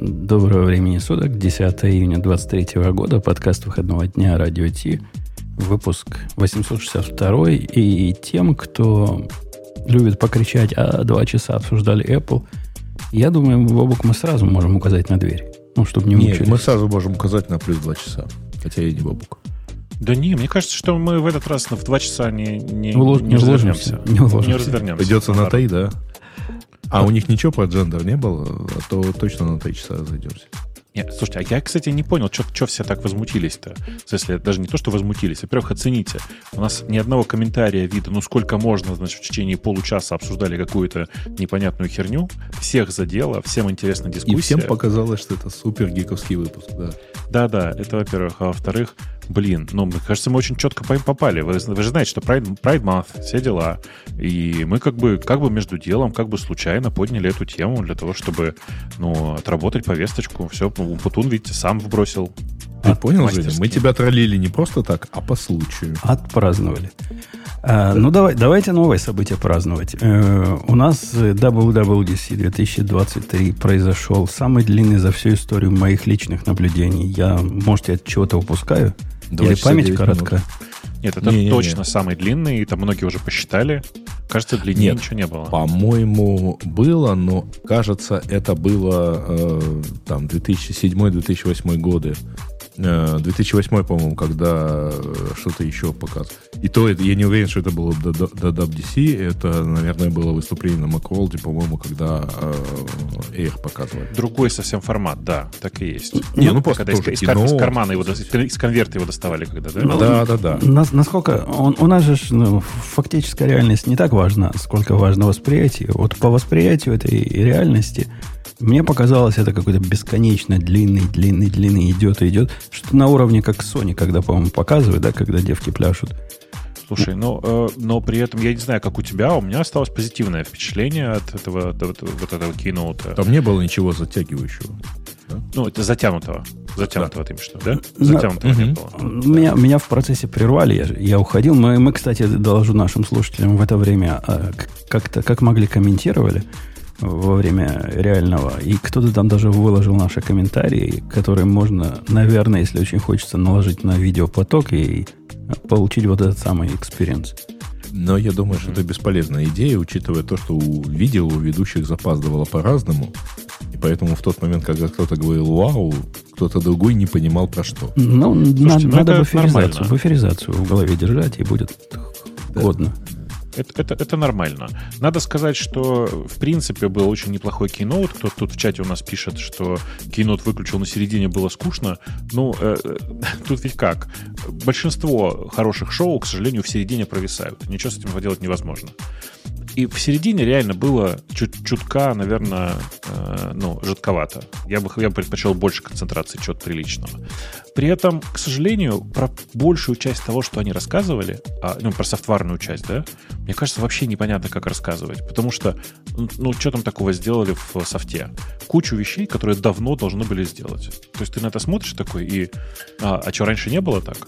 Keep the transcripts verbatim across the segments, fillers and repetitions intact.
Доброго времени суток, десятого июня двадцать третьего года, подкаст выходного дня Радио Ти, выпуск восемьсот шестьдесят два. И тем, кто любит покричать, а два часа обсуждали Apple, я думаю, Бобок, мы сразу можем указать на дверь. Ну, чтобы не мучились. Нет, мы сразу можем указать на плюс два часа, хотя я не Бобок. Да не, мне кажется, что мы в этот раз в два часа не, не, Улож, не, не развернемся. Не, не развернемся. Придется на три, да? А у них ничего про джендер не было, а то точно на три часа зайдемся. Нет, слушайте, а я, кстати, не понял, что все так возмутились-то. В смысле, даже не то, что возмутились. Во-первых, оцените. У нас ни одного комментария вида, ну сколько можно, значит, в течение получаса обсуждали какую-то непонятную херню. Всех задело, всем интересна дискуссия. И всем показалось, что это супер гиковский выпуск, да. Да-да, это во-первых. А во-вторых, блин, ну, мне кажется, мы очень четко попали. Вы, вы же знаете, что Pride, Pride Month, все дела. И мы как бы, как бы между делом, как бы случайно подняли эту тему для того, чтобы, ну, отработать повесточку. Все, Путун, видите, сам вбросил. Ты понял, Женя? Мы тебя троллили не просто так, а по случаю. Отпраздновали. А, ну, давай, давайте новое событие праздновать. Э, у нас дабл ю дабл ю ди си две тысячи двадцать три произошел самый длинный за всю историю моих личных наблюдений. Я, может, я чего-то упускаю? Или память коротка? Минут. Нет, это не, точно не, не. самый длинный, и там многие уже посчитали. Кажется, длиннее Нет, ничего не было. По-моему, было, но, кажется, это было э, там две тысячи седьмой - две тысячи восьмой годы. Э, две тысячи восьмой, по-моему, когда что-то еще показывал. И то, это, я не уверен, что это было до дабл ю ди си. Это, наверное, было выступление на Macworld, по-моему, когда э, Air показывали. Другой совсем формат, да, так и есть. Не, ну, ну просто когда из, кино, из кармана его, из конверта его доставали, когда, да? Ну, да, да, да. Нас, насколько... Он, у нас же ну, фактическая реальность не так важна, сколько важно восприятие. Вот по восприятию этой реальности мне показалось, это какой-то бесконечно длинный, длинный, длинный идет и идет. Что на уровне как Sony, когда, по-моему, показывают, да, когда девки пляшут. Слушай, ну, э, но при этом, я не знаю, как у тебя, у меня осталось позитивное впечатление от этого, от, от, вот этого кейноута. Там не было ничего затягивающего. Да? Ну, это затянутого. Затянутого, да. Ты имеешь в виду, да? На... Затянутого угу. не было. Меня, меня в процессе прервали, я, я уходил. Мы, мы, кстати, доложу нашим слушателям в это время, как-то, как могли комментировали во время реального. И кто-то там даже выложил наши комментарии, которые можно, наверное, если очень хочется, наложить на видеопоток и получить вот этот самый экспириенс. Но я думаю, что это бесполезная идея, учитывая то, что у видео у ведущих запаздывало по-разному. И поэтому в тот момент, когда кто-то говорил «Вау», кто-то другой не понимал про что. Ну, Слушайте, на, ну надо буферизацию, буферизацию в голове держать, и будет да. годно. Это, это, это нормально. Надо сказать, что в принципе был очень неплохой кейноут. Кто-то тут в чате у нас пишет, что кейноут выключил на середине, было скучно. Ну, э, тут ведь как? Большинство хороших шоу, к сожалению, в середине провисают. Ничего с этим поделать невозможно. И в середине реально было чуть, чутка, наверное, э, ну, жидковато. Я бы, я бы предпочел больше концентрации чего-то приличного. При этом, к сожалению, про большую часть того, что они рассказывали, а, ну, про софтварную часть, да, мне кажется, вообще непонятно, как рассказывать. Потому что, ну, что там такого сделали в софте? Кучу вещей, которые давно должны были сделать. То есть ты на это смотришь такой и... А, а что, раньше не было так?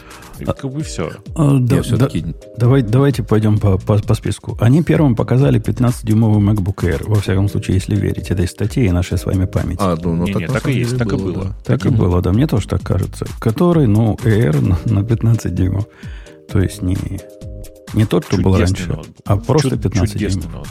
И как бы все. А, да, да, давай, давайте пойдем по, по, по списку. Они первым показали пятнадцатидюймовый MacBook Air. Во всяком случае, если верить этой статье и нашей с вами памяти. А, ну, ну, не, так, не, так и есть, так было, и было. Да. Так и было, да, мне тоже так кажется. Который, ну, Air на, на пятнадцать дюймов. То есть не, не тот, что был раньше, ноутбук. А просто Чуд, пятнадцать дюймов.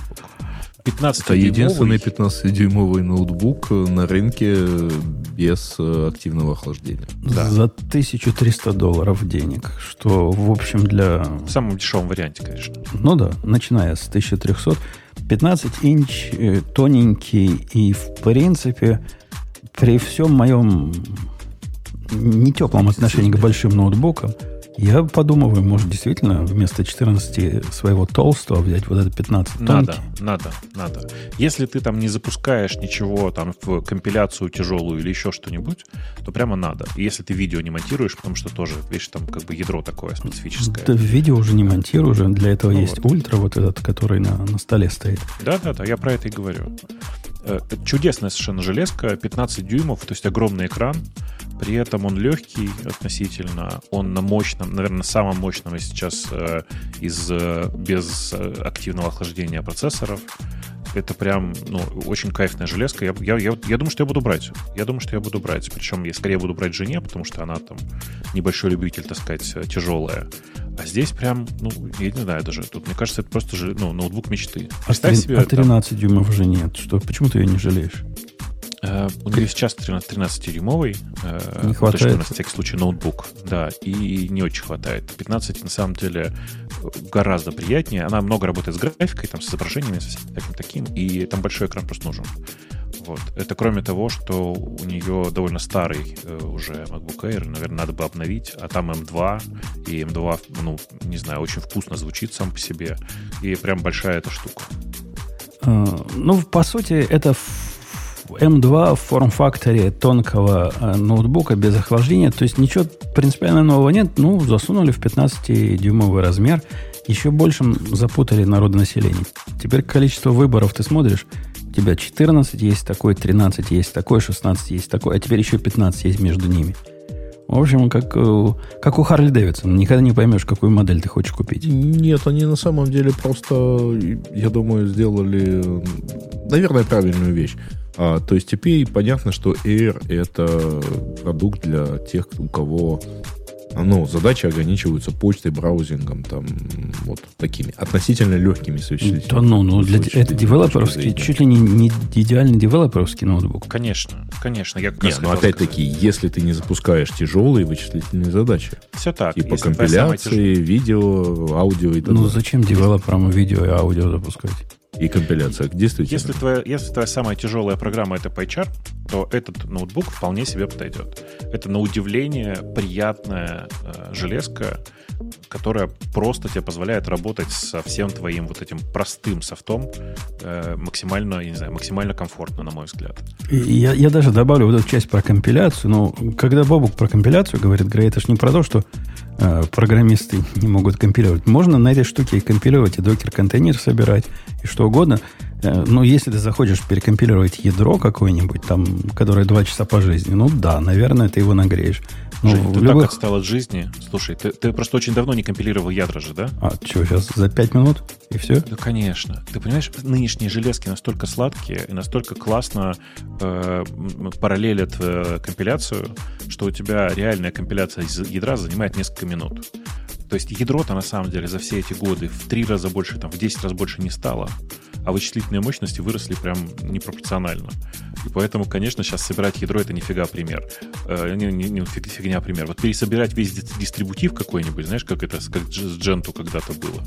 Это единственный пятнадцатидюймовый ноутбук на рынке без активного охлаждения. Да. За тысячу триста долларов денег. Что, в общем, для... В самом дешевом варианте, конечно. Ну да, начиная с тысячи трехсот. пятнадцать инч, тоненький и, в принципе, при всем моем не теплом отношении к большим ноутбукам, я подумываю, может, действительно вместо четырнадцати своего толстого взять вот это пятнадцать надо, тонкий. Надо, надо. Если ты там не запускаешь ничего там в компиляцию тяжелую или еще что-нибудь, то прямо надо. И если ты видео не монтируешь, потому что тоже, видишь, там как бы ядро такое специфическое. Да, видео уже не монтирую, уже для этого ну есть вот. Ультра, вот этот, который на, на столе стоит. Да-да-да, я про это и говорю. Чудесная совершенно железка, пятнадцать дюймов, то есть огромный экран. При этом он легкий относительно, он на мощном, наверное, самом мощном сейчас э, из э, без активного охлаждения процессоров. это прям, ну, очень кайфная железка. Я, я, я, я думаю, что я буду брать. Я думаю, что я буду брать. Причем я скорее буду брать жене, потому что она там небольшой любитель, так сказать, тяжелая. А здесь прям, ну, я не знаю даже. Тут, мне кажется, это просто же, ну, ноутбук мечты. Представь а себе... А тринадцать дюймов уже нет. Что, почему ты ее не жалеешь? Uh, у нее сейчас тринадцатидюймовый, uh, не хватает. Точнее, на всякий случай ноутбук, да, и не очень хватает. пятнадцать на самом деле гораздо приятнее. Она много работает с графикой, там, с изображениями, со всяким таким, и там большой экран просто нужен. Вот. Это кроме того, что у нее довольно старый uh, уже MacBook Air, наверное, надо бы обновить, а там эм два, и эм два, ну, не знаю, очень вкусно звучит сам по себе, и прям большая эта штука. Uh, ну, по сути, это эм два в форм-факторе тонкого э, ноутбука без охлаждения. То есть ничего принципиально нового нет. Ну, засунули в пятнадцатидюймовый размер. Еще большим запутали народонаселение. Теперь количество выборов ты смотришь. У тебя четырнадцать есть такой, тринадцать есть такой, шестнадцать есть такой, а теперь еще пятнадцать есть между ними. В общем, как, как у Харли Дэвидсона. Никогда не поймешь, какую модель ты хочешь купить. Нет, они на самом деле просто, я думаю, сделали, наверное, правильную вещь. А, то есть теперь понятно, что Air — это продукт для тех, у кого ну, задачи ограничиваются почтой, браузингом, там, вот такими относительно легкими существительными. Да ну, ну для, это девелоперский, чуть ли не, не идеальный девелоперский ноутбук. Конечно, конечно. Я Нет, но опять-таки, сказать. Если ты не запускаешь тяжелые вычислительные задачи. Все так. Типа компиляции, видео, аудио и так далее. Ну, зачем девелоперам видео и аудио запускать? И компиляция, действительно. Если твоя, если твоя самая тяжелая программа — это PyChart, то этот ноутбук вполне себе подойдет. Это, на удивление, приятная э, железка, которая просто тебе позволяет работать со всем твоим вот этим простым софтом э, максимально, я не знаю, максимально комфортно, на мой взгляд. Я, я даже добавлю вот эту часть про компиляцию. Но когда Бобук про компиляцию говорит, говорит, это ж не про то, что э, программисты не могут компилировать. Можно на этой штуке и компилировать, и докер-контейнер собирать, и что угодно. Э, но если ты захочешь перекомпилировать ядро какое-нибудь, там, которое два часа по жизни, ну да, наверное, ты его нагреешь. Но Жень, ты любых... так отстал от жизни. Слушай, ты, ты просто очень давно не компилировал ядра же, да? А что, сейчас за пять минут и все? Да, конечно. Ты понимаешь, нынешние железки настолько сладкие и настолько классно э, параллелят э, компиляцию, что у тебя реальная компиляция из ядра занимает несколько минут. То есть ядро-то на самом деле за все эти годы в три раза больше, там, в десять раз больше не стало, а вычислительные мощности выросли прям непропорционально. И поэтому, конечно, сейчас собирать ядро — это нифига пример. Э, не, не, не фигня пример. Вот пересобирать весь дистрибутив какой-нибудь, знаешь, как это как с Gentoo когда-то было.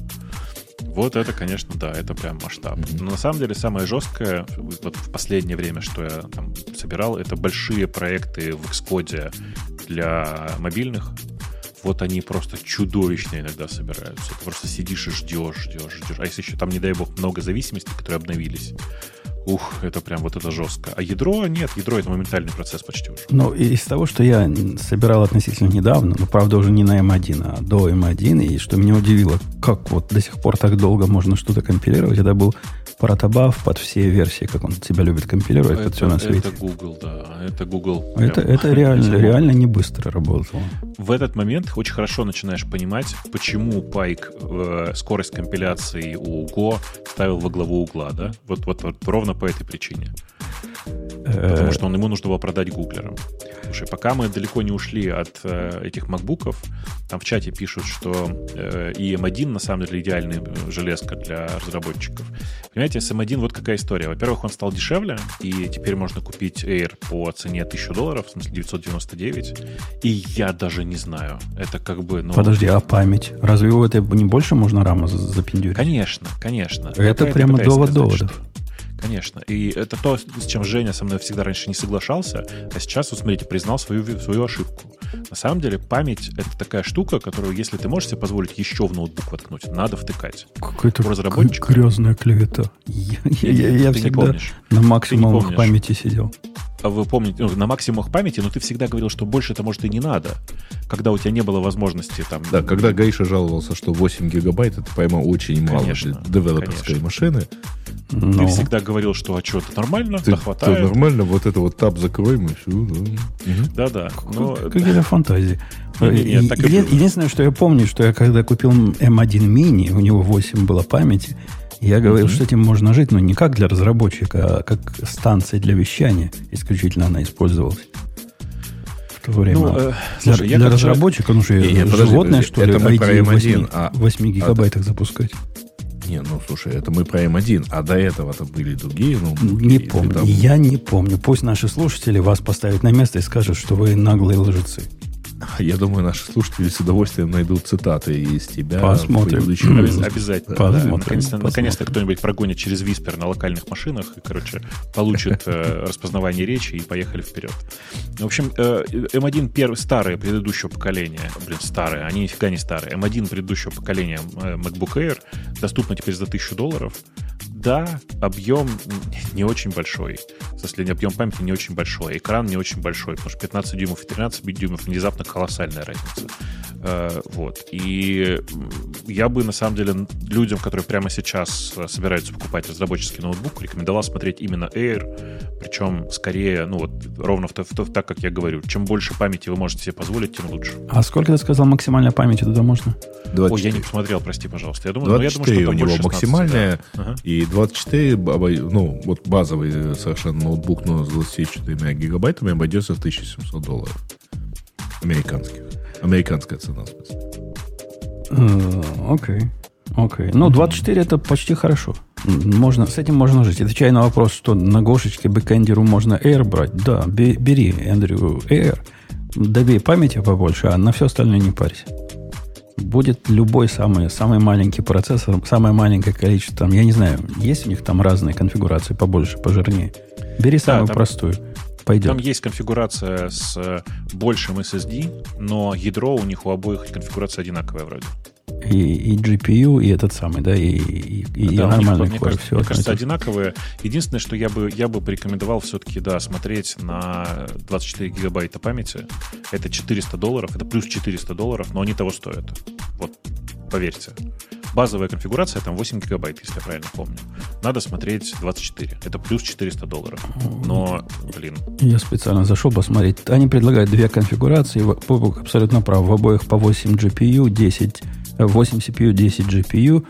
Вот это, конечно, да, это прям масштаб. Mm-hmm. Но на самом деле самое жесткое вот в последнее время, что я там собирал, это большие проекты в Xcode для мобильных. Вот они просто чудовищно иногда собираются. Ты просто сидишь и ждешь, ждешь, ждешь. А если еще там, не дай бог, много зависимостей, которые обновились, ух, это прям вот это жестко. А ядро нет, ядро — это моментальный процесс почти уже. Ну, из того, что я собирал относительно недавно, ну, правда, уже не на эм один, а до эм один, и что меня удивило, как вот до сих пор так долго можно что-то компилировать, это был протобаф под все версии, как он себя любит компилировать, это, под все на свете. Это Google, да, это Google. Это, прям, это реально, реально не быстро работало. В этот момент очень хорошо начинаешь понимать, почему Пайк э, скорость компиляции у Go ставил во главу угла, да? Вот, вот, вот ровно по этой причине. Потому что он, ему нужно было продать гуглерам. Слушай, пока мы далеко не ушли от э, этих макбуков, там в чате пишут, что э, и эм один на самом деле идеальная железка для разработчиков. Понимаете, с эм один вот какая история. Во-первых, он стал дешевле, и теперь можно купить Air по цене тысяча долларов, в смысле девятьсот девяносто девять. И я даже не знаю. Это как бы... Ну, подожди, а память? Разве его это не больше можно рама запиндюрить? Конечно, конечно. Это Какая прямо довод доводов. Конечно. И это то, с чем Женя со мной всегда раньше не соглашался, а сейчас, вот смотрите, признал свою, свою ошибку. На самом деле память — это такая штука, которую, если ты можешь себе позволить еще в ноутбук воткнуть, надо втыкать. Какая-то разработчик... грязная клевета. Я, я, я, я всегда на максимумах памяти сидел. Вы помните, ну, на максимумах памяти, но ты всегда говорил, что больше это, может, и не надо, когда у тебя не было возможности там... Да, когда Гаиша жаловался, что восемь гигабайт — это, по-моему, очень мало конечно, для девелоперской конечно. машины. Но... Ты всегда говорил, что а что, это нормально, ты, да хватает. Это нормально, вот это вот таб закроем и все. Да. Да-да. Но... Какие-то фантазии. Не, не, не, так Е- единственное, что я помню, что я когда купил эм один мини, у него восемь было памяти, Я говорил, mm-hmm. что этим можно жить, но не как для разработчика, а как станция для вещания. Исключительно она использовалась. В то время. Ну, э, для слушай, для разработчика, ну что, животное, что ли, ай ди в восемь гигабайтах а, запускать? Не, ну слушай, это мы про эм один, а до этого-то были другие. Ну, не помню, там... я не помню. Пусть наши слушатели вас поставят на место и скажут, что вы наглые лжецы. Я думаю, наши слушатели с удовольствием найдут цитаты из тебя. Посмотрим. Обяз- обязательно. Посмотрим. Да. Наконец-то, наконец-то кто-нибудь прогонит через Whisper на локальных машинах и, короче, получит э, распознавание речи и поехали вперед. В общем, э, эм один первый, старые предыдущего поколения, блин, старые, они нифига не старые. эм один предыдущего поколения э, MacBook Air доступно теперь за тысячу долларов. Да, объем не очень большой. В смысле, объем памяти не очень большой. Экран не очень большой, потому что пятнадцать дюймов и тринадцать дюймов внезапно колоссальная разница. Э, вот. И я бы, на самом деле, людям, которые прямо сейчас собираются покупать разработческий ноутбук, рекомендовал смотреть именно Air, причем скорее, ну вот, ровно в, в, в, так, как я говорю. Чем больше памяти вы можете себе позволить, тем лучше. А сколько ты сказал максимальной памяти туда можно? двадцать четыре. Ой, я не посмотрел, прости, пожалуйста. Я думаю, двадцать четыре ну, я думаю, что у него максимальная, да. Ага. И двадцать четыре, ну, вот базовый совершенно ноутбук, но с двадцатью четырьмя гигабайтами обойдется в тысячу семьсот долларов. Американских. Американская цена, в смысле. Окей. Окей. Ну, двадцать четыре это почти хорошо. Можно, с этим можно жить. Отвечая на вопрос, что на Гошечке бэкэндеру можно Air брать. Да, бери, Эндрю, Air. Добей памяти побольше, а на все остальное не парься. Будет любой самый, самый маленький процессор, самое маленькое количество. Там, я не знаю, есть у них там разные конфигурации побольше, пожирнее. Бери да, самую там, простую. Пойдет. Там есть конфигурация с большим эс эс ди, но ядро у них у обоих конфигурация одинаковая вроде. И, и джи пи ю, и этот самый, да, и, и, и да, нормальный мне кажется, все мне кажется, одинаковые. Единственное, что я бы, я бы порекомендовал все-таки, да, смотреть на двадцать четыре гигабайта памяти. Это четыреста долларов, это плюс четыреста долларов, но они того стоят. Вот, поверьте. Базовая конфигурация там восемь гигабайт, если я правильно помню. Надо смотреть двадцать четыре. Это плюс четыреста долларов. Но, блин. Я специально зашел посмотреть. Они предлагают две конфигурации. Бобук абсолютно прав. В обоих по восемь джи пи ю, десять, восемь си пи ю, десять джи пи ю.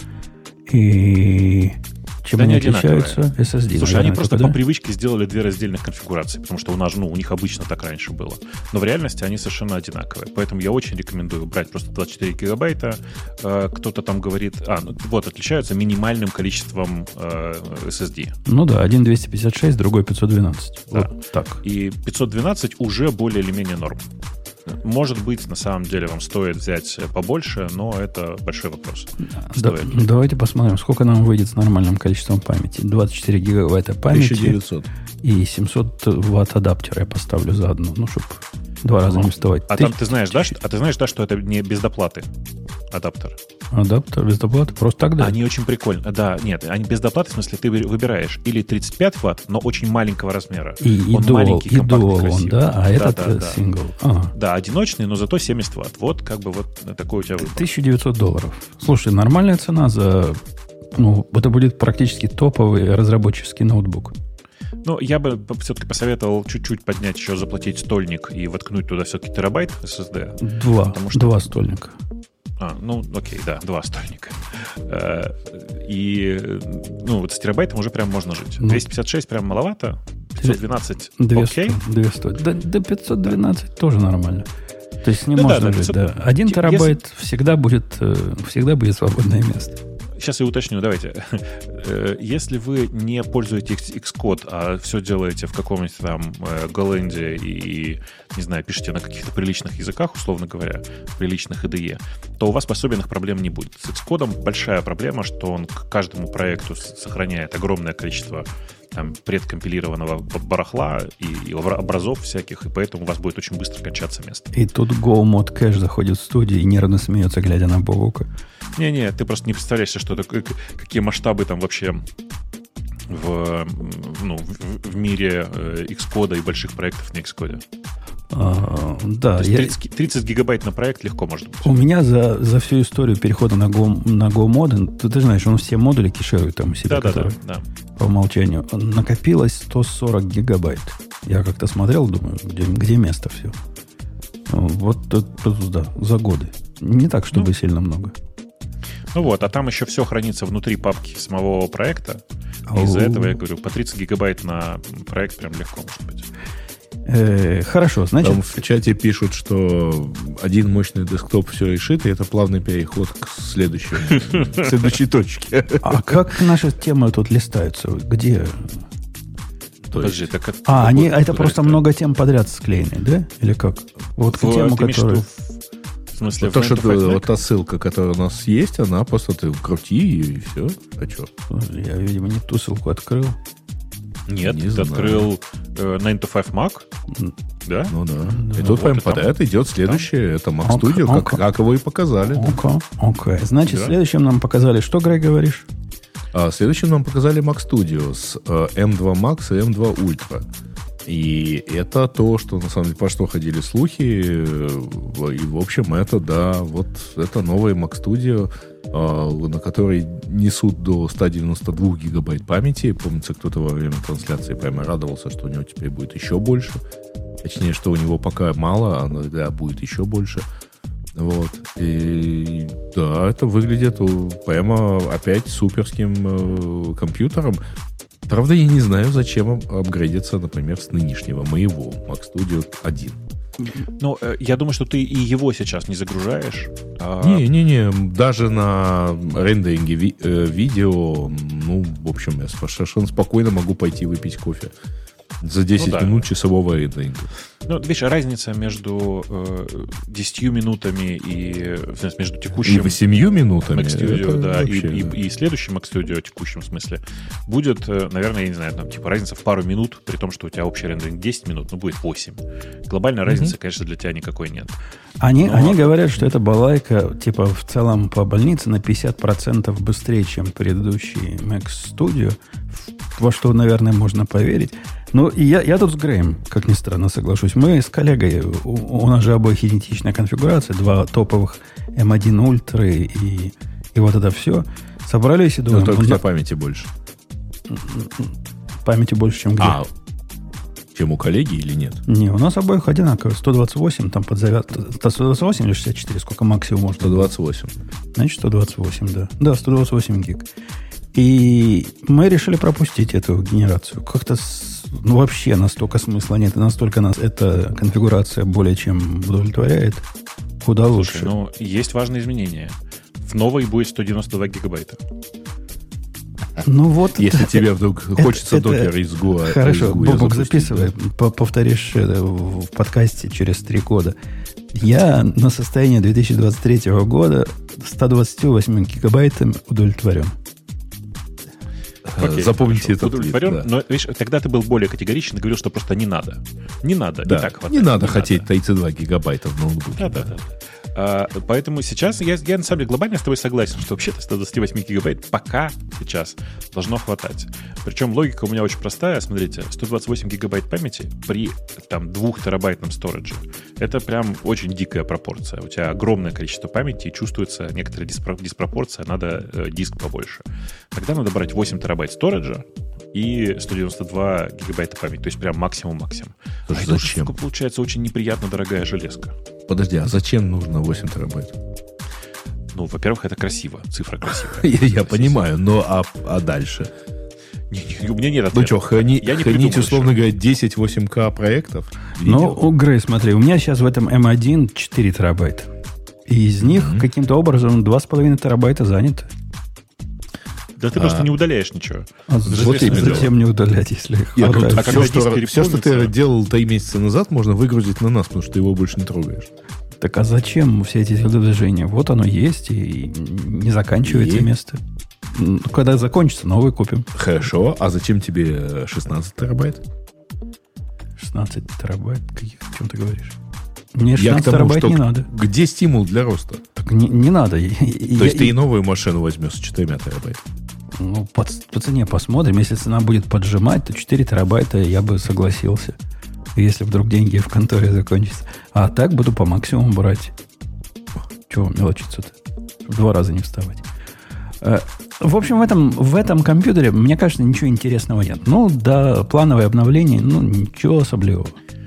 И чем да они отличаются? эс эс ди. Слушай, наверное, они просто да? по привычке сделали две раздельных конфигурации, потому что у нас, ну, у них обычно так раньше было. Но в реальности они совершенно одинаковые. Поэтому я очень рекомендую брать просто двадцать четыре гигабайта. Кто-то там говорит... А, ну, вот, отличаются минимальным количеством эс эс ди. Ну да, один двести пятьдесят шесть, другой пятьсот двенадцать. Да. Вот так. И пятьсот двенадцать уже более или менее норм. Может быть, на самом деле вам стоит взять побольше, но это большой вопрос. Да, давайте посмотрим, сколько нам выйдет с нормальным количеством памяти. двадцать четыре гигабайта памяти. тысяча девятьсот. И семьсот ватт адаптера я поставлю заодно, ну, чтобы два раза не вставать. А Ты... там ты знаешь, да, что, а ты знаешь, да, что это не без доплаты адаптер? Адаптер без доплаты? Просто тогда. Они очень прикольно. Да, нет, они без доплаты, в смысле, ты выбираешь или тридцать пять ватт, но очень маленького размера. И, и он dual, маленький, и компактный, dual красивый. Он, да? А да, этот да, да. сингл. Ага. Да, одиночный, но зато семьдесят ватт. Вот как бы вот такой у тебя выбор. тысяча девятьсот долларов. Слушай, нормальная цена за... Ну, это будет практически топовый разработческий ноутбук. Ну, я бы все-таки посоветовал чуть-чуть поднять, еще заплатить стольник и воткнуть туда все-таки терабайт эс эс ди. Два. Что... Два стольника. А, ну, окей, да, два стольника. И, ну, вот с терабайтом уже прям можно жить. двести пятьдесят шесть прям маловато, пятьсот двенадцать окей. двести. Да, да пятьсот двенадцать тоже нормально. То есть не ну, можно да, жить, пятьсот... да. Один терабайт если... всегда будет, всегда будет свободное место. Сейчас я уточню, давайте. Если вы не пользуетесь Xcode, а все делаете в каком-нибудь там Golang и, не знаю, пишете на каких-то приличных языках, условно говоря, приличных ай ди и, то у вас особенных проблем не будет. С Xcode большая проблема, что он к каждому проекту сохраняет огромное количество там, предкомпилированного барахла и образов всяких, и поэтому у вас будет очень быстро кончаться место. И тут GoMod Cache заходит в студию и нервно смеется, глядя на Бобука. Не-не, ты просто не представляешь, что это, какие масштабы там вообще в, ну, в, в мире Xcode и больших проектов на Xcode. А, да, То есть тридцать, тридцать гигабайт на проект легко может быть. У меня за, за всю историю перехода на Go, на Go Modern, ты, ты знаешь, он все модули кеширует там у себя, да, да, да, да. по умолчанию. Накопилось сто сорок гигабайт. Я как-то смотрел, думаю, где, где место все. Вот это, да, за годы. Не так, чтобы ну, сильно много. Ну вот, а там еще все хранится внутри папки самого проекта. И из-за этого, я говорю, по тридцать гигабайт на проект прям легко может быть. Э, хорошо, значит... Там в чате пишут, что один мощный десктоп все решит, и это плавный переход к следующей, к следующей точке. А как наши темы тут листаются? Где? Подожди, так это... А, они, это просто много тем подряд склеены, да? Или как? Вот к тему, которую... В смысле, вот, то, что ты, вот та ссылка, которая у нас есть, она просто ты крути ее и все. А что? Я, видимо, не ту ссылку открыл. Нет, не ты знаю. открыл э, найн to five Mac, да? Ну да. Да. И Ну, тут прям вот и там. подряд идет следующее. Это Mac Ок, Studio, ок. как, как его и показали. да. Окей, окей. Значит, Да. следующим нам показали, что, Грей, говоришь? А следующим нам показали Mac Studio с э, эм два Max и эм два Ultra. И это то, что на самом деле, по что ходили слухи. э, И, в общем, это, да, вот это новый Mac Studio, э, на который несут до ста девяноста двух гигабайт памяти. Помнится, кто-то во время трансляции прямо радовался, что у него теперь будет еще больше. Точнее, что у него пока мало, а да, будет еще больше. Вот. И да, это выглядит э, прямо опять суперским э, компьютером. Правда, я не знаю, зачем ап- апгрейдиться, например, с нынешнего моего Mac Studio один. Ну, э, я думаю, что ты и его сейчас не загружаешь. а- Не-не-не, даже на рендеринге ви- э, видео, ну, в общем, я совершенно спокойно могу пойти выпить кофе за десять Ну да. минут часового рендеринга. Ну, видишь, разница между э, десятью минутами и в смысле, между И текущим восемью минутами. Mac Studio, это да, и, вообще- и, и следующим Mac Studio, текущем смысле, будет, э, наверное, я не знаю, там, типа разница в пару минут, при том, что у тебя общий рендеринг десять минут, ну, будет восемь. Глобальной разницы, конечно, для тебя никакой нет. Они, Но- они говорят, что это балайка, типа, в целом по больнице на пятьдесят процентов быстрее, чем предыдущий Mac Studio, во что, наверное, можно поверить. Ну, и я, я тут с Греем, как ни странно, соглашусь. Мы с коллегой, у, у нас же обоих идентичная конфигурация, два топовых эм один Ultra и, и вот это все. Собрались и Ну, думаем, только ну, для на- памяти больше. памяти больше, чем где. А, чем у коллеги или нет? Не, у нас обоих одинаково. сто двадцать восемь, там под завязку. сто двадцать восемь или шестьдесят четыре, сколько максимум можно? сто двадцать восемь. Значит, сто двадцать восемь, да. Да, сто двадцать восемь гиг. И мы решили пропустить эту генерацию. Как-то с- ну, вообще настолько смысла нет. И настолько нас эта конфигурация более чем удовлетворяет. Куда лучше. Слушай, ну, есть важные изменения. В новой будет сто девяносто два гигабайта. Ну вот. Если тебе вдруг хочется это- докер из Гуа. Хорошо, из Гуя Бобок, запустить, записывай. да. По- Повторишь это в в подкасте через три года. Я на состояние две тысячи двадцать третьего года ста двадцати восьми гигабайтами удовлетворен. Окей, Запомните хорошо, этот твит, удовлетворен, да. но, видишь, тогда ты был более категоричен и говорил, что просто не надо. Не надо, Да. и так хватает. Не надо не хотеть надо. тридцать два гигабайта в ноутбуке. Да, да, да. А, поэтому сейчас я, я на самом деле глобально с тобой согласен, что вообще-то сто двадцать восемь гигабайт пока сейчас должно хватать. Причем логика у меня очень простая. Смотрите, сто двадцать восемь гигабайт памяти при там двухтерабайтном сторидже. Это прям очень дикая пропорция. У тебя огромное количество памяти и чувствуется некоторая диспро- диспропорция. Надо э, диск побольше. Тогда надо брать восемь терабайт сториджа и сто девяносто два гигабайта памяти. То есть прям максимум-максимум. Слушай, а это уже, зачем? сука, получается очень неприятно дорогая железка. Подожди, а зачем нужно восемь терабайт? Ну, во-первых, это красиво. Цифра красивая. Я, я понимаю, но а, а дальше? Не, не, у меня нет Ну ответа. что, храни, Я не хранить, придумал условно еще. говоря, десять восемь ка проектов? Ну, Видео? у Грей, смотри, у меня сейчас в этом эм один четыре терабайта. И из них Мгм. каким-то образом два с половиной терабайта занято. Да ты А. просто не удаляешь ничего. А Это зачем- известное дело. зачем не удалять, если Я хватает? говорю, А когда все, диск что, все, что ты переполнится- делал три месяца назад, можно выгрузить на нас, потому что ты его больше не трогаешь. Так а зачем все эти телодвижения? Вот оно есть и не заканчивается И? место. Ну, когда закончится, новый купим. Хорошо, а зачем тебе шестнадцать терабайт? шестнадцать терабайт. Каких, о чем ты говоришь? Мне Я к шестнадцать тому, терабайт что не г- надо. где стимул для роста? Так не, не надо. И- и- То есть я- ты и новую машину возьмешь с четырьмя терабайтами? Ну, по, по цене посмотрим. Если цена будет поджимать, то четыре терабайта я бы согласился. Если вдруг деньги в конторе закончатся. А так буду по максимуму брать. Чего мелочиться-то? В два раза не вставать. Э, В общем, в этом, в этом компьютере, мне кажется, ничего интересного нет. Ну, да, плановое обновление, ну, ничего особливого.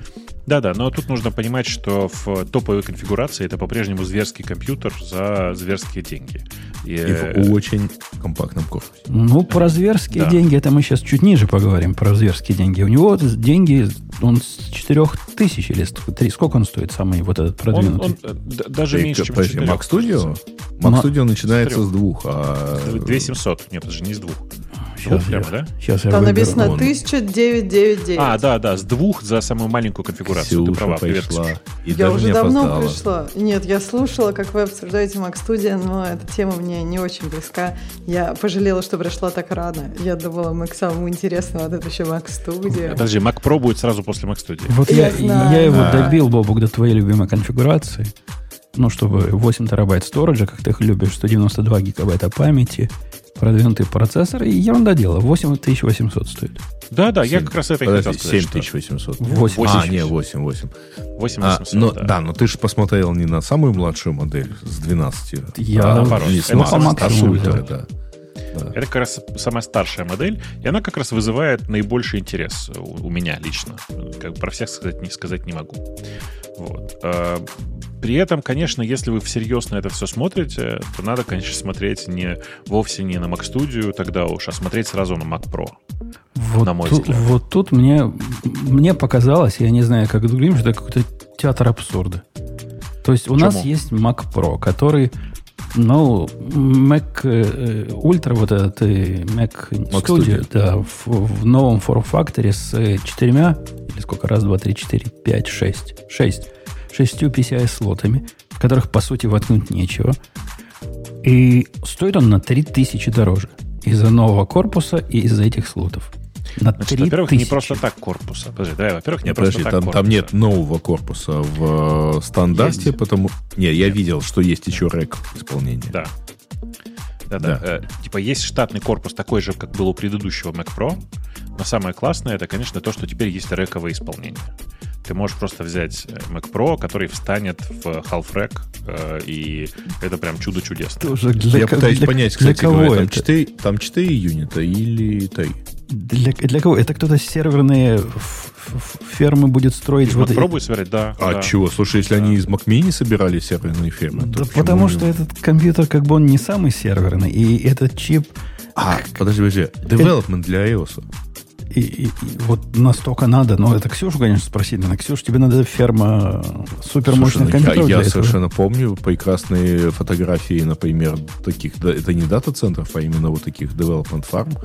Да-да, но тут нужно понимать, что в топовой конфигурации это по-прежнему зверский компьютер за зверские деньги. И, И в очень компактном корпусе. Ну, про зверские да. деньги, это мы сейчас чуть ниже поговорим, про зверские деньги. У него деньги, он с четырех тысяч или три, сколько он стоит, самый вот этот продвинутый? Он, он даже Ты, меньше, чем подожди, четырех. Mac Studio? Mac Studio начинается с, с двух. А... две тысячи семьсот, нет, подожди, не с двух. Сейчас, Вот прямо, я, да? Сейчас я Там выберу. написано тысяча девятьсот девяносто девять. А, да, да, с двух за самую маленькую конфигурацию. Ксюша Ты права, привет, пришла. Ксюша. И Я даже уже не давно опоздала. пришла. Нет, я слушала, как вы обсуждаете Mac Studio, но эта тема мне не очень близка. Я пожалела, что пришла так рано. Я думала, мы к самому интересному, а тут еще Mac Studio. Подожди, Mac Pro будет сразу после Mac Studio. Вот Я я, знаю. я его А. добил, Бобук, до твоей любимой конфигурации. Ну, чтобы восемь терабайт сториджа, как ты их любишь, сто девяносто два гигабайта памяти, продвинутый процессор, и ерунда дело. восемь тысяч восемьсот стоит. Да, да, я семь. как раз это и Подожди, хотел сказать. семь тысяч восемьсот. восемь. А, не, восемь, восемь. восемь А, восемьсот, но, да. да, но ты же посмотрел не на самую младшую модель с двенадцатью. Я а наоборот. не Это с Max, по а с максимуму Ultra, взял. да. Да. Это как раз самая старшая модель, и она как раз вызывает наибольший интерес у, у меня лично. Как бы про всех сказать не, сказать не могу. Вот. А, при этом, конечно, если вы всерьез на это все смотрите, то надо, конечно, смотреть не, вовсе не на Mac Studio тогда уж, а смотреть сразу на Mac Pro. Вот, На мой тут, взгляд. вот тут мне, мне показалось, я не знаю, как другим, что это какой-то театр абсурда. То есть у Почему? нас есть Mac Pro, который, ну, Mac э, Ultra, вот этот э, Mac, Mac Studio, Studio. да, в, в новом форм-факторе с э, четырьмя, или сколько, раз, два, три, четыре, пять, шесть, шесть, шестью пи си ай-слотами, в которых, по сути, воткнуть нечего. И стоит он на три тысячи дороже. Из-за нового корпуса и из-за этих слотов. На Значит, три во-первых, не тысячи. просто так корпуса. Подожди, давай, во-первых, не Нет, просто подожди, так там, корпуса. там нет нового корпуса в э, стандарте, Есть. потому... Не, я видел, что есть еще рэк исполнения. Да. Да, да. Да. Э, типа есть штатный корпус такой же, как был у предыдущего Mac Pro, но самое классное это, конечно, то, что теперь есть рэковое исполнение. Ты можешь просто взять Mac Pro, который встанет в Half Rack, э, и это прям чудо чудесное. Тоже для, Я ко- пытаюсь для- понять, для кстати кого говоря, там это? четыре, там четыре юнита или три? Для, для кого? Это кто-то серверные ф- ф- фермы будет строить? Из вот Mac Pro эти- будет собирать, да. А да. чего? Слушай, если они из Mac Mini собирали серверные фермы, то Да почему потому не- что этот компьютер как бы он не самый серверный, и этот чип А, подожди, подожди. Development для iOS. и, и- и вот настолько надо. Но это Ксюшу, конечно, спросить надо. Ксюш, тебе надо ферма супермощных Слушай, ну, компьютеров я, для я этого. совершенно помню прекрасные фотографии, например, таких, да, это не дата-центров, а именно вот таких development farm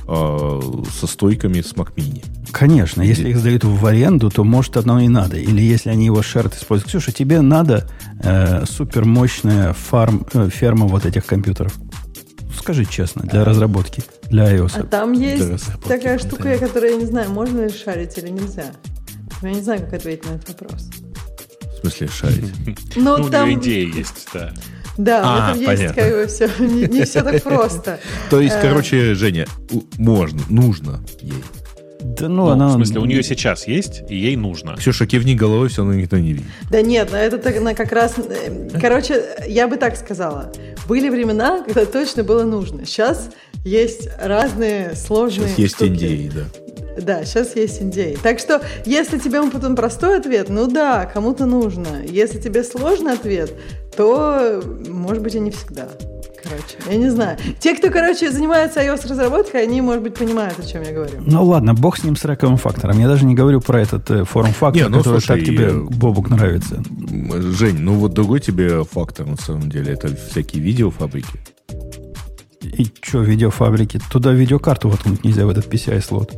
э, со стойками с Mac Mini. Конечно, если их сдают в аренду, то может одно и надо. Или если они его шерт используют. Ксюша, тебе надо э, супермощная фарм, э, ферма вот этих компьютеров. Скажи честно, для разработки, для А iOS. там есть разработки такая контента. штука, которую я не знаю, можно ли шарить или нельзя. Я не знаю, как ответить на этот вопрос. В смысле, шарить. Но Ну, у там, нее идея есть, да. да, А, в этом есть понятно. как бы все, не, не все так просто. То есть, Э. короче, Женя, у- можно, нужно ей. Да ну, Ну, она... в смысле, у нее сейчас есть, и ей нужно. Ксюша, кивни головой, все равно никто не видит. Да нет, но это так, на как раз... э, Короче, я бы так сказала. Были времена, когда точно было нужно. Сейчас есть разные сложные Сейчас есть штуки. индеи, да. Да, сейчас есть индеи. Так что, если тебе он потом простой ответ, ну да, кому-то нужно. Если тебе сложный ответ, то, может быть, и не всегда. Короче, я не знаю. Те, кто, короче, занимается iOS-разработкой, они, может быть, понимают, о чем я говорю. Ну ладно, бог с ним, с рэковым фактором. Я даже не говорю про этот э, форм-фактор, Не, ну, который слушай, так тебе, э, Бобук, нравится. М, Жень, ну вот другой тебе фактор, на самом деле, это всякие видеофабрики. И что, видеофабрики? Туда видеокарту воткнуть нельзя, в этот пи си ай-слот.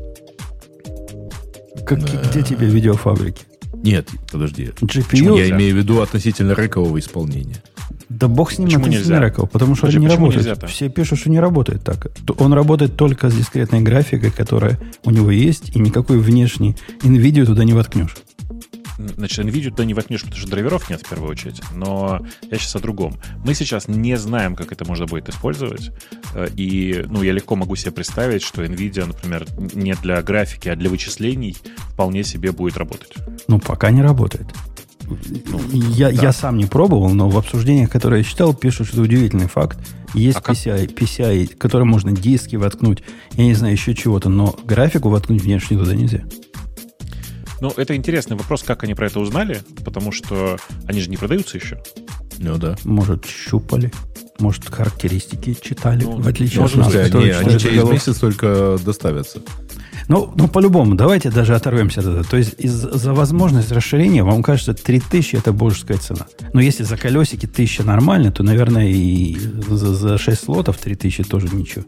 Как, Да. Где тебе видеофабрики? Нет, подожди. джи пи Почему ю? Я нельзя? имею в виду относительно рэкового исполнения. Да бог с ним, Почему относительно нельзя? рэков, потому что Подожди, он не почему работает. нельзя-то? Все пишут, что не работает так. То Он работает только с дискретной графикой, которая у него есть, и никакой внешний NVIDIA туда не воткнешь. Значит, NVIDIA туда не воткнешь, потому что драйверов нет в первую очередь. Но я сейчас о другом. Мы сейчас не знаем, как это можно будет использовать. Э, И ну, я легко могу себе представить, что NVIDIA, например, не для графики, а для вычислений вполне себе будет работать. Ну, пока не работает. я, да. я сам не пробовал, но в обсуждениях, которые я читал, пишут, что удивительный факт. Есть А как? пи си ай, пи си ай, который можно диски воткнуть, я не знаю, еще чего-то, но графику воткнуть внешне туда нельзя. Ну, это интересный вопрос, как они про это узнали, потому что они же не продаются еще. Ну да. Может, щупали. Может, характеристики читали, ну, в отличие Может, от нас. они, которые они через заголовки. месяц только доставятся. Ну, ну, по-любому, давайте даже оторвемся от этого. То есть из-за возможности расширения, вам кажется, три тысячи это божеская цена. Но если за колесики тысяча нормально, то, наверное, и за, за шесть слотов три тысячи тоже ничего.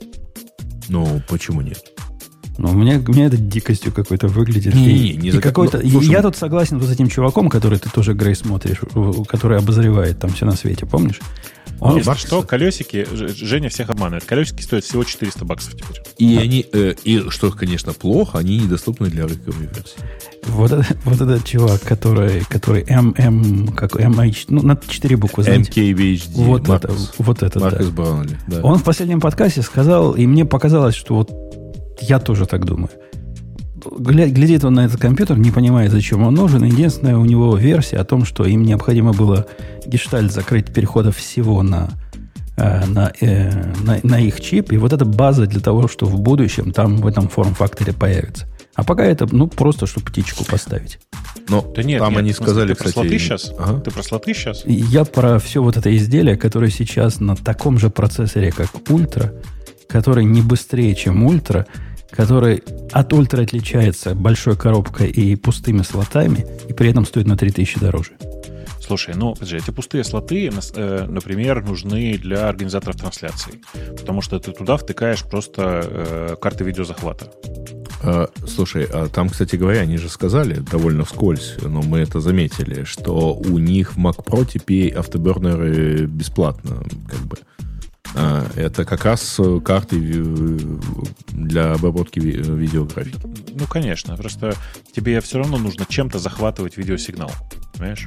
Ну, почему нет? Ну, у меня, у меня это дикостью какой-то выглядит. Не, и, не, не и за- какой-то, ну, слушай, я тут согласен вот с этим чуваком, который ты тоже, Грей, смотришь, который обозревает там все на свете, помнишь? Он, Если что, колесики, Ж- Женя всех обманывает. Колесики стоят всего четыреста баксов теперь. И они, э, и что, конечно, плохо, они недоступны для рынковой версии. вот, это- вот этот чувак, который, который эм эм, как эм эйч, ну, на четыре буквы, эм знаете. кей ви эйч ди, Вот это, Маркус, вот это, да. Маркус Браунли. Да. Он в последнем подкасте сказал, и мне показалось, что вот я тоже так думаю. Гля- Глядит он на этот компьютер, не понимает, зачем он нужен. Единственная у него версия о том, что им необходимо было гештальт закрыть переходов всего на, э, на, э, на, на их чип. И вот эта база для того, что в будущем там в этом форм-факторе появится. А пока это, ну, просто, чтобы птичку поставить. Но Да нет, там нет, они в смысле, сказали, ты про кстати... слоты сейчас? Ага. Ты про слоты сейчас? И я про все вот это изделие, которое сейчас на таком же процессоре, как Ультра, который не быстрее, чем Ультра, который от Ультра отличается большой коробкой и пустыми слотами, и при этом стоит на три тысячи дороже. Слушай, ну, подожди, эти пустые слоты, нас- э, например, нужны для организаторов трансляций, потому что ты туда втыкаешь просто э, карты видеозахвата. А, слушай, а там, кстати говоря, они же сказали довольно вскользь, но мы это заметили, что у них в Mac Pro теперь автобернеры бесплатно, как бы. А, это как раз карты ви- для обработки ви- видеографики. Ну, конечно, просто тебе все равно нужно чем-то захватывать видеосигнал, понимаешь?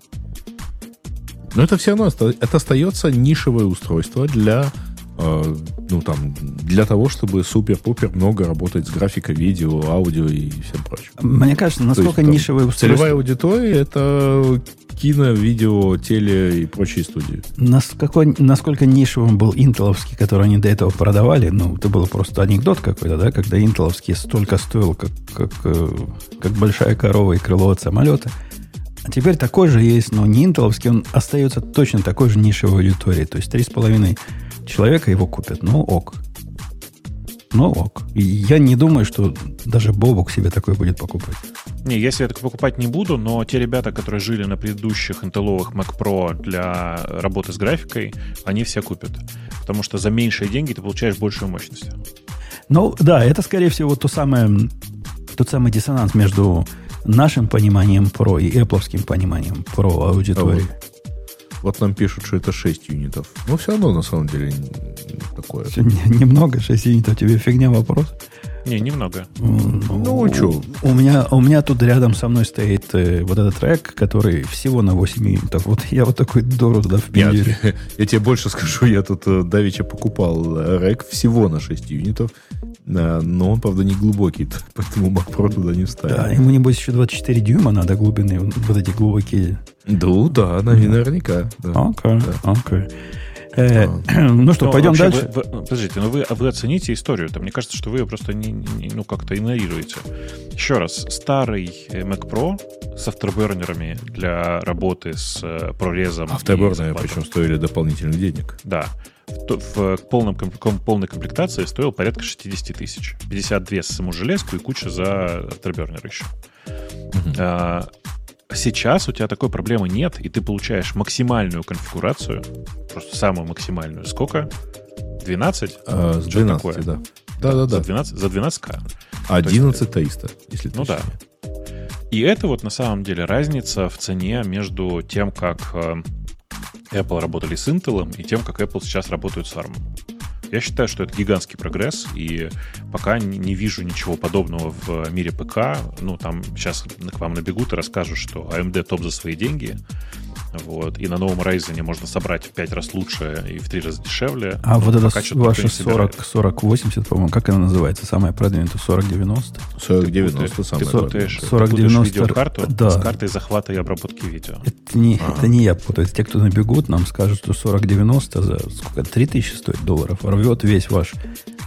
Но это все равно оста- это остается нишевое устройство для, э, ну, там, для того, чтобы супер-пупер много работать с графикой, видео, аудио и всем прочим. Мне кажется, насколько там нишевое устройство... Целевая аудитория — это кино, видео, теле и прочие студии. Насколько, насколько нишевым был интеловский, который они до этого продавали, ну, это был просто анекдот какой-то, да, когда интеловский столько стоил, как, как, э, как большая корова и крыло от самолета. А теперь такой же есть, но не интеловский, он остается точно такой же нишевой аудиторией. То есть три с половиной человека его купят. Ну, ок. Ну, ок. И я не думаю, что даже Бобук себе такой будет покупать. Не, я себе так покупать не буду, но те ребята, которые жили на предыдущих интеловых Mac Pro для работы с графикой, они все купят. Потому что за меньшие деньги ты получаешь большую мощность. Ну, да, это, скорее всего, то самое, тот самый диссонанс между нашим пониманием Pro и Apple'овским пониманием Pro аудитории. Вот нам пишут, что это шесть юнитов. Но все равно, на самом деле, такое. Всё, не- Немного, шесть юнитов, тебе фигня вопрос? Не, немного. Ну, чё? У меня, у меня тут рядом со мной стоит э, вот этот рэк, который всего на восемь юнитов. Вот я вот такой дору туда впендюрю. Нет, я тебе больше скажу, я тут э, давеча покупал э, рэк всего на шесть юнитов, э, но он, правда, не глубокий, поэтому Mac Pro туда не вставил. Да, ему, небось, еще двадцать четыре дюйма надо глубины, вот эти глубокие. Да, да, наверняка. Да. Окей, Да. окей. Э, Ну что, Но пойдем вообще дальше? Вы, вы- подождите, но вы, вы оцените историю. Там, мне кажется, что вы ее просто не, не- ну, как-то игнорируете. Еще раз, старый э, Mac Pro с автобернерами для работы с э, прорезом. и Автоберные, захватом. причем стоили дополнительных денег. Да. В, то- в полном, ком- ком- полной комплектации стоил порядка шестьдесят тысяч. пятьдесят два за саму железку и куча за автобернер еще. А, сейчас у тебя такой проблемы нет, и ты получаешь максимальную конфигурацию, просто самую максимальную. Сколько? двенадцать? А, с Что двенадцати, такое? да. Да-да-да. За двенадцать, за двенадцать ка. одиннадцать триста, если Ну да. точнее. И это вот на самом деле разница в цене между тем, как э, Apple работали с Intel, и тем, как Apple сейчас работают с ARM. Я считаю, что это гигантский прогресс, и пока не, не вижу ничего подобного в мире ПК. Ну, там сейчас к вам набегут и расскажут, что эй эм ди топ за свои деньги. Вот. И на новом Ryzen можно собрать в пять раз лучше и в три раза дешевле. А Но вот это пока что-то никто ваша не собирает. сорок, сорок восемьдесят, по-моему, как она называется? Самая продвинутая, сорок девяносто? сорок девяносто Ты самое путаешь, главное. сорок ты путаешь девяносто, видеокарту да. с картой захвата и обработки видео. Это не, Ага. это не я путаю. Это те, кто набегут, нам скажут, что сорок девяносто за сколько? три тысячи стоит долларов. Рвет весь ваш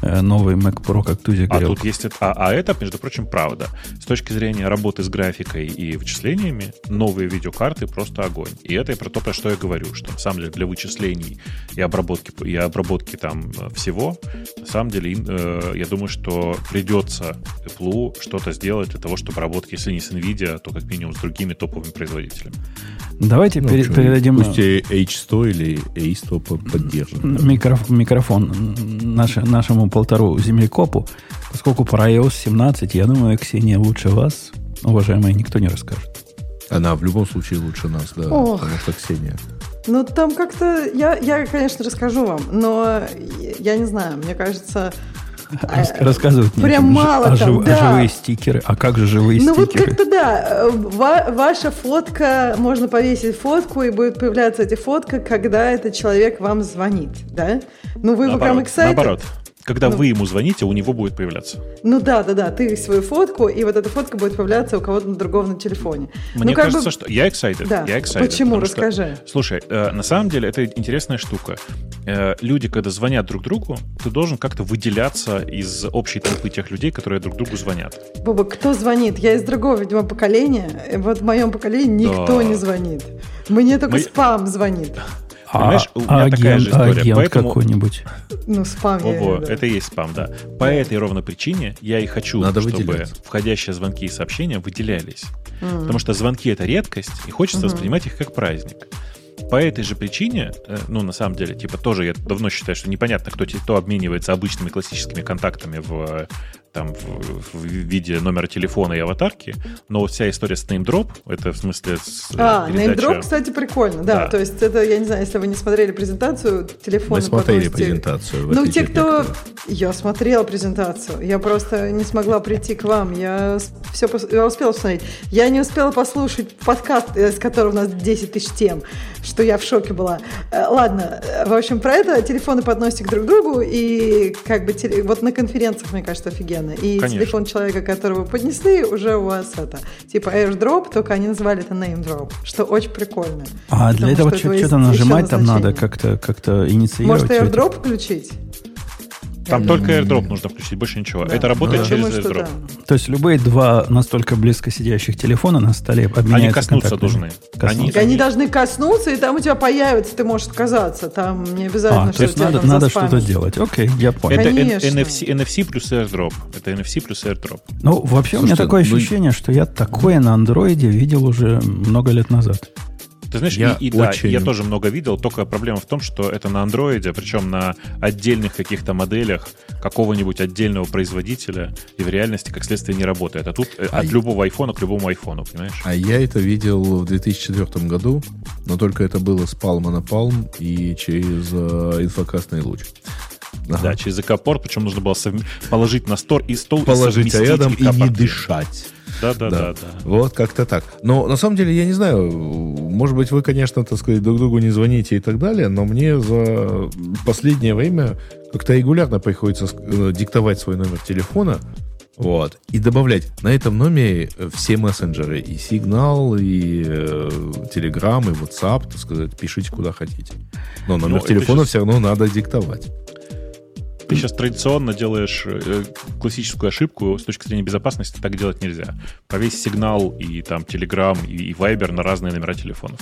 новый Mac Pro, как Тузик а говорил. Тут есть, а, а это, между прочим, правда. С точки зрения работы с графикой и вычислениями, новые видеокарты просто огонь. И это и про то, про что я говорю, что на самом деле для вычислений и обработки, и обработки там всего, на самом деле, э, я думаю, что придется Apple что-то сделать для того, чтобы работать, если не с NVIDIA, то как минимум с другими топовыми производителями. Давайте ну, пере- передадим... Пусть эйч сто или эй сто поддержит. Микроф- микрофон наш, нашему полтору землекопу. Поскольку про ай о эс семнадцать, я думаю, Ксения лучше вас, уважаемая, никто не расскажет. Она в любом случае лучше нас, да, Ох. потому что Ксения. Ну, там как-то... Я, я, конечно, расскажу вам, но я не знаю, мне кажется... Рассказывают мне прям мало а, там, жив, да. а живые стикеры. А как же живые ну, стикеры? Ну вот как-то да. Ва- ваша фотка, можно повесить фотку, и будет появляться эта фотка, когда этот человек вам звонит, да? Ну вы прям excited. Наоборот. Когда ну, вы ему звоните, у него будет появляться. Ну да, да, да. Ты свою фотку, и вот эта фотка будет появляться у кого-то на другого на телефоне. Мне ну, кажется, бы... что... Я excited. Да. Я excited. Почему? Расскажи. Что, слушай, э, на самом деле это интересная штука. Э, люди, когда звонят друг другу, ты должен как-то выделяться из общей толпы тех людей, которые друг другу звонят. Боба, кто звонит? Я из другого, видимо, поколения. Вот в моем поколении никто да. не звонит. Мне только Мы... спам звонит. Понимаешь, а, у меня агент, такая же история. Агент Поэтому... какой-нибудь. Ну, спам. Ого, я, да. это и есть спам, да. По этой ровно причине я и хочу, Надо чтобы выделяться. входящие звонки и сообщения выделялись. Mm. Потому что звонки — это редкость, и хочется mm-hmm. воспринимать их как праздник. По этой же причине, ну, на самом деле, типа, тоже я давно считаю, что непонятно, кто, кто обменивается обычными классическими контактами в, там, в, в виде номера телефона и аватарки, но вот вся история с NameDrop, это в смысле с А, передача... NameDrop, кстати, прикольно, да. да. То есть это, я не знаю, если вы не смотрели презентацию, телефон... Мы смотрели подносите... презентацию. Ну, те, кто... Я смотрела презентацию, я просто не смогла прийти к вам, я, все, я успела посмотреть. Я не успела послушать подкаст, из которого у нас десять тысяч тем, что я в шоке была. Ладно, в общем, про это телефоны подносите друг к другу, и как бы теле... вот на конференциях, мне кажется, офигенно. И Конечно. Телефон человека, которого поднесли, уже у вас это, типа AirDrop, только они называли это NameDrop, что очень прикольно. А для этого что- что-то нажимать там надо, как-то, как-то инициировать. Может, AirDrop включить? Там только AirDrop нужно включить, больше ничего. Да. Это работает да. через Думаю, AirDrop. Да. То есть любые два настолько близко сидящих телефона на столе обменяются Они коснуться должны. Коснуться. Они, они должны коснуться, и там у тебя появится, ты можешь отказаться. Там не обязательно, а, что то есть надо, надо что-то делать. Окей, я понял. Это Конечно. эн эф си, эн эф си плюс AirDrop. Это эн эф си плюс AirDrop. Ну, вообще Слушайте, у меня такое вы... ощущение, что я такое на андроиде видел уже много лет назад. Ты знаешь, я и, и очень... да, я тоже много видел, только проблема в том, что это на андроиде, причем на отдельных каких-то моделях какого-нибудь отдельного производителя, и в реальности, как следствие, не работает. А тут а от я... любого айфона к любому айфону, понимаешь? А я это видел в две тысячи четвёртом году, но только это было с палма на палм и через э, инфокастный луч. Ага. Да, через ЗК-порт, причем нужно было совм... положить на стол и стол положить и рядом и не дышать. Да, да, да, да, да. Вот как-то так. Но на самом деле, я не знаю, может быть, вы, конечно, так сказать, друг другу не звоните и так далее, но мне за последнее время как-то регулярно приходится диктовать свой номер телефона, вот, и добавлять на этом номере все мессенджеры, и Signal, и э, Telegram, и WhatsApp, так сказать, пишите куда хотите. Но номер но телефона сейчас... все равно надо диктовать. Ты сейчас традиционно делаешь э, классическую ошибку с точки зрения безопасности, так делать нельзя. Повесь сигнал и там Telegram и, и Viber на разные номера телефонов.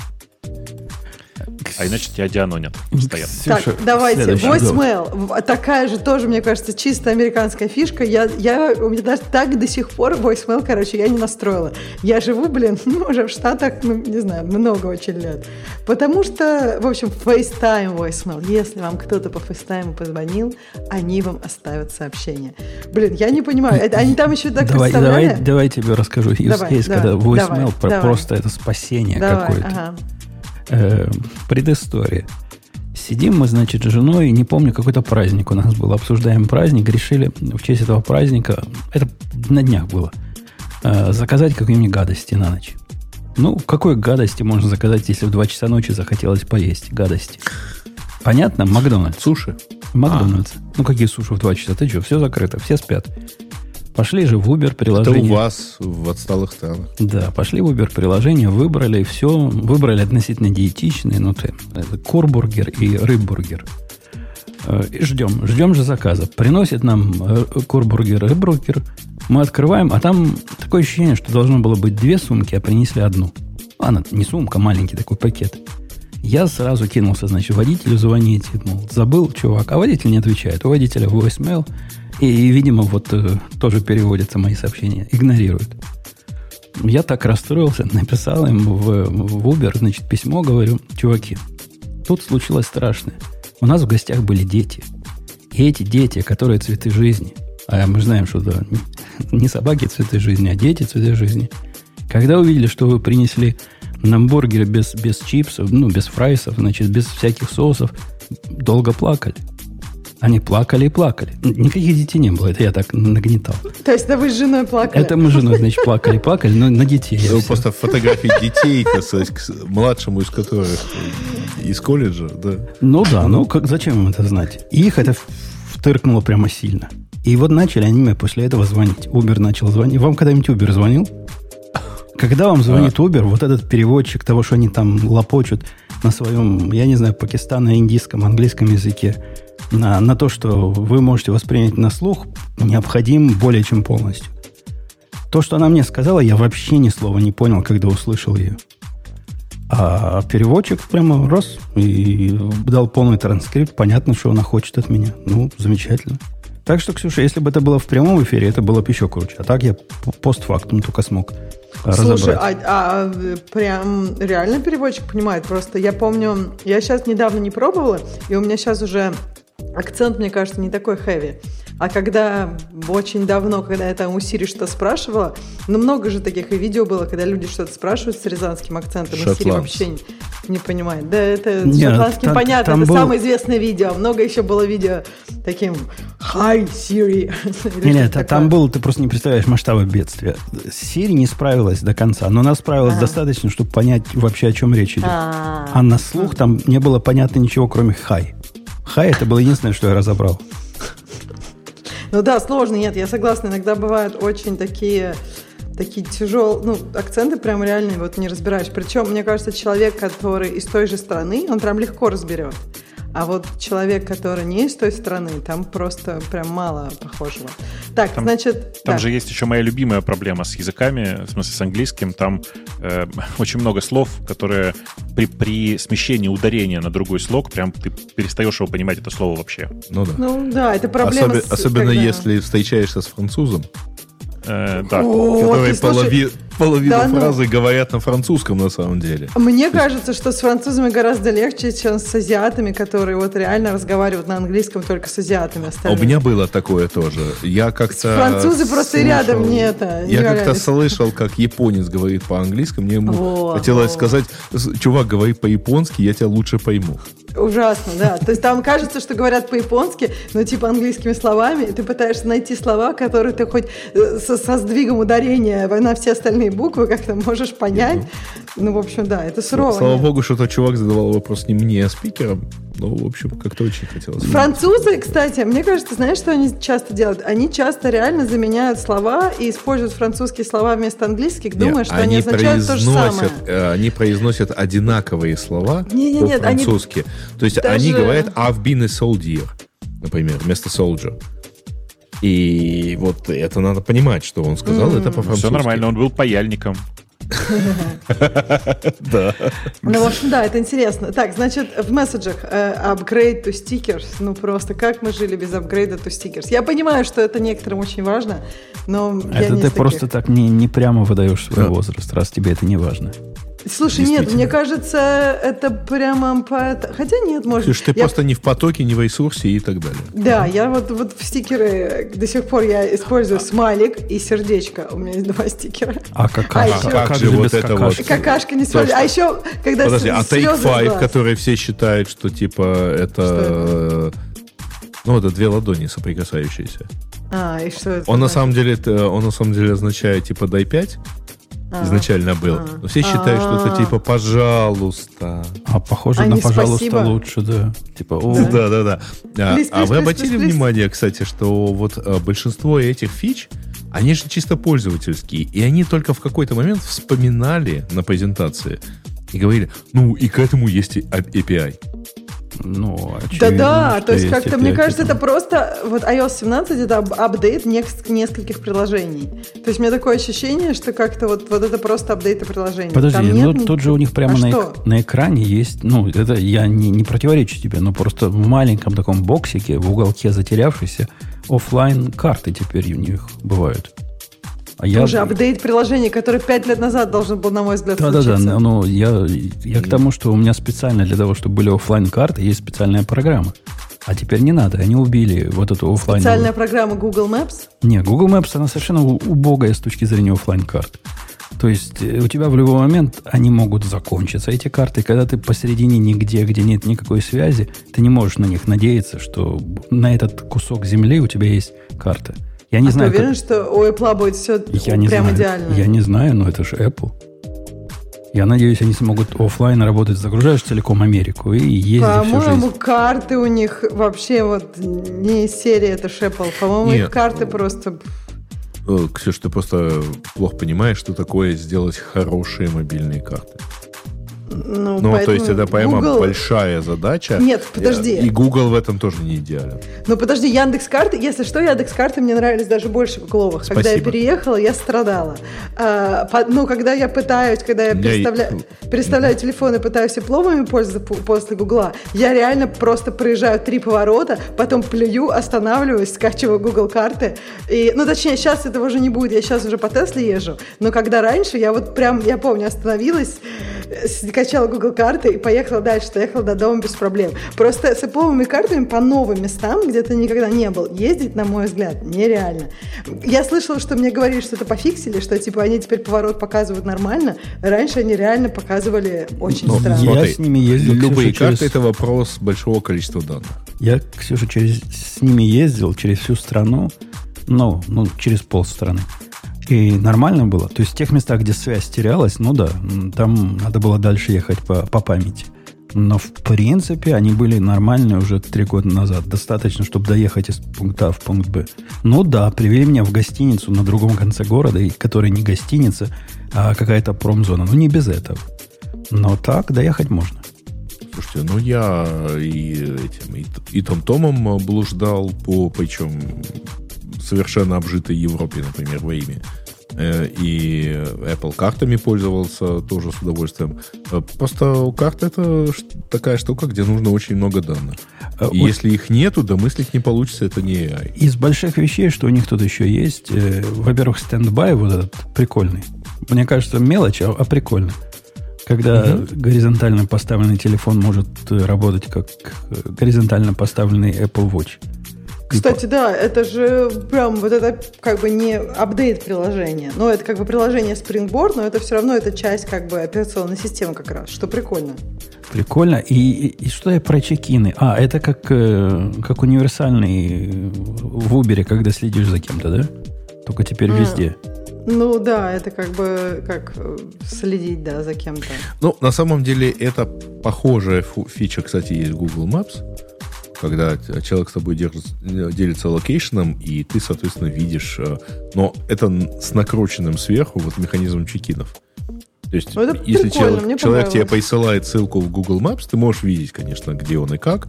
А иначе тебя дианонят постоянно. Так, давайте. Voicemail. Такая же тоже, мне кажется, чисто американская фишка. Я, я, у меня даже так до сих пор voicemail, короче, я не настроила. Я живу, блин, ну, уже в Штатах, ну, не знаю, много очень лет. Потому что, в общем, FaceTime voicemail. Если вам кто-то по FaceTime позвонил, они вам оставят сообщение. Блин, я не понимаю. Это, они там еще так давай, представляли? Давай, давай тебе расскажу use давай, case, давай, когда voicemail давай, про давай. просто это спасение давай, какое-то. Ага. Предыстория. Сидим мы, значит, с женой, не помню, какой-то праздник у нас был, обсуждаем праздник, решили в честь этого праздника, это на днях было, заказать какие-нибудь гадости на ночь. Ну, какой гадости можно заказать, если в два часа ночи захотелось поесть гадости? Понятно? Макдональдс. Суши. Макдональдс. А. Ну, какие суши в два часа? Ты что, все закрыто, все спят. Пошли же в Uber приложение. Это у вас в отсталых странах. Да, пошли в Uber приложение, выбрали все, выбрали относительно диетичные, ну, ты, курбургер и рыббургер. И ждем, ждем же заказа. Приносит нам курбургер и бургер. Мы открываем, а там такое ощущение, что должно было быть две сумки, а принесли одну. Она не сумка, маленький такой пакет. Я сразу кинулся, значит, водителю звонить. Мол, забыл, чувак. А водитель не отвечает. У водителя voicemail. И, и видимо, вот э, тоже переводятся мои сообщения. Игнорирует. Я так расстроился. Написал им в, в Uber, значит, письмо. Говорю, чуваки, тут случилось страшное. У нас в гостях были дети. И эти дети, которые цветы жизни. А мы знаем, что да, не собаки цветы жизни, а дети цветы жизни. Когда увидели, что вы принесли нам бургеры без, без чипсов, ну, без фрайсов, значит, без всяких соусов, долго плакали. Они плакали и плакали. Никаких детей не было, это я так нагнетал. То есть, да вы с женой плакали? Это мы с женой, значит, плакали и плакали, но на детей. Ну, просто фотографии детей, так сказать, младшему из которых из колледжа, да. Ну да, ну как, зачем им это знать? И их это втыркнуло прямо сильно. И вот начали они мне после этого звонить. Uber начал звонить. Вам когда-нибудь Uber звонил? Когда вам звонит а. Uber, вот этот переводчик того, что они там лопочут на своем, я не знаю, пакистано-индийском, английском языке, на, на то, что вы можете воспринять на слух, необходим более чем полностью. То, что она мне сказала, я вообще ни слова не понял, когда услышал ее. А переводчик прямо раз и дал полный транскрипт. Понятно, что она хочет от меня. Ну, замечательно. Так что, Ксюша, если бы это было в прямом эфире, это было бы еще круче. А так я постфактум только смог разобрать. Слушай, а, а прям реально переводчик понимает? Просто я помню, я сейчас недавно не пробовала, и у меня сейчас уже акцент, мне кажется, не такой хэви. А когда очень давно, когда я там у Сири что спрашивала, ну много же таких и видео было, когда люди что-то спрашивают с рязанским акцентом, и Сири вообще не, не понимает. Да, это с шотландским там, понятно, там это был... самое известное видео. Много еще было видео таким «Hi, Siri». Нет, нет, там было, ты просто не представляешь масштабы бедствия. Сири не справилась до конца, но она справилась А-а-а. достаточно, чтобы понять вообще, о чем речь идет. А-а-а. А на слух там не было понятно ничего, кроме «Hi». «Hi» — это было единственное, что я разобрал. Ну да, сложно, нет, я согласна. Иногда бывают очень такие, такие тяжелые, ну, акценты прям реальные, вот не разбираешь. Причем, мне кажется, человек, который из той же страны, он прям легко разберет. А вот человек, который не из той страны, там просто прям мало похожего. Так, там, значит... Там да. же есть еще моя любимая проблема с языками, в смысле с английским. Там э, очень много слов, которые при, при смещении ударения на другой слог, прям ты перестаешь его понимать, это слово вообще. Ну да. Ну да, это проблема. Особи- с, особенно когда... если встречаешься с французом. Э, да. О, которые полови... половину да, фразы ну... говорят на французском на самом деле. Мне кажется, что с французами гораздо легче, чем с азиатами, которые вот реально разговаривают на английском только с азиатами остальными. У меня было такое тоже. Я как-то французы просто слышал... рядом не это. Не я валяюсь. как-то слышал, как японец говорит по-английски. Мне ему вот, хотелось вот. сказать: чувак, говори по-японски, я тебя лучше пойму. Ужасно, да. То есть там кажется, что говорят по-японски, но типа английскими словами, и ты пытаешься найти слова, которые ты хоть со, со сдвигом ударения на все остальные буквы как-то можешь понять. Ну, в общем, да, это сурово. Слава нет. богу, что тот чувак задавал вопрос не мне, а спикерам. Ну, в общем, как-то очень хотелось. Французы, кстати, мне кажется, знаешь, что они часто делают? Они часто реально заменяют слова и используют французские слова вместо английских, думая, нет, что они, они означают то же самое. Они произносят одинаковые слова не, не, нет, по-французски. Они... То есть даже... они говорят «I've been a soldier», например, вместо «soldier». И вот это надо понимать, что он сказал, mm. это по-французски. Все нормально, он был паяльником. Да. Ну, в общем, да, это интересно. Так, значит, в месседжах upgrade to stickers. Ну, просто как мы жили без апгрейда to stickers. Я понимаю, что это некоторым очень важно, но я это не ты просто так не, не прямо выдаешь свой возраст, раз тебе это не важно. Слушай, нет, мне кажется, это прямо... По... Хотя нет, может... Слушай, ты я... просто не в потоке, не в ресурсе и так далее. Да, я вот, вот в стикеры до сих пор я использую смайлик и сердечко. У меня есть два стикера. А какашка? А, еще... как, как же вот это вот? Какашка не смайлик. А еще, когда Подожди, а Take Five, глаз. которые все считают, что типа это... Что это? Ну, это две ладони соприкасающиеся. А, и что это? Он на самом деле, он на самом деле означает типа дай пять. Изначально был. А, но все считают, а, что это типа «пожалуйста». А похоже а на «пожалуйста» спасибо. Лучше, да. Типа, о. Да, да, да. А, плиз, а плиз, вы плиз, обратили плиз, внимание, кстати, что вот а, большинство этих фич, они же чисто пользовательские, и они только в какой-то момент вспоминали на презентации и говорили, ну и к этому есть эй пи ай. Ну, Да-да, то есть как-то, мне кажется, это просто... Вот ай о эс семнадцать — это апдейт нескольких приложений. То есть у меня такое ощущение, что как-то вот, вот это просто апдейты приложений. Подожди, ну тут же у них прямо а на, эк- на экране есть... Ну, это я не, не противоречу тебе, но просто в маленьком таком боксике, в уголке затерявшейся, офлайн карты теперь у них бывают. А я... Уже апдейт приложения, который пять лет назад должен был, на мой взгляд, да, случиться. Да-да-да, но я, я к тому, что у меня специально для того, чтобы были офлайн-карты, есть специальная программа. А теперь не надо, они убили вот эту офлайн. Специальная программа Google Maps? Не, Google Maps, она совершенно убогая с точки зрения офлайн-карт. То есть у тебя в любой момент они могут закончиться, эти карты. Когда ты посередине нигде, где нет никакой связи, ты не можешь на них надеяться, что на этот кусок земли у тебя есть карта. Я не а знаю, ты уверен, как... что у Apple будет все я не прям знаю. идеально? Я не знаю, но это же Apple. Я надеюсь, они смогут офлайн работать. Загружаешь целиком Америку и ездишь всю жизнь. По-моему, карты у них вообще вот не из серии это ж Apple. По-моему, Нет. их карты просто... Ксюш, ты просто плохо понимаешь, что такое сделать хорошие мобильные карты. Ну, Ну, то есть это прямо Google... большая задача. Нет, подожди. И Google в этом тоже не идеален. Ну, подожди, Яндекс.Карты, если что, Яндекс.Карты мне нравились даже больше гугловых. Спасибо. Когда я переехала, я страдала. А, по, ну, когда я пытаюсь, когда я переставля... и... переставляю телефон и пытаюсь дипломами пользоваться после Гугла, я реально просто проезжаю три поворота, потом плюю, останавливаюсь, скачиваю Google карты. И, ну, точнее, сейчас этого уже не будет, я сейчас уже по Тесле езжу. Но когда раньше, я вот прям, я помню, остановилась, скачала Google карты и поехала дальше, доехала до дома без проблем. Просто с Apple картами по новым местам, где ты никогда не был, ездить, на мой взгляд, нереально. Я слышала, что мне говорили, что это пофиксили, что типа они теперь поворот показывают нормально. Раньше они реально показывали очень Но, странно. Я смотри, с ними ездил. Любые Ксюша, карты через... это вопрос большого количества данных. Я, Ксюша, через... с ними ездил через всю страну, ну, ну, через полстраны. И нормально было. То есть в тех местах, где связь терялась, ну да, там надо было дальше ехать по, по памяти. Но в принципе они были нормальные уже три года назад. Достаточно, чтобы доехать из пункта А в пункт Б. Ну да, привели меня в гостиницу на другом конце города, и которая не гостиница, а какая-то промзона. Ну не без этого. Но так доехать можно. Слушайте, ну я и этим, и, и Том-Томом блуждал по, причем, совершенно обжитой Европе, например, во имя. И Apple картами пользовался тоже с удовольствием. Просто карта — это такая штука, где нужно очень много данных. И вот если их нету, домыслить не получится, это не эй ай. Из больших вещей, что у них тут еще есть, э, во-первых, стендбай вот этот прикольный. Мне кажется, мелочь, а, а прикольно. Когда угу. горизонтально поставленный телефон может работать как горизонтально поставленный Apple Watch. Кстати, да, это же прям вот это как бы не апдейт приложения. Но это как бы приложение Springboard, но это все равно это часть как бы операционной системы как раз, что прикольно. Прикольно. И, и, и что я про чекины? А, это как, э, как универсальный в Uber, когда следишь за кем-то, да? Только теперь а, везде. Ну да, это как бы как следить, да, за кем-то. Ну, на самом деле, это похожая фича, кстати, есть в Google Maps. Когда человек с тобой держит, делится локейшеном, и ты, соответственно, видишь... Но это с накрученным сверху вот механизмом чекинов. То есть, ну, если человек, человек тебе присылает ссылку в Google Maps, ты можешь видеть, конечно, где он и как,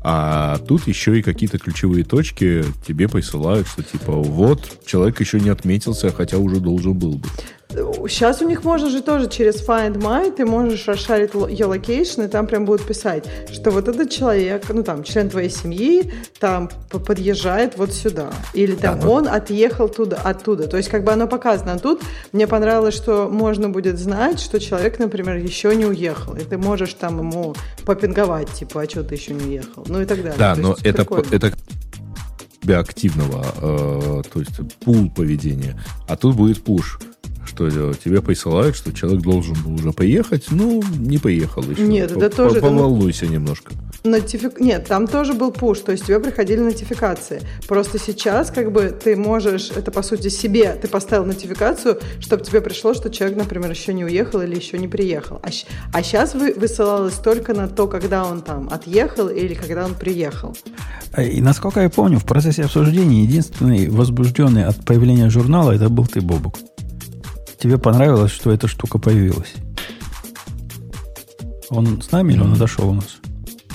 а тут еще и какие-то ключевые точки тебе присылают, что типа вот, человек еще не отметился, хотя уже должен был быть. Сейчас у них можно же тоже через Find My, ты можешь расшарить geolocation, и там прям будут писать, что вот этот человек, ну там, член твоей семьи, там подъезжает вот сюда. Или там да, ну... он отъехал туда, оттуда. То есть как бы оно показано. А тут мне понравилось, что можно будет знать, что человек, например, еще не уехал. И ты можешь там ему попинговать, типа, а что ты еще не уехал? Ну и так далее. Да, то но есть, это, это для активного, э, то есть пул поведения. А тут будет пуш. Что тебе присылают, что человек должен был уже поехать, ну, не поехал еще. Нет, это тоже... Поволнуйся немножко. Нотифик... Нет, там тоже был пуш, то есть тебе приходили нотификации. Просто сейчас как бы ты можешь, это по сути себе, ты поставил нотификацию, чтобы тебе пришло, что человек, например, еще не уехал или еще не приехал. А, а сейчас вы... высылалось только на то, когда он там отъехал или когда он приехал. И насколько я помню, в процессе обсуждения единственный возбужденный от появления журнала это был ты, Бобук. Тебе понравилось, что эта штука появилась? Он с нами mm-hmm. или он отошел у нас?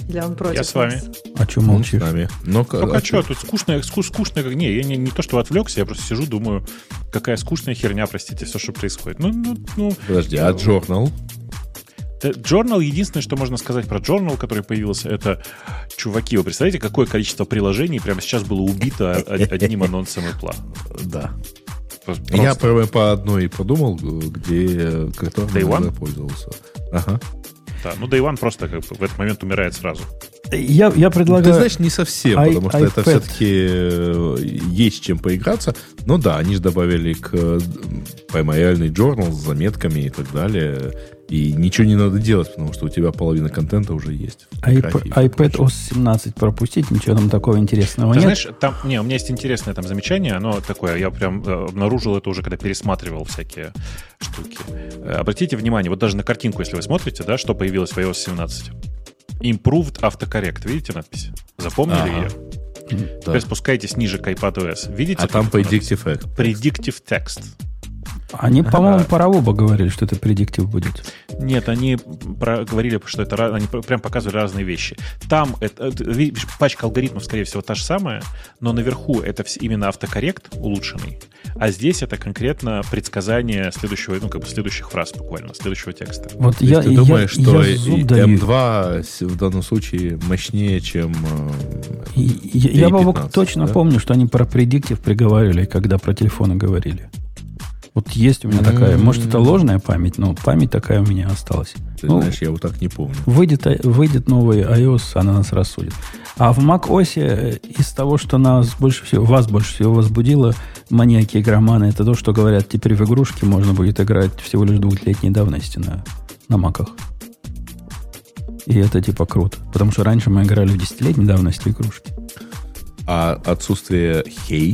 Или он против Я с вами. нас? А что молчишь? С нами. Но, Только а что, тут скучно, скучно, как... Не, я не, не то, что отвлекся, я просто сижу, думаю, какая скучная херня, простите, все, что происходит. Ну, ну, ну... Подожди, а Journal? Journal, единственное, что можно сказать про Journal, который появился, это, чуваки, вы представляете, какое количество приложений прямо сейчас было убито одним анонсом Apple? Да. Просто. Я по, по одной подумал, где который Day One пользовался. Ага. Да, ну Day One просто как бы в этот момент умирает сразу. Я, я предлагаю... Ты знаешь, не совсем, I, потому что iPad. это все-таки есть чем поиграться. Но да, они же добавили к поймай реальный Journal с заметками и так далее. И ничего не надо делать, потому что у тебя половина контента уже есть. iPad о эс семнадцать пропустить, ничего там такого интересного Ты нет. знаешь, там, не, у меня есть интересное там замечание, оно такое, я прям обнаружил это уже, когда пересматривал всякие штуки. Обратите внимание, вот даже на картинку, если вы смотрите, да, что появилось в ай о эс семнадцать. Improved Autocorrect, видите надпись? Запомнили ага. ее? Да. Теперь спускайтесь ниже к iPadOS. Видите? А там Predictive Text. Predictive Text. Они, по-моему, А, про оба говорили, что это предиктив будет. Нет, они про, говорили, что это они прям показывали разные вещи. Там это, это, видишь, пачка алгоритмов, скорее всего, та же самая, но наверху это именно автокоррект улучшенный, а здесь это конкретно предсказание следующего, ну, как бы следующих фраз буквально, следующего текста. Вот То я, есть ты думаешь, я, что я зуб даю. эм два в данном случае мощнее, чем И, я, я Бобок, точно да? помню, что они про предиктив приговаривали, когда про телефоны говорили. Вот есть у меня Mm-hmm. такая, может, это ложная память, но память такая у меня осталась. Ты ну, знаешь, я вот так не помню. Выйдет, выйдет новый iOS, она нас рассудит. А в macOS из того, что нас больше всего, вас больше всего возбудило, маньяки игроманы, это то, что говорят, теперь в игрушки можно будет играть всего лишь двухлетней давности на, на маках. И это типа круто. Потому что раньше мы играли в десятилетней давности игрушки. А отсутствие Hey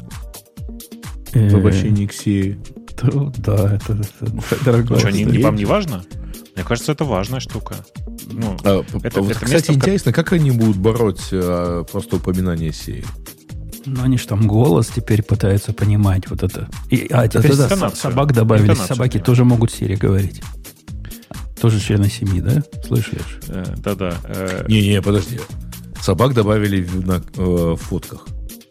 в обращении к Siri? Да, это, это дорогое. Что, не, вам не важно? Мне кажется, это важная штука. Ну, а, это, вот, это кстати, место, интересно, как они будут бороть а, просто упоминание Siri? Ну, они же там голос теперь пытаются понимать вот это. И, а, теперь это да, собак добавили. Интонацию, собаки понимаешь. тоже могут Siri говорить. Тоже члены семьи, да? Слышишь? Э, да-да. Э, Не-не, подожди. Собак добавили в, на, э, в фотках.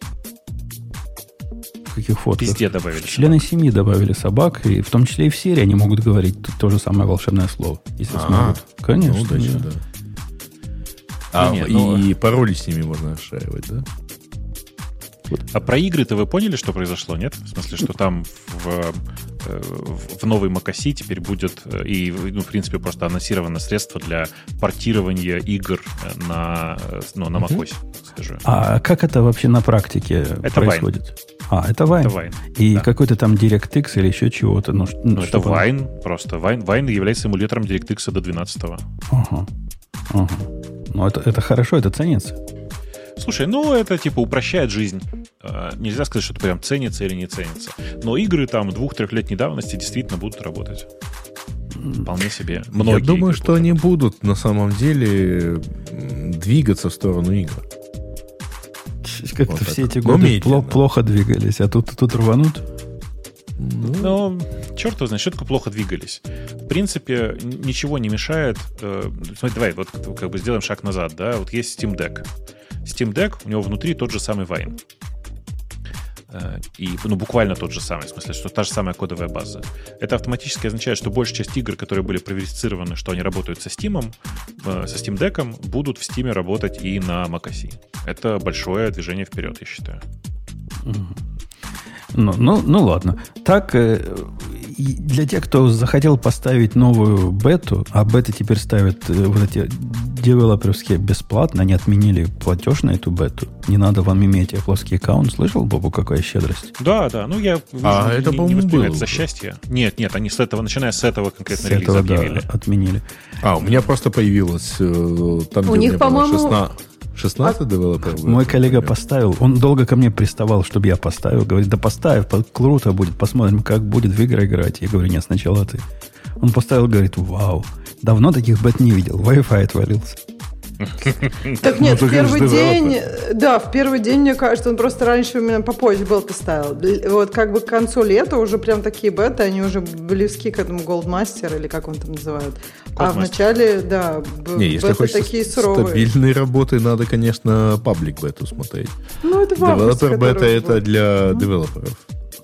В каких фотках? Везде добавили. Члены семьи добавили собак, и в том числе и в Siri они могут говорить то, то же самое волшебное слово, если А, смогут. Конечно. Ну, да, да. да. А, нет, и ну- пароли с ними можно расшаривать, да? А про игры-то вы поняли, что произошло, нет? В смысле, что там в, э, в новой macOS теперь будет, э, и, ну, в принципе, просто анонсировано средство для портирования игр на, э, ну, на macOS, скажу. А как это вообще на практике Это происходит? А, это Wine. Это Wine. И Да. какой-то там DirectX или еще чего-то. Ну, ш- Ну, это чтобы- Wine просто. Wine, Wine является эмулятором DirectX до двенадцатого. Ага. Ага. Ну, это, это хорошо, это ценится. Слушай, ну это типа упрощает жизнь. Э, Нельзя сказать, что это прям ценится или не ценится. Но игры там двух-трехлетней давности действительно будут работать. Вполне себе. Многие Я думаю, игры что будут они будут на самом деле м, двигаться в сторону игр. Как-то Вот все так. эти Но годы медленно. пло- плохо двигались, а тут, тут рванут. Ну, Ну, черт его знает, что такое плохо двигались. В принципе, н- ничего не мешает. э, Смотри, давай, вот как бы сделаем шаг назад, да. Вот есть Steam Deck. Steam Deck, у него внутри тот же самый Wine. Э, И, ну, буквально тот же самый, в смысле, что та же самая кодовая база. Это автоматически означает, что большая часть игр, которые были проверифицированы, что они работают со Steam, э, со Steam Deck'ом, будут в Steam работать и на macOS. Это большое движение вперед, я считаю. Ну, ну, ну ладно. Так, э, и для тех, кто захотел поставить новую бету, а беты теперь ставят э, вот эти девелоперские бесплатно, они отменили платеж на эту бету. Не надо вам иметь плоский аккаунт. Слышал, Бобу, какая щедрость? Да, да, ну я вижу, А, не, это, не по-моему, воспринимаю было это за уже. счастье. Нет, нет, они с этого, начиная с этого конкретно С релиза этого, да, объявили. отменили. А, у меня просто появилось э, там, У где них, у меня было по-моему, шестнадцать, шестнадцать девелоперов. Мой коллега например. поставил, он долго ко мне приставал, чтобы я поставил. Говорит, да поставь, по- круто будет, посмотрим, как будет в игры играть. Я говорю, нет, сначала ты. Он поставил, говорит, вау, давно таких бет не видел, Wi-Fi отвалился. Так нет, в первый день, да, в первый день, мне кажется, он просто раньше именно попозже был-то ставил. Вот как бы к концу лета уже прям такие беты, они уже близки к этому Goldmaster, или как он там называют. А в начале, да, беты такие суровые. Стабильной работы надо, конечно, паблик бету смотреть. Ну, это важно. Девелопер бета это для девелоперов.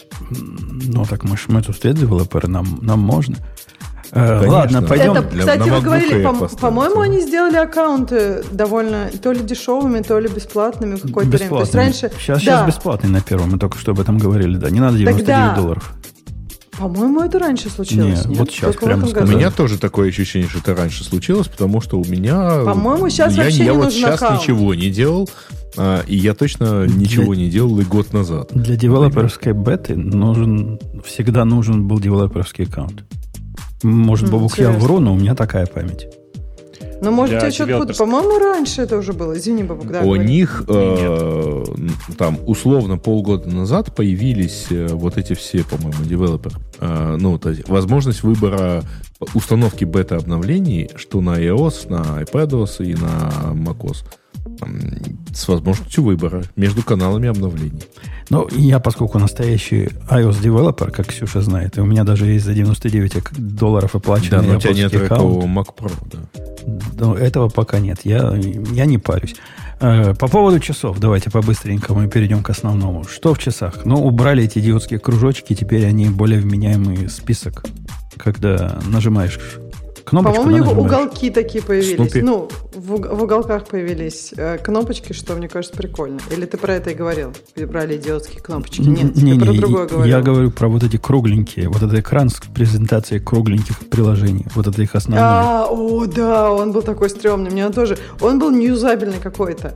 Ну, так мы, мы тут все девелоперы, нам, нам можно. Конечно, ладно, пойдем. Это, кстати, вы говорили, по- по-моему, они сделали аккаунты довольно то ли дешевыми, то ли бесплатными в какое-то время. То есть раньше, сейчас, да. сейчас бесплатный на первом, мы только что об этом говорили, да, не надо девяносто девять Тогда, долларов. По-моему, это раньше случилось. Нет, нет? вот сейчас Только прямо в этом сказали. У меня тоже такое ощущение, что это раньше случилось, потому что у меня... По-моему, сейчас я, вообще я не вот нужен сейчас аккаунт. ничего не делал, а, и я точно ничего Для- не делал и год назад. Для девелоперской беты нужен, всегда нужен был девелоперский аккаунт. Может, М, Бобук, я интересно. вру, но у меня такая память. Ну, может, Для я что-то буду. девелоперского. По-моему, раньше это уже было. Извини, Бабук, да. У говори. них э, там условно полгода назад появились э, вот эти все, по-моему, девелопер, э, ну, вот эти- возможность выбора установки бета-обновлений, что на iOS, на iPadOS и на macOS, м, с возможностью выбора между каналами обновлений. Ну, я, поскольку настоящий iOS-девелопер, как Ксюша знает, и у меня даже есть за девяносто девять долларов Да, оплаченный но у тебя нет Apple'ский такого аккаунт. Mac Pro, да. Но этого пока нет. Я, я не парюсь. Э, По поводу часов, давайте побыстренько мы перейдем к основному. Что в часах? Ну, убрали эти идиотские кружочки, теперь они более вменяемый список. Когда нажимаешь кнопочку, По-моему, у да, него нажимаешь. уголки такие появились. Снупи. Ну, в, уг- в уголках появились э, кнопочки, что, мне кажется, прикольно. Или ты про это и говорил? Или брали идиотские кнопочки? Нет, Не, ты про не, другое я говорил. говорю про вот эти кругленькие, вот этот экран с презентацией кругленьких приложений. Вот это их основное. А, о, да, он был такой стрёмный. Мне он тоже... Он был неюзабельный какой-то.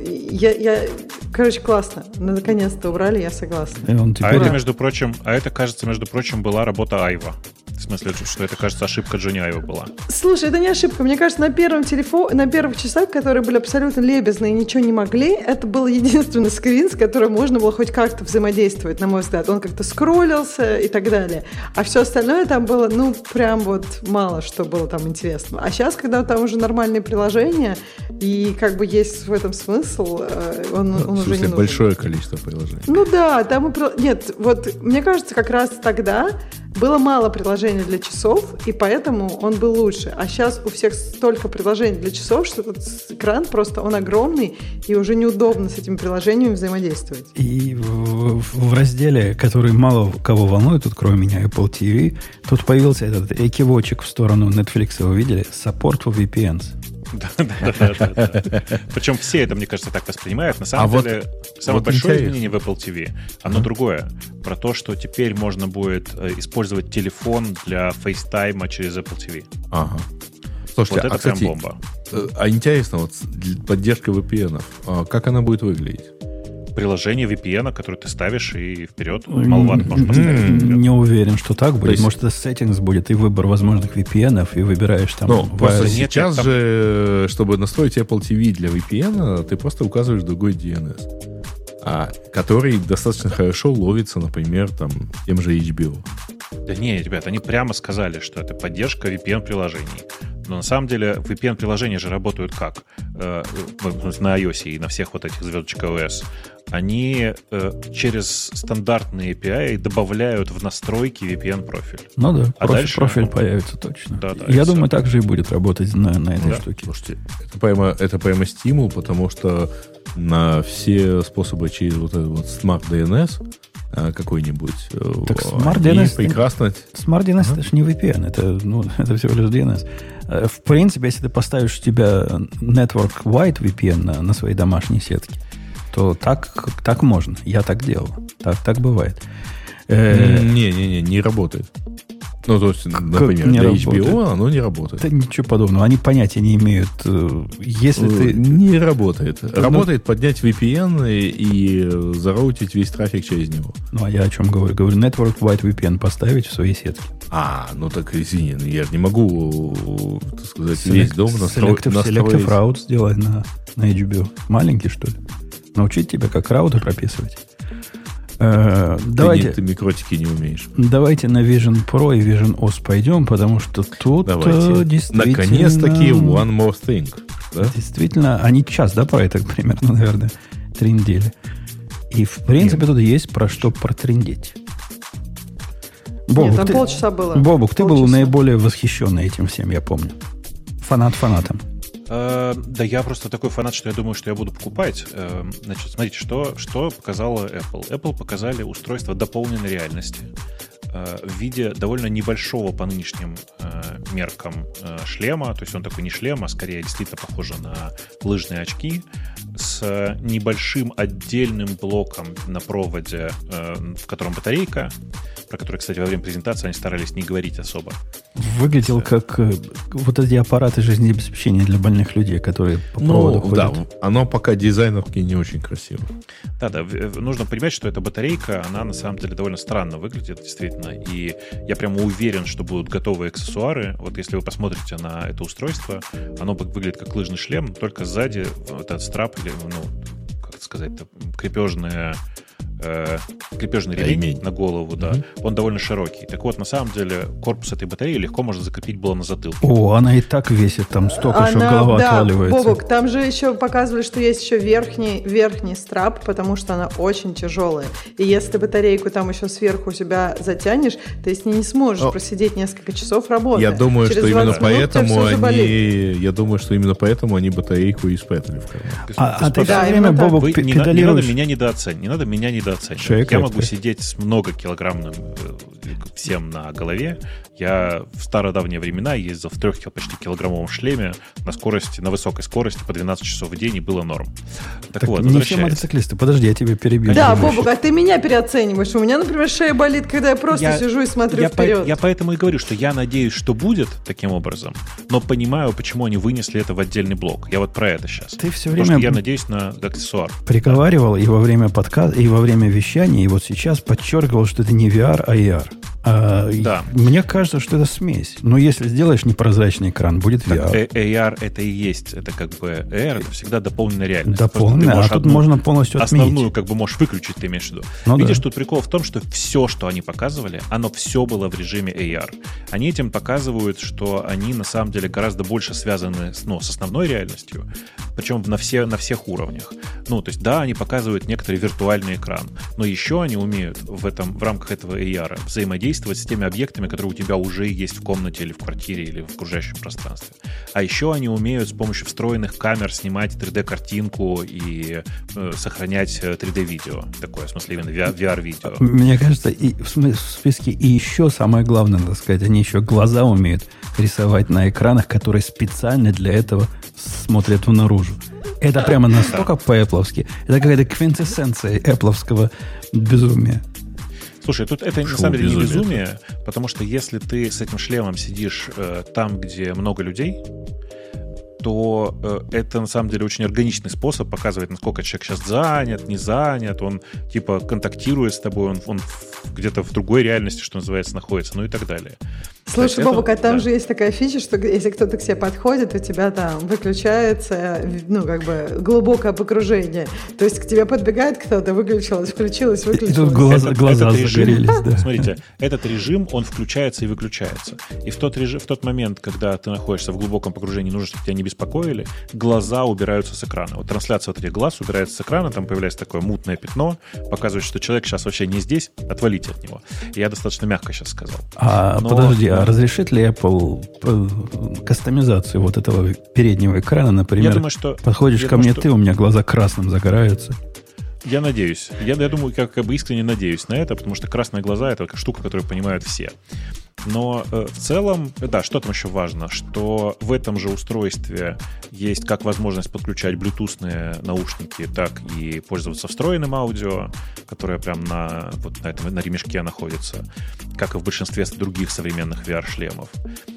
Я, я... Короче, классно. Наконец-то убрали, я согласна. И он А теперь... это, между прочим, а это, кажется, между прочим, была работа Айва. В смысле, что это, кажется, ошибка Джонни Айва была. Слушай, это не ошибка. Мне кажется, на первом телефоне, на первых часах, которые были абсолютно лебезные и ничего не могли, это был единственный скрин, с которым можно было хоть как-то взаимодействовать, на мой взгляд. Он как-то скроллился и так далее. А все остальное там было, ну, прям вот мало что было там интересного. А сейчас, когда там уже нормальные приложения, и как бы есть в этом смысл, э, он, он в уже не смысле, нужен. большое количество приложений. Ну да, там и... про- Нет, вот мне кажется, как раз тогда было мало приложений для часов, и поэтому он был лучше. А сейчас у всех столько приложений для часов, что этот экран просто, он огромный, и уже неудобно с этими приложениями взаимодействовать. И в, в- в разделе, который мало кого волнует, тут кроме меня, Apple ти ви, тут появился этот экивочек в сторону Netflix, вы видели? Support for ви пи эн. Причем все это, мне кажется, так воспринимают. На самом А вот- деле, самое вот большое интересно. изменение в Apple ти ви, оно другое. Про то, что теперь можно будет э, использовать телефон для FaceTime через Apple ти ви. Ага. Слушайте, Вот это а, кстати, прям бомба. э, а интересно, вот с- для- поддержка ви пи эн, а как она будет выглядеть? Приложение ви пи эн, которое ты ставишь, и вперед. Малват можно поставить. М-м. вперед. Не уверен, что так будет. есть- Может, это settings будет и выбор возможных ви пи эн, и выбираешь там... Ну, в просто iOS. нет, сейчас там- же, чтобы настроить Apple ти ви для ви пи эн, ты просто указываешь другой ди эн эс, а, который достаточно хорошо ловится, например, там, тем же эйч би о. Да не, ребят, они прямо сказали, что это поддержка ви пи эн-приложений. Но на самом деле ви пи эн-приложения же работают как? Э, в- на iOS и на всех вот этих звездочек iOS. Они э, через стандартные эй пи ай добавляют в настройки ви пи эн-профиль. Ну да, А профиль, дальше- профиль появится точно. Да, да, Я и думаю, всё. так же и будет работать на, на этой Да. штуке. Слушайте, это прямо, это прямо стимул, потому что на все способы через вот этот вот Smart ди эн эс а, какой-нибудь, э, Так они Smart ди эн эс прекрасно... Smart ди эн эс это же не ви пи эн, это, ну, это всего лишь ди эн эс. Э, В принципе, если ты поставишь у тебя Network Wide ви пи эн на, на своей домашней сетке, то так, так можно. Я так делал. Так, так бывает. Э, Не-не-не, не работает. Ну, то есть, например, не для эйч би о работает? оно не работает. Это ничего подобного. Они понятия не имеют. э, Если Э, ты... Не работает. Ну- Работает поднять ви пи эн и, и зароутить весь трафик через него. Ну, а я о чем говорю? Говорю, Network Wide ви пи эн поставить в своей сетке. А, ну так извини, ну я же не могу, так сказать, весь дом настро... Selective, настроить. selective route сделать на, на эйч би о. Маленький, что ли? Научить тебя, как рауты прописывать. Э, Ты, давайте, не- ты микротики не умеешь. давайте на Vision Pro и Vision о эс пойдем, потому что тут э, Давайте. действительно... Наконец-таки one more thing. Да? Действительно, они час, да, про это примерно, наверное, трындели. И, в принципе, Нет. тут есть про что протрындеть. Бобук, Нет, там ты, полчаса было. Бобук, ты полчаса. был наиболее восхищенный этим всем, я помню. Фанат фанатом. Э, да я просто такой фанат, что я думаю, что я буду покупать. Э, значит, смотрите, что, что показала Apple. Apple показали устройство дополненной реальности э, в виде довольно небольшого по нынешним э, меркам э, шлема. То есть он такой не шлем, а скорее действительно похоже на лыжные очки с небольшим отдельным блоком на проводе, э, в котором батарейка, про который, кстати, во время презентации они старались не говорить особо. Выглядел как э, вот эти аппараты жизнеобеспечения для больных людей, которые по проводу Ну, да, ходят. оно пока дизайновки не очень красиво. Да-да, в- нужно понимать, что эта батарейка, она на самом деле довольно странно выглядит, действительно, и я прямо уверен, что будут готовые аксессуары. Вот если вы посмотрите на это устройство, оно бы- выглядит как лыжный шлем, только сзади вот этот страп, или, ну, как это сказать, крепежная э, крепежный ремень Ремень. на голову, да, Мгм. он довольно широкий. Так вот, на самом деле, корпус этой батареи легко можно закрепить было на затылке. О, она и так весит там столько, что Она- голова да, отваливается. Бобок, там же еще показывали, что есть еще верхний, верхний страп, потому что она очень тяжелая. И если ты батарейку там еще сверху у себя затянешь, ты с ней не сможешь О. просидеть несколько часов работы. Я думаю, Через что именно двадцать минут у тебя поэтому всё заболит. они. Я думаю, что именно поэтому они батарейку и спрятали в карман. А, а ты Господа, Да, все именно время, так. Бобок, Вы пе- не, на- не надо педалируешь. меня недооценивать. Не надо меня недооценивать. Шея Я крепкая. могу сидеть с многокилограммным э, всем на голове. Я в стародавние времена ездил в трех почти килограммовом шлеме на скорости, на высокой скорости по двенадцать часов в день, и было норм. Так, Так вот, не все возвращаясь. мотоциклисты. Подожди, я тебя перебью. Да, Думаешь, Бобок, а ты меня переоцениваешь. У меня, например, шея болит, когда я просто Я- сижу и смотрю я, по- вперед. я поэтому и говорю, что я надеюсь, что будет таким образом, но понимаю, почему они вынесли это в отдельный блок. Я вот про это сейчас. Ты все Потому время что я надеюсь на аксессуар. приговаривал и во время подкаста, и во время вещания, и вот сейчас подчеркивал, что это не ви ар, а и ар. А, Да. и Мне кажется, что это смесь. Но если сделаешь непрозрачный экран, будет ви ар. Так, э- эй ар это и есть, это как бы эй ар, это всегда дополненная реальность. Дополненная, Просто ты можешь а тут одну- можно полностью отменить. Основную как бы можешь выключить, ты имеешь в виду. Ну Видишь, да. тут прикол в том, что все, что они показывали, оно все было в режиме эй ар. Они этим показывают, что они на самом деле гораздо больше связаны с, ну, с основной реальностью, причем на, все, на всех уровнях. Ну, то есть, да, они показывают некоторый виртуальный экран, но еще они умеют в, этом, в рамках этого эй ар взаимодействовать с теми объектами, которые у тебя уже есть в комнате или в квартире или в окружающем пространстве. А еще они умеют с помощью встроенных камер снимать три дэ-картинку и э, сохранять э, три дэ-видео. Такое, в смысле, именно ви ар-видео. Мне кажется, и в, смы- в списке и еще самое главное, так сказать, они еще глаза умеют рисовать на экранах, которые специально для этого смотрят наружу. Это прямо настолько по-эпловски. Это какая-то квинтэссенция эпловского безумия. Слушай, тут это на Шоу самом деле не безумия. безумие, потому что если ты с этим шлемом сидишь э, там, где много людей, то э, это на самом деле очень органичный способ показывать, насколько человек сейчас занят, не занят, он типа контактирует с тобой, он, он в- где-то в другой реальности, что называется, находится, ну и так далее. Слушай, Это- Бобок, а там да. же есть такая фича, что если кто-то к тебе подходит, у тебя там выключается, ну, как бы, глубокое погружение. То есть к тебе подбегает кто-то, выключилось, включилось, И выключилось. тут глаза, Этот- глаза этот режим- загорелись. Да. Смотрите, этот режим, он включается и выключается. И в тот, режим, в тот момент, когда ты находишься в глубоком погружении, нужно, чтобы тебя не беспокоили, глаза убираются с экрана. Вот трансляция вот этих глаз убирается с экрана, там появляется такое мутное пятно, показывает, что человек сейчас вообще не здесь, отвалите от него. И я достаточно мягко сейчас сказал. А Но- подожди, а разрешит ли Apple э, кастомизацию вот этого переднего экрана, например? Я думаю, что... Подходишь я ко думаю, мне что- ты, у меня глаза красным загораются. Я надеюсь. Я, я думаю, как, как бы искренне надеюсь на это, потому что красные глаза — это штука, которую понимают все. Но э, в целом, э, да, что там еще важно, что в этом же устройстве есть как возможность подключать блютусные наушники, так и пользоваться встроенным аудио, которое прям на, вот на, этом, на ремешке находится, как и в большинстве других современных ви ар-шлемов.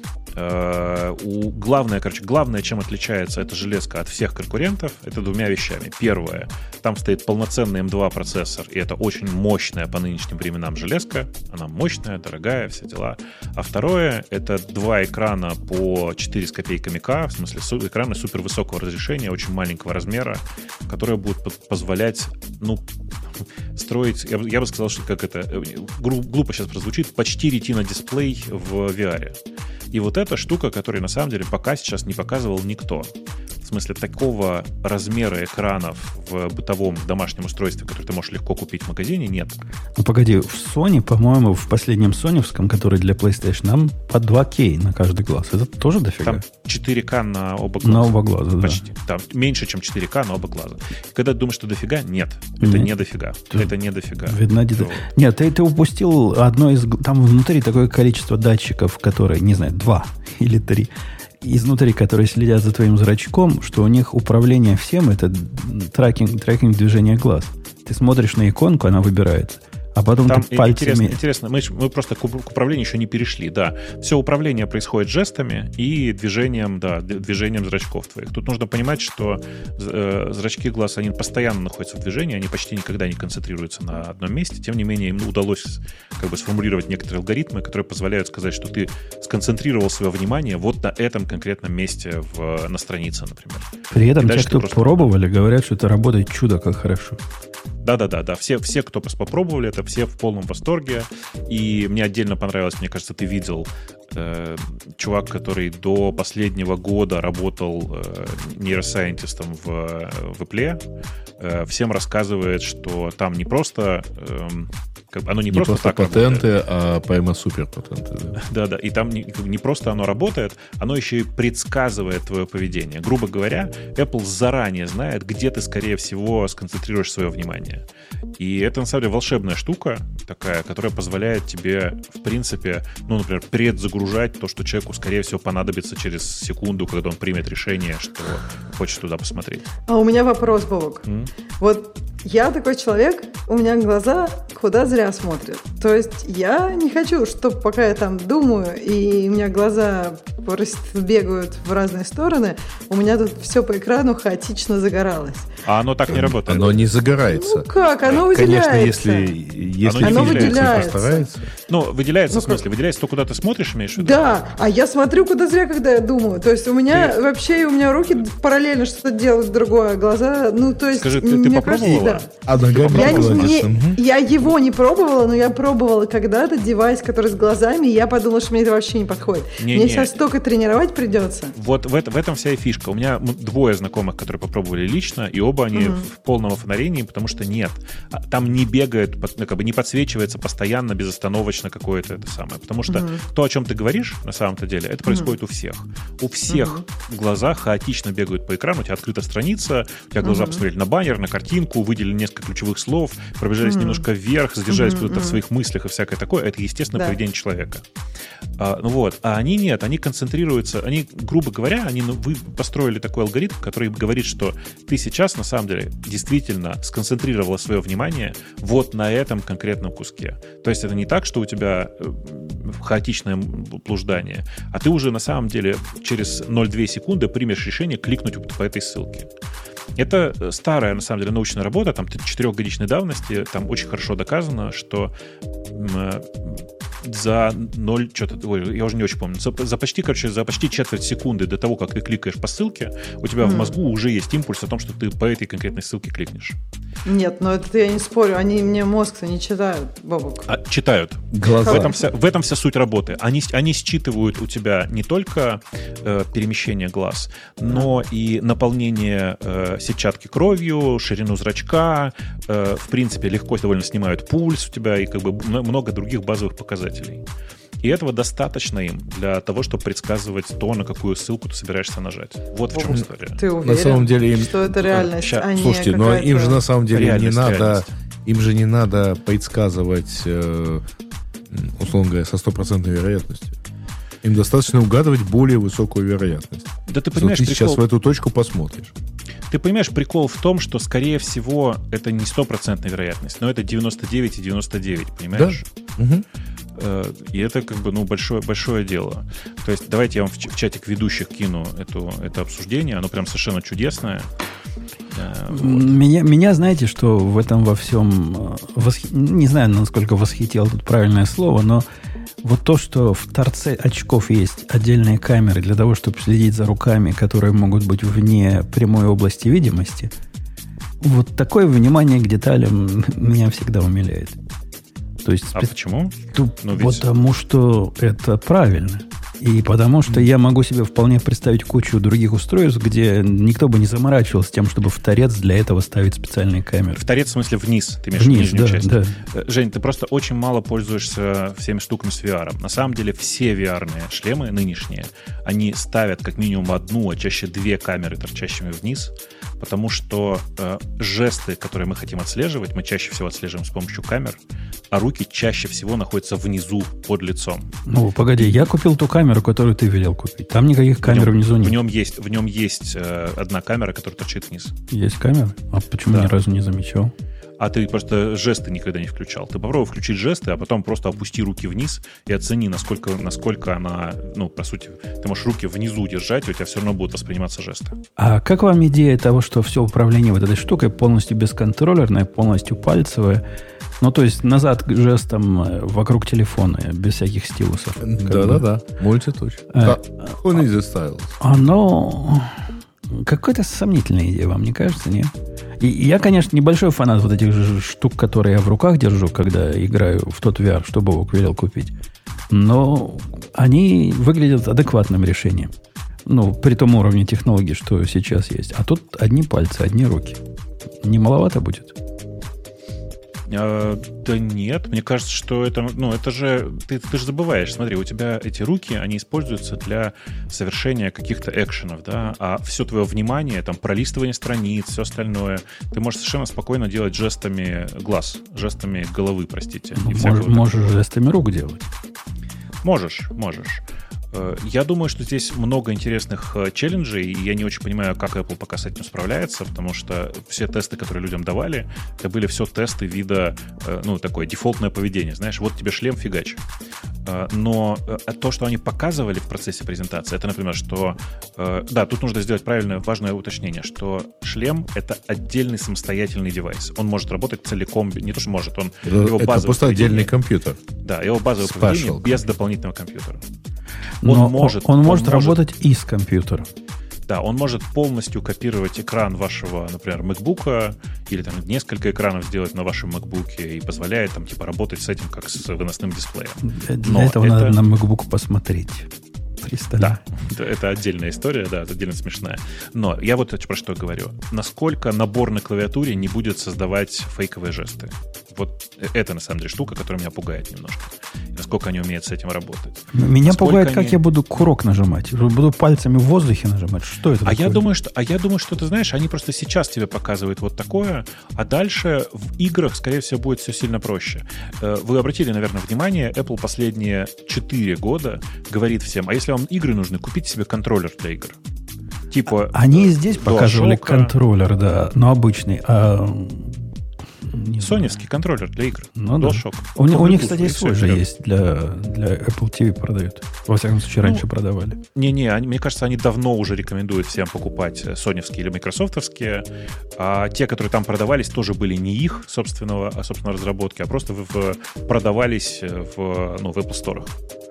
Э, у, главное, короче, главное, чем отличается эта железка от всех конкурентов, это двумя вещами. Первое, там стоит полноценный эм два процессор, и это очень мощная по нынешним временам железка. Она мощная, дорогая, все дела. А второе, это два экрана по четыре с копейками К, в смысле су- экраны супервысокого разрешения, очень маленького размера, которые будут по- позволять, ну, строить, я бы, я бы сказал, что как это, э, гру- глупо сейчас прозвучит, почти ретина-дисплей в ви ар. И вот эта штука, которую на самом деле пока сейчас не показывал никто. В смысле, такого размера экранов в бытовом домашнем устройстве, который ты можешь легко купить в магазине, нет. Ну, погоди, в Sony, по-моему, в последнем соневском, который для PlayStation, нам по два кей на каждый глаз. Это тоже дофига? Там четыре ка на оба глаза. На оба глаза, Почти. Да. Там меньше, чем четыре ка на оба глаза. И когда ты думаешь, что дофига, нет. Это нет. не дофига. Ты... Это не дофига. Видно, где-то... Нет, ты, ты упустил одно из... Там внутри такое количество датчиков, которые, не знаю, два или три, изнутри, которые следят за твоим зрачком, что у них управление всем это трекинг, трекинг движения глаз. Ты смотришь на иконку, она выбирается. А потом там ты пальцами... Интересно, интересно. Мы, мы просто к управлению еще не перешли, да. Все управление происходит жестами и движением, да, движением зрачков твоих. Тут нужно понимать, что э, зрачки глаз, они постоянно находятся в движении, они почти никогда не концентрируются на одном месте. Тем не менее, им удалось как бы сформулировать некоторые алгоритмы, которые позволяют сказать, что ты сконцентрировал свое внимание вот на этом конкретном месте в, на странице, например. При этом те, кто просто... пробовали, говорят, что это работает чудо как хорошо. Да-да-да, да. Все, все, кто попробовали, это все в полном восторге. И мне отдельно понравилось, мне кажется, ты видел э, чувак, который до последнего года работал э, нейросайентистом в, в Apple, э, всем рассказывает, что там не просто... Э, как, оно не, не просто, просто так патенты, работает. а прямо супер патенты. Да. Да-да, и там не, не просто оно работает, оно еще и предсказывает твое поведение. Грубо говоря, Apple заранее знает, где ты, скорее всего, сконцентрируешь свое внимание. И это, на самом деле, волшебная штука такая, которая позволяет тебе, в принципе, ну, например, предзагружать то, что человеку, скорее всего, понадобится через секунду, когда он примет решение, что хочет туда посмотреть. А у меня вопрос, Бобок. Mm. Вот я такой человек, у меня глаза куда зря смотрят. То есть я не хочу, чтобы пока я там думаю, и у меня глаза бегают в разные стороны, у меня тут все по экрану хаотично загоралось. А оно так не работает? Оно не загорается. Ну как? Оно выделяется. Конечно, если, если оно выделяется, постарается. Ну, выделяется, ну, в смысле, выделяется то, куда ты смотришь, имеешь в виду? Да, а я смотрю куда зря, когда я думаю. То есть у меня ты... вообще, у меня руки параллельно что-то делают другое, глаза, ну, то есть... Скажи, ты, ты попробовала? Кажется, да. А ногами я, не, угу. я его не пробовала, но я пробовала когда-то девайс, который с глазами, и я подумала, что мне это вообще не подходит. Не, мне не. сейчас столько тренировать придется. Вот в, это, в этом вся и фишка. У меня двое знакомых, которые попробовали лично, и оба они угу. в полном офонарении, потому что нет. Там не бегает, как бы не подсвечивается постоянно, безостановочно какое-то это самое. Потому что угу. то, о чем ты говоришь, на самом-то деле, это происходит угу. у всех. У всех угу. глаза хаотично бегают по экрану, у тебя открыта страница, у тебя глаза угу. посмотрели на баннер, на картинку, выделили несколько ключевых слов, пробежались mm-hmm. немножко вверх, задержались mm-hmm. куда-то в своих мыслях и всякое такое. Это естественное да. поведение человека. А, ну вот. А они нет, они концентрируются, они, грубо говоря, они ну, вы построили такой алгоритм, который говорит, что ты сейчас, на самом деле, действительно сконцентрировала свое внимание вот на этом конкретном куске. То есть это не так, что у тебя хаотичное блуждание, а ты уже, на самом деле, через ноль целых две секунды примешь решение кликнуть по этой ссылке. Это старая, на самом деле, научная работа, там четырехгодичной давности, там очень хорошо доказано, что за ноль, что-то, ой, я уже не очень помню, за, за почти, короче, за почти четверть секунды до того, как ты кликаешь по ссылке, у тебя mm. в мозгу уже есть импульс о том, что ты по этой конкретной ссылке кликнешь. Нет, но это я не спорю, они мне мозг-то не читают, Бобок. А, читают. Глаза. В этом, вся, в этом вся суть работы. Они, они считывают у тебя не только э, перемещение глаз, но и наполнение э, сетчатки кровью, ширину зрачка, э, в принципе, легко довольно снимают пульс у тебя и как бы много других базовых показателей. И этого достаточно им для того, чтобы предсказывать то, на какую ссылку ты собираешься нажать. Вот в чем история. Ты уверен, на самом деле им... что это реальность, Ща... а не Слушайте, но им же на самом деле реальность, не надо... Реальность. Им же не надо предсказывать, э, условно говоря, со стопроцентной вероятностью. Им достаточно угадывать более высокую вероятность. Да ты понимаешь, ты прикол... сейчас в эту точку посмотришь. Ты понимаешь, прикол в том, что, скорее всего, это не стопроцентная вероятность, но это девяносто девять и девяносто девять, понимаешь? Да. Угу. И это как бы ну, большое, большое дело. То есть давайте я вам в чатик ведущих кину эту, это обсуждение. Оно прям совершенно чудесное. Вот. Меня, меня, знаете, что в этом во всем... Восх... Не знаю, насколько восхитило тут правильное слово, но вот то, что в торце очков есть отдельные камеры для того, чтобы следить за руками, которые могут быть вне прямой области видимости, вот такое внимание к деталям меня всегда умиляет. То есть, а почему? Ту, ну, ведь... Потому что это правильно. И потому что я могу себе вполне представить кучу других устройств, где никто бы не заморачивался тем, чтобы в торец для этого ставить специальные камеры. В торец, в смысле, вниз. Ты имеешь вниз, в нижнюю да, часть. Да. Жень, ты просто очень мало пользуешься всеми штуками с ви ар. На самом деле все ви ар-ные шлемы нынешние, они ставят как минимум одну, а чаще две камеры, торчащими вниз, потому что э, жесты, которые мы хотим отслеживать, мы чаще всего отслеживаем с помощью камер, а руки чаще всего находятся внизу, под лицом. Ну, погоди, я купил ту камеру, которую ты велел купить. Там никаких камер в нем, внизу нет. В нем есть, в нем есть э, одна камера, которая торчит вниз. Есть камера? А почему Да. ни разу не замечал? А ты просто жесты никогда не включал. Ты попробуй включить жесты, а потом просто опусти руки вниз и оцени, насколько, насколько она, ну, по сути, ты можешь руки внизу держать, и у тебя все равно будут восприниматься жесты. А как вам идея того, что все управление вот этой штукой полностью бесконтроллерное, полностью пальцевое? Ну, то есть назад жестом вокруг телефона, без всяких стилусов. Да-да-да, мультитуч. А, Он из Stylus. Оно... Какая-то сомнительная идея, вам не кажется, нет? И я, конечно, небольшой фанат вот этих же штук, которые я в руках держу, когда играю в тот ви ар, что Бобок велел купить. Но они выглядят адекватным решением. Ну, при том уровне технологий, что сейчас есть. А тут одни пальцы, одни руки. Не маловато будет? А, да нет, мне кажется, что это, ну, это же, ты, ты же забываешь, смотри, у тебя эти руки, они используются для совершения каких-то экшенов, да, а все твое внимание, там, пролистывание страниц, все остальное, ты можешь совершенно спокойно делать жестами глаз, жестами головы, простите. Ну, и можешь, можешь жестами рук делать. Можешь, можешь. Я думаю, что здесь много интересных челленджей, и я не очень понимаю, как Apple пока с этим справляется, потому что все тесты, которые людям давали, это были все тесты вида, ну, такое дефолтное поведение. Знаешь, вот тебе шлем, фигач. Но то, что они показывали в процессе презентации, это, например, что... Да, тут нужно сделать правильное, важное уточнение, что шлем — это отдельный самостоятельный девайс. Он может работать целиком, не то, что может, он... Это, его это просто отдельный компьютер. Да, его базовое Special поведение компьютер. без дополнительного компьютера. Он Он Но может, он, он может он работать из компьютера. Да, он может полностью копировать экран вашего, например, MacBook, или там несколько экранов сделать на вашем MacBook и позволяет там типа работать с этим как с выносным дисплеем. Для Но этого это... надо на MacBook посмотреть. Да, это, это отдельная история, да, это отдельно смешная. Но я вот про что говорю. Насколько набор на клавиатуре не будет создавать фейковые жесты. Вот это, на самом деле, штука, которая меня пугает немножко. И насколько они умеют с этим работать. Меня насколько пугает, они... как я буду курок нажимать. Буду пальцами в воздухе нажимать. Что это а такое? я думаю, что, а я думаю, что, ты знаешь, они просто сейчас тебе показывают вот такое, а дальше в играх, скорее всего, будет все сильно проще. Вы обратили, наверное, внимание, Apple последние четыре года говорит всем, а если вам игры нужны, купите себе контроллер для игр. Типа... Они и здесь показывали DualShock, контроллер, да, но обычный. А... Соневский контроллер для игр. Ну, да. DualShock. У, у них, Bluetooth, кстати, и и всё свой же вперед. есть для, для Apple ти ви продают. Во всяком случае, Ну, раньше продавали. Не-не, они, мне кажется, они давно уже рекомендуют всем покупать соневские или майкрософтовские. А те, которые там продавались, тоже были не их собственного, а собственной разработки, а просто в, в, продавались в, ну, в Apple Store.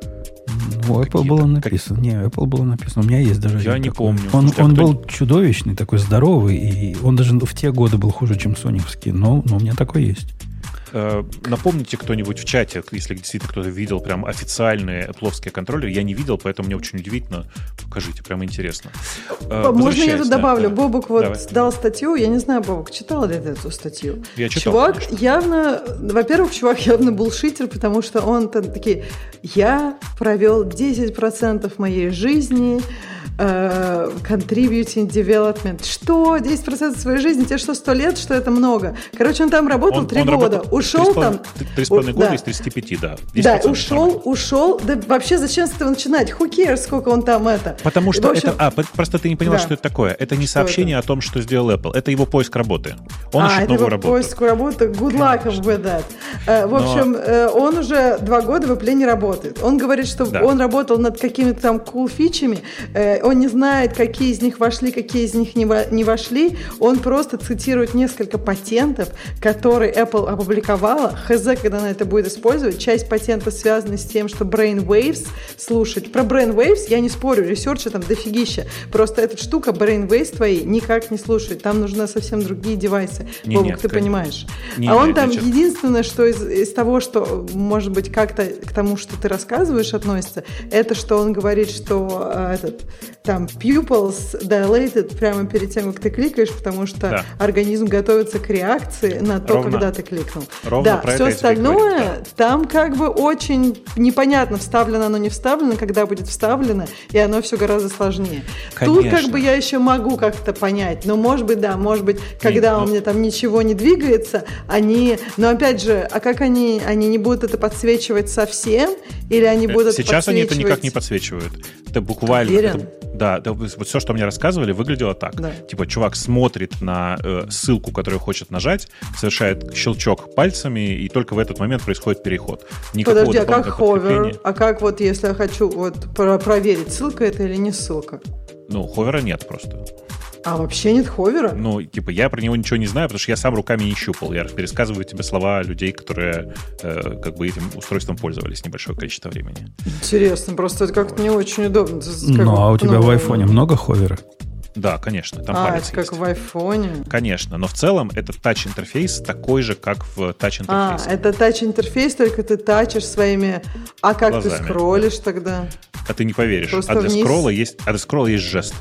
У Apple было написано. Не, Apple было написано. У меня есть даже. Я не такой. помню. Он, Слушайте, а он кто- был чудовищный, такой здоровый, и он даже в те годы был хуже, чем соневский. Но, но у меня такой есть. Э, Напомните кто-нибудь в чате, если действительно кто-то видел прям официальные Apple'овские контроллеры. Я не видел, поэтому мне очень удивительно. Покажите, прямо интересно. Э, Можно я возвращаясь, тут да, добавлю? да. Бобук вот Давай. дал статью, я не знаю, Бобук, читал ли ты эту статью? Я читал, Чувак конечно. явно, во-первых, чувак явно булшитер, потому что он там такие, я провел десять процентов моей жизни э, contributing development. Что? десять процентов своей жизни? Тебе что, сто лет? Что это много? Короче, он там работал Он- три он года. работал Ушел три с половиной- там... Три с половиной у- года да. из тридцати пяти, да. десять Да, процентов ушел, нормально. ушел. Да вообще зачем с этого начинать? Who cares, сколько он там это? Потому В что общем, это... А, п- просто ты не поняла, да. что это такое. Это не Что сообщение о том, что сделал Apple. Это его поиск работы. Он а, ищет это новую его работу. поиск работы. Good luck with that. Э, В Но- общем, э, он уже два года в Apple не работает. Он говорит, что Да. он работал над какими-то там cool фичами. Э, Он не знает, какие из них вошли, какие из них не во- не вошли. Он просто цитирует несколько патентов, которые Apple опубликовал запатентовала. Хз, когда она это будет использовать. Часть патента связана с тем, что brainwaves слушать. Про brainwaves я не спорю, ресерча там дофигища. Просто эта штука, brainwaves твои, никак не слушает. Там нужны совсем другие девайсы. Не, Бобук, нет, ты конечно. Понимаешь. Не, а он нет, там, единственное, что из, из того, что, может быть, как-то к тому, что ты рассказываешь, относится, это что он говорит, что э, этот, там, pupils dilated прямо перед тем, как ты кликаешь, потому что да. организм готовится к реакции на то, Ровно. Когда ты кликнул. Ровно да, про все это остальное, говорим, да. там как бы очень непонятно, вставлено оно, не вставлено, когда будет вставлено, и оно все гораздо сложнее. Конечно. Тут как бы я еще могу как-то понять, но может быть, да, может быть, когда Нет, у меня там ничего не двигается, они, но опять же, а как они, они не будут это подсвечивать совсем, или они будут Сейчас они это никак не подсвечивают. Это буквально... Это, да, это, вот все, что мне рассказывали, выглядело так. Да. Типа чувак смотрит на э, ссылку, которую хочет нажать, совершает щелчок пальцами, и только в этот момент происходит переход. Никакого Подожди, а как ховер? А как вот если я хочу вот про- проверить, ссылка это или не ссылка? Ну, ховера нет просто. А вообще нет ховера? Ну, типа, я про него ничего не знаю, потому что я сам руками не щупал. Я пересказываю тебе слова людей, которые э, как бы этим устройством пользовались небольшое количество времени. Интересно, просто это как-то вот. Не очень удобно. Ну, а у тебя ну, в айфоне много ховера? Да, конечно, там а, палец это как есть. в айфоне? Конечно, но в целом этот тач-интерфейс такой же, как в тач-интерфейсе. А, это тач-интерфейс, только ты тачишь своими... А как Глазами. Ты скроллишь тогда? А ты не поверишь. Просто а для вниз... скролла есть, а для скролла есть жест.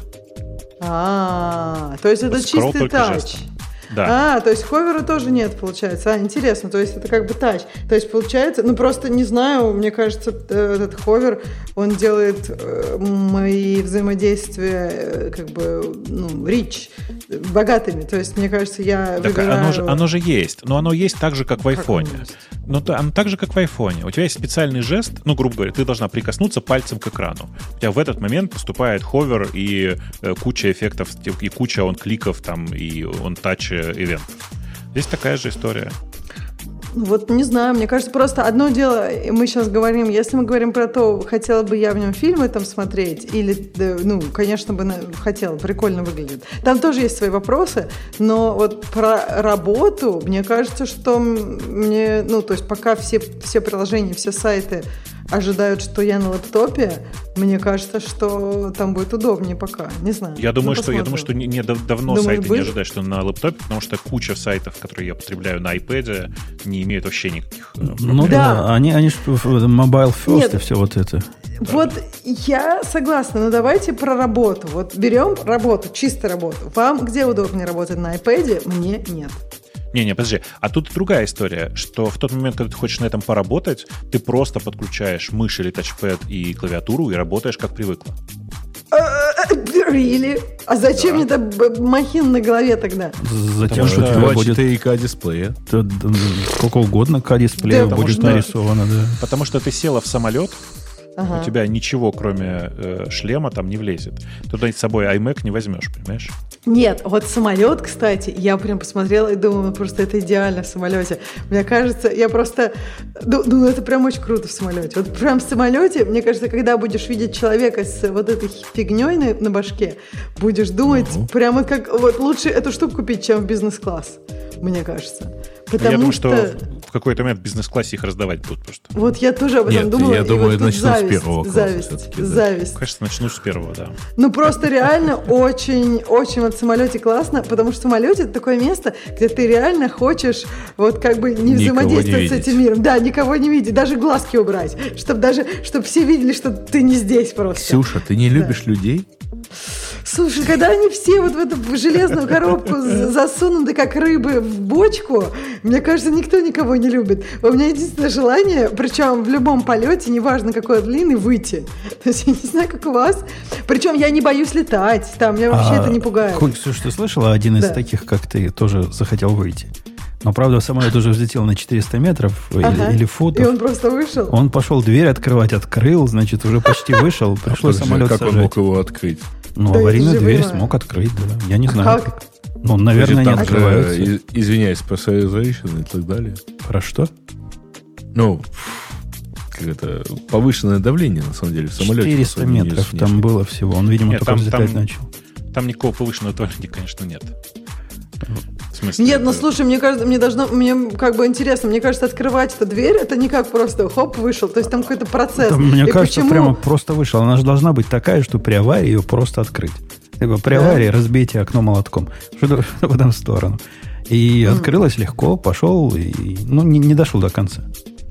А, то есть это вот чистый тач. Да. А, то есть ховера тоже нет, получается. А, интересно, то есть это как бы тач. То есть получается, ну просто не знаю, мне кажется, этот ховер, он делает э, мои взаимодействия э, как бы, ну, rich, богатыми. То есть, мне кажется, я так выбираю... Оно же, оно же есть, но оно есть так же, как в айфоне. Но то, оно так же, как в айфоне. У тебя есть специальный жест, ну, грубо говоря, ты должна прикоснуться пальцем к экрану. У тебя в этот момент поступает ховер и э, куча эффектов, и куча он-кликов, там, и он-тач ивентов. Здесь такая же история. Вот не знаю, мне кажется, просто одно дело, мы сейчас говорим, если мы говорим про то, хотела бы я в нем фильмы там смотреть, или, ну, конечно бы хотела, прикольно выглядит. Там тоже есть свои вопросы, но вот про работу, мне кажется, что мне, ну, то есть пока все, все приложения, все сайты ожидают, что я на лэптопе, мне кажется, что там будет удобнее пока. Не знаю. Я думаю, ну, что, я думаю, что не, не, давно Думаешь, сайты будет? не ожидают, что на лэптопе, потому что куча сайтов, которые я потребляю на iPad, не имеют вообще никаких проблем. Ну да, да они, они же mobile first Нет. И все вот это. Вот я согласна, но давайте про работу. Вот берем работу, чисто работу. Вам где удобнее работать, на iPad? Мне нет. Не-не, подожди. А тут другая история, что в тот момент, когда ты хочешь на этом поработать, ты просто подключаешь мышь или тачпэд и клавиатуру и работаешь, как привыкла. Really? А зачем мне да. эта махина на голове тогда? Затем, что у тебя будет четыре ка дисплея. Сколько угодно ка-дисплея да, будет нарисовано. Да. Потому что ты села в самолет, ага. у тебя ничего, кроме э, шлема, там не влезет. Туда с собой iMac не возьмешь, понимаешь? Нет, вот самолет, кстати, я прям посмотрела и думала, просто это идеально в самолете. Мне кажется, я просто... Ну, ну, это прям очень круто в самолете. Вот прям в самолете, мне кажется, когда будешь видеть человека с вот этой фигней на, на башке, будешь думать, угу. прямо как... Вот лучше эту штуку купить, чем в бизнес-класс, мне кажется. Потому я думаю, что... что в какой-то момент в бизнес-классе их раздавать будут просто. Вот я тоже об этом Нет, думала. я думаю, вот начнут зависть, с первого класса зависть, все-таки. Да. Зависть. Конечно, начну с первого, да. Ну, просто реально очень, очень вот в самолете классно, потому что в самолете это такое место, где ты реально хочешь вот как бы не взаимодействовать не с этим миром. Да, никого не видеть, даже глазки убрать, чтобы даже, чтобы все видели, что ты не здесь просто. Ксюша, ты не любишь да. людей? Слушай, когда они все вот в эту железную коробку засунуты, как рыбы, в бочку, мне кажется, никто никого не любит. У меня единственное желание, причем в любом полете, неважно какой длины, выйти. То есть я не знаю, как у вас. Причем я не боюсь летать, там меня вообще а, это не пугает. Ксюша, ты слышала, один из да. таких, как ты, тоже захотел выйти? Но, правда, самолет уже взлетел на четыреста метров ага. или, или футов. И он просто вышел? Он пошел дверь открывать, открыл, значит, уже почти вышел. Пришлось самолет сажать. Как он мог его открыть? Ну, да аварийную дверь смог открыть, да. Я не знаю. Как? Ну, наверное, не открывается. Извиняюсь, pressurization и так далее. Про что? Ну, как это, повышенное давление, на самом деле, в самолете. четыреста метров там было всего. Он, видимо, нет, только там, взлетать там, начал. Там никакого повышенного давления, конечно, нет. смысле? Нет, это... ну слушай, мне кажется, мне должно, мне как бы интересно, мне кажется, открывать эту дверь, это не как просто хоп, вышел, то есть там какой-то процесс. Там, мне И кажется, почему... прямо просто вышел. Она же должна быть такая, что при аварии ее просто открыть. Либо при да? аварии разбейте окно молотком. Что-то в этом сторону. И mm. открылось легко, пошел, и ну, не, не дошел до конца.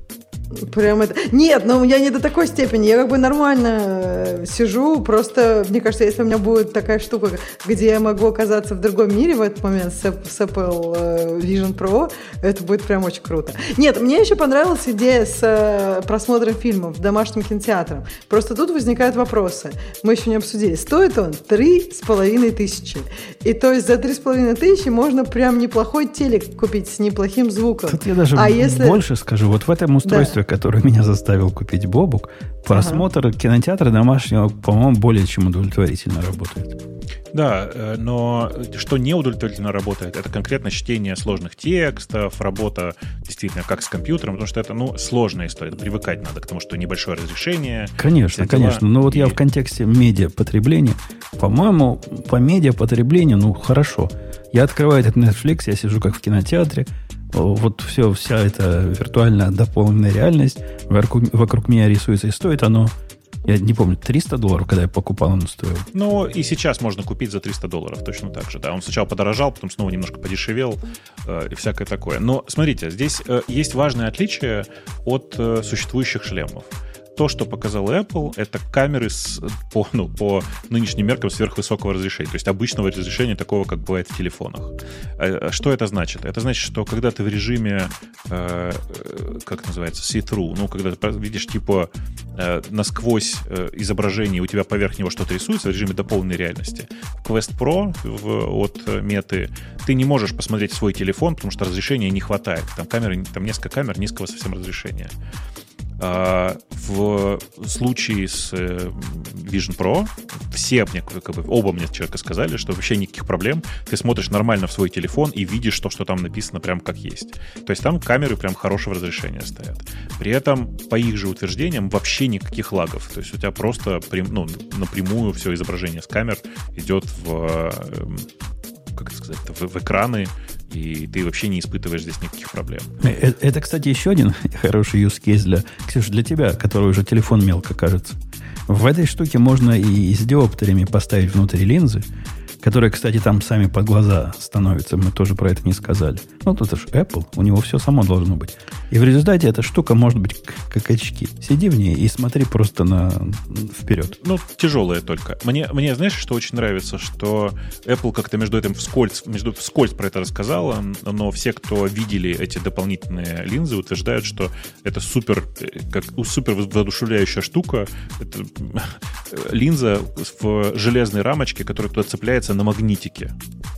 Прям это... Нет, ну я не до такой степени. Я как бы нормально сижу. Просто, мне кажется, если у меня будет такая штука, где я могу оказаться в другом мире в этот момент с Apple Vision Pro, это будет прям очень круто. Нет, мне еще понравилась идея с просмотром фильмов домашним кинотеатром. Просто тут возникают вопросы. Мы еще не обсудили. Стоит он три с половиной тысячи. И то есть за три с половиной тысячи можно прям неплохой телек купить с неплохим звуком. Тут я даже а если... больше скажу. Вот в этом устройстве, да. который меня заставил купить Бобук, просмотр ага. кинотеатра домашнего, по-моему, более чем удовлетворительно работает. Да, но что не удовлетворительно работает, это конкретно чтение сложных текстов, работа действительно как с компьютером, потому что это ну, сложная история, привыкать надо к тому, что небольшое разрешение. Конечно, конечно, но вот и... я в контексте медиапотребления, по-моему, по медиапотреблению, ну, хорошо. Я открываю этот Netflix, я сижу как в кинотеатре, вот все, вся эта виртуальная дополненная реальность вокруг, вокруг меня рисуется, и стоит оно, я не помню, триста долларов, когда я покупал, он стоил. Ну, и сейчас можно купить за триста долларов, точно так же, да. Он сначала подорожал, потом снова немножко подешевел э, и всякое такое. Но, смотрите, здесь э, есть важное отличие от э, существующих шлемов. То, что показал Apple, это камеры с, по, ну, по нынешним меркам сверхвысокого разрешения. То есть обычного разрешения, такого, как бывает в телефонах. Что это значит? Это значит, что когда ты в режиме, э, как называется, see-through, ну, когда ты видишь, типа, э, насквозь э, изображение, у тебя поверх него что-то рисуется в режиме дополненной реальности. В Quest Pro в, от Meta ты не можешь посмотреть свой телефон, потому что разрешения не хватает. Там, камеры, там несколько камер низкого совсем разрешения. В случае с Vision Pro все мне, как бы, оба мне человека сказали, что вообще никаких проблем. Ты смотришь нормально в свой телефон и видишь то, что там написано прям как есть. То есть там камеры прям хорошего разрешения стоят. При этом, по их же утверждениям, вообще никаких лагов. То есть у тебя просто ну, напрямую все изображение с камер идет в, как это сказать, в, в экраны, и ты вообще не испытываешь здесь никаких проблем. Это, это, кстати, еще один хороший use case для, Ксюша, для тебя, который уже телефон мелко кажется. В этой штуке можно и с диоптриями поставить внутри линзы, которые, кстати, там сами под глаза становятся. Мы тоже про это не сказали. Ну, тут же Apple, у него все само должно быть. И в результате эта штука может быть как очки. Сиди в ней и смотри просто на вперед. Ну, тяжелая только. Мне, мне знаешь, что очень нравится? Что Apple как-то между этим вскользь, между, вскользь про это рассказала, но все, кто видели эти дополнительные линзы, утверждают, что это супер, как, супер воодушевляющая штука. Это линза в железной рамочке, которая туда цепляется на магнитике.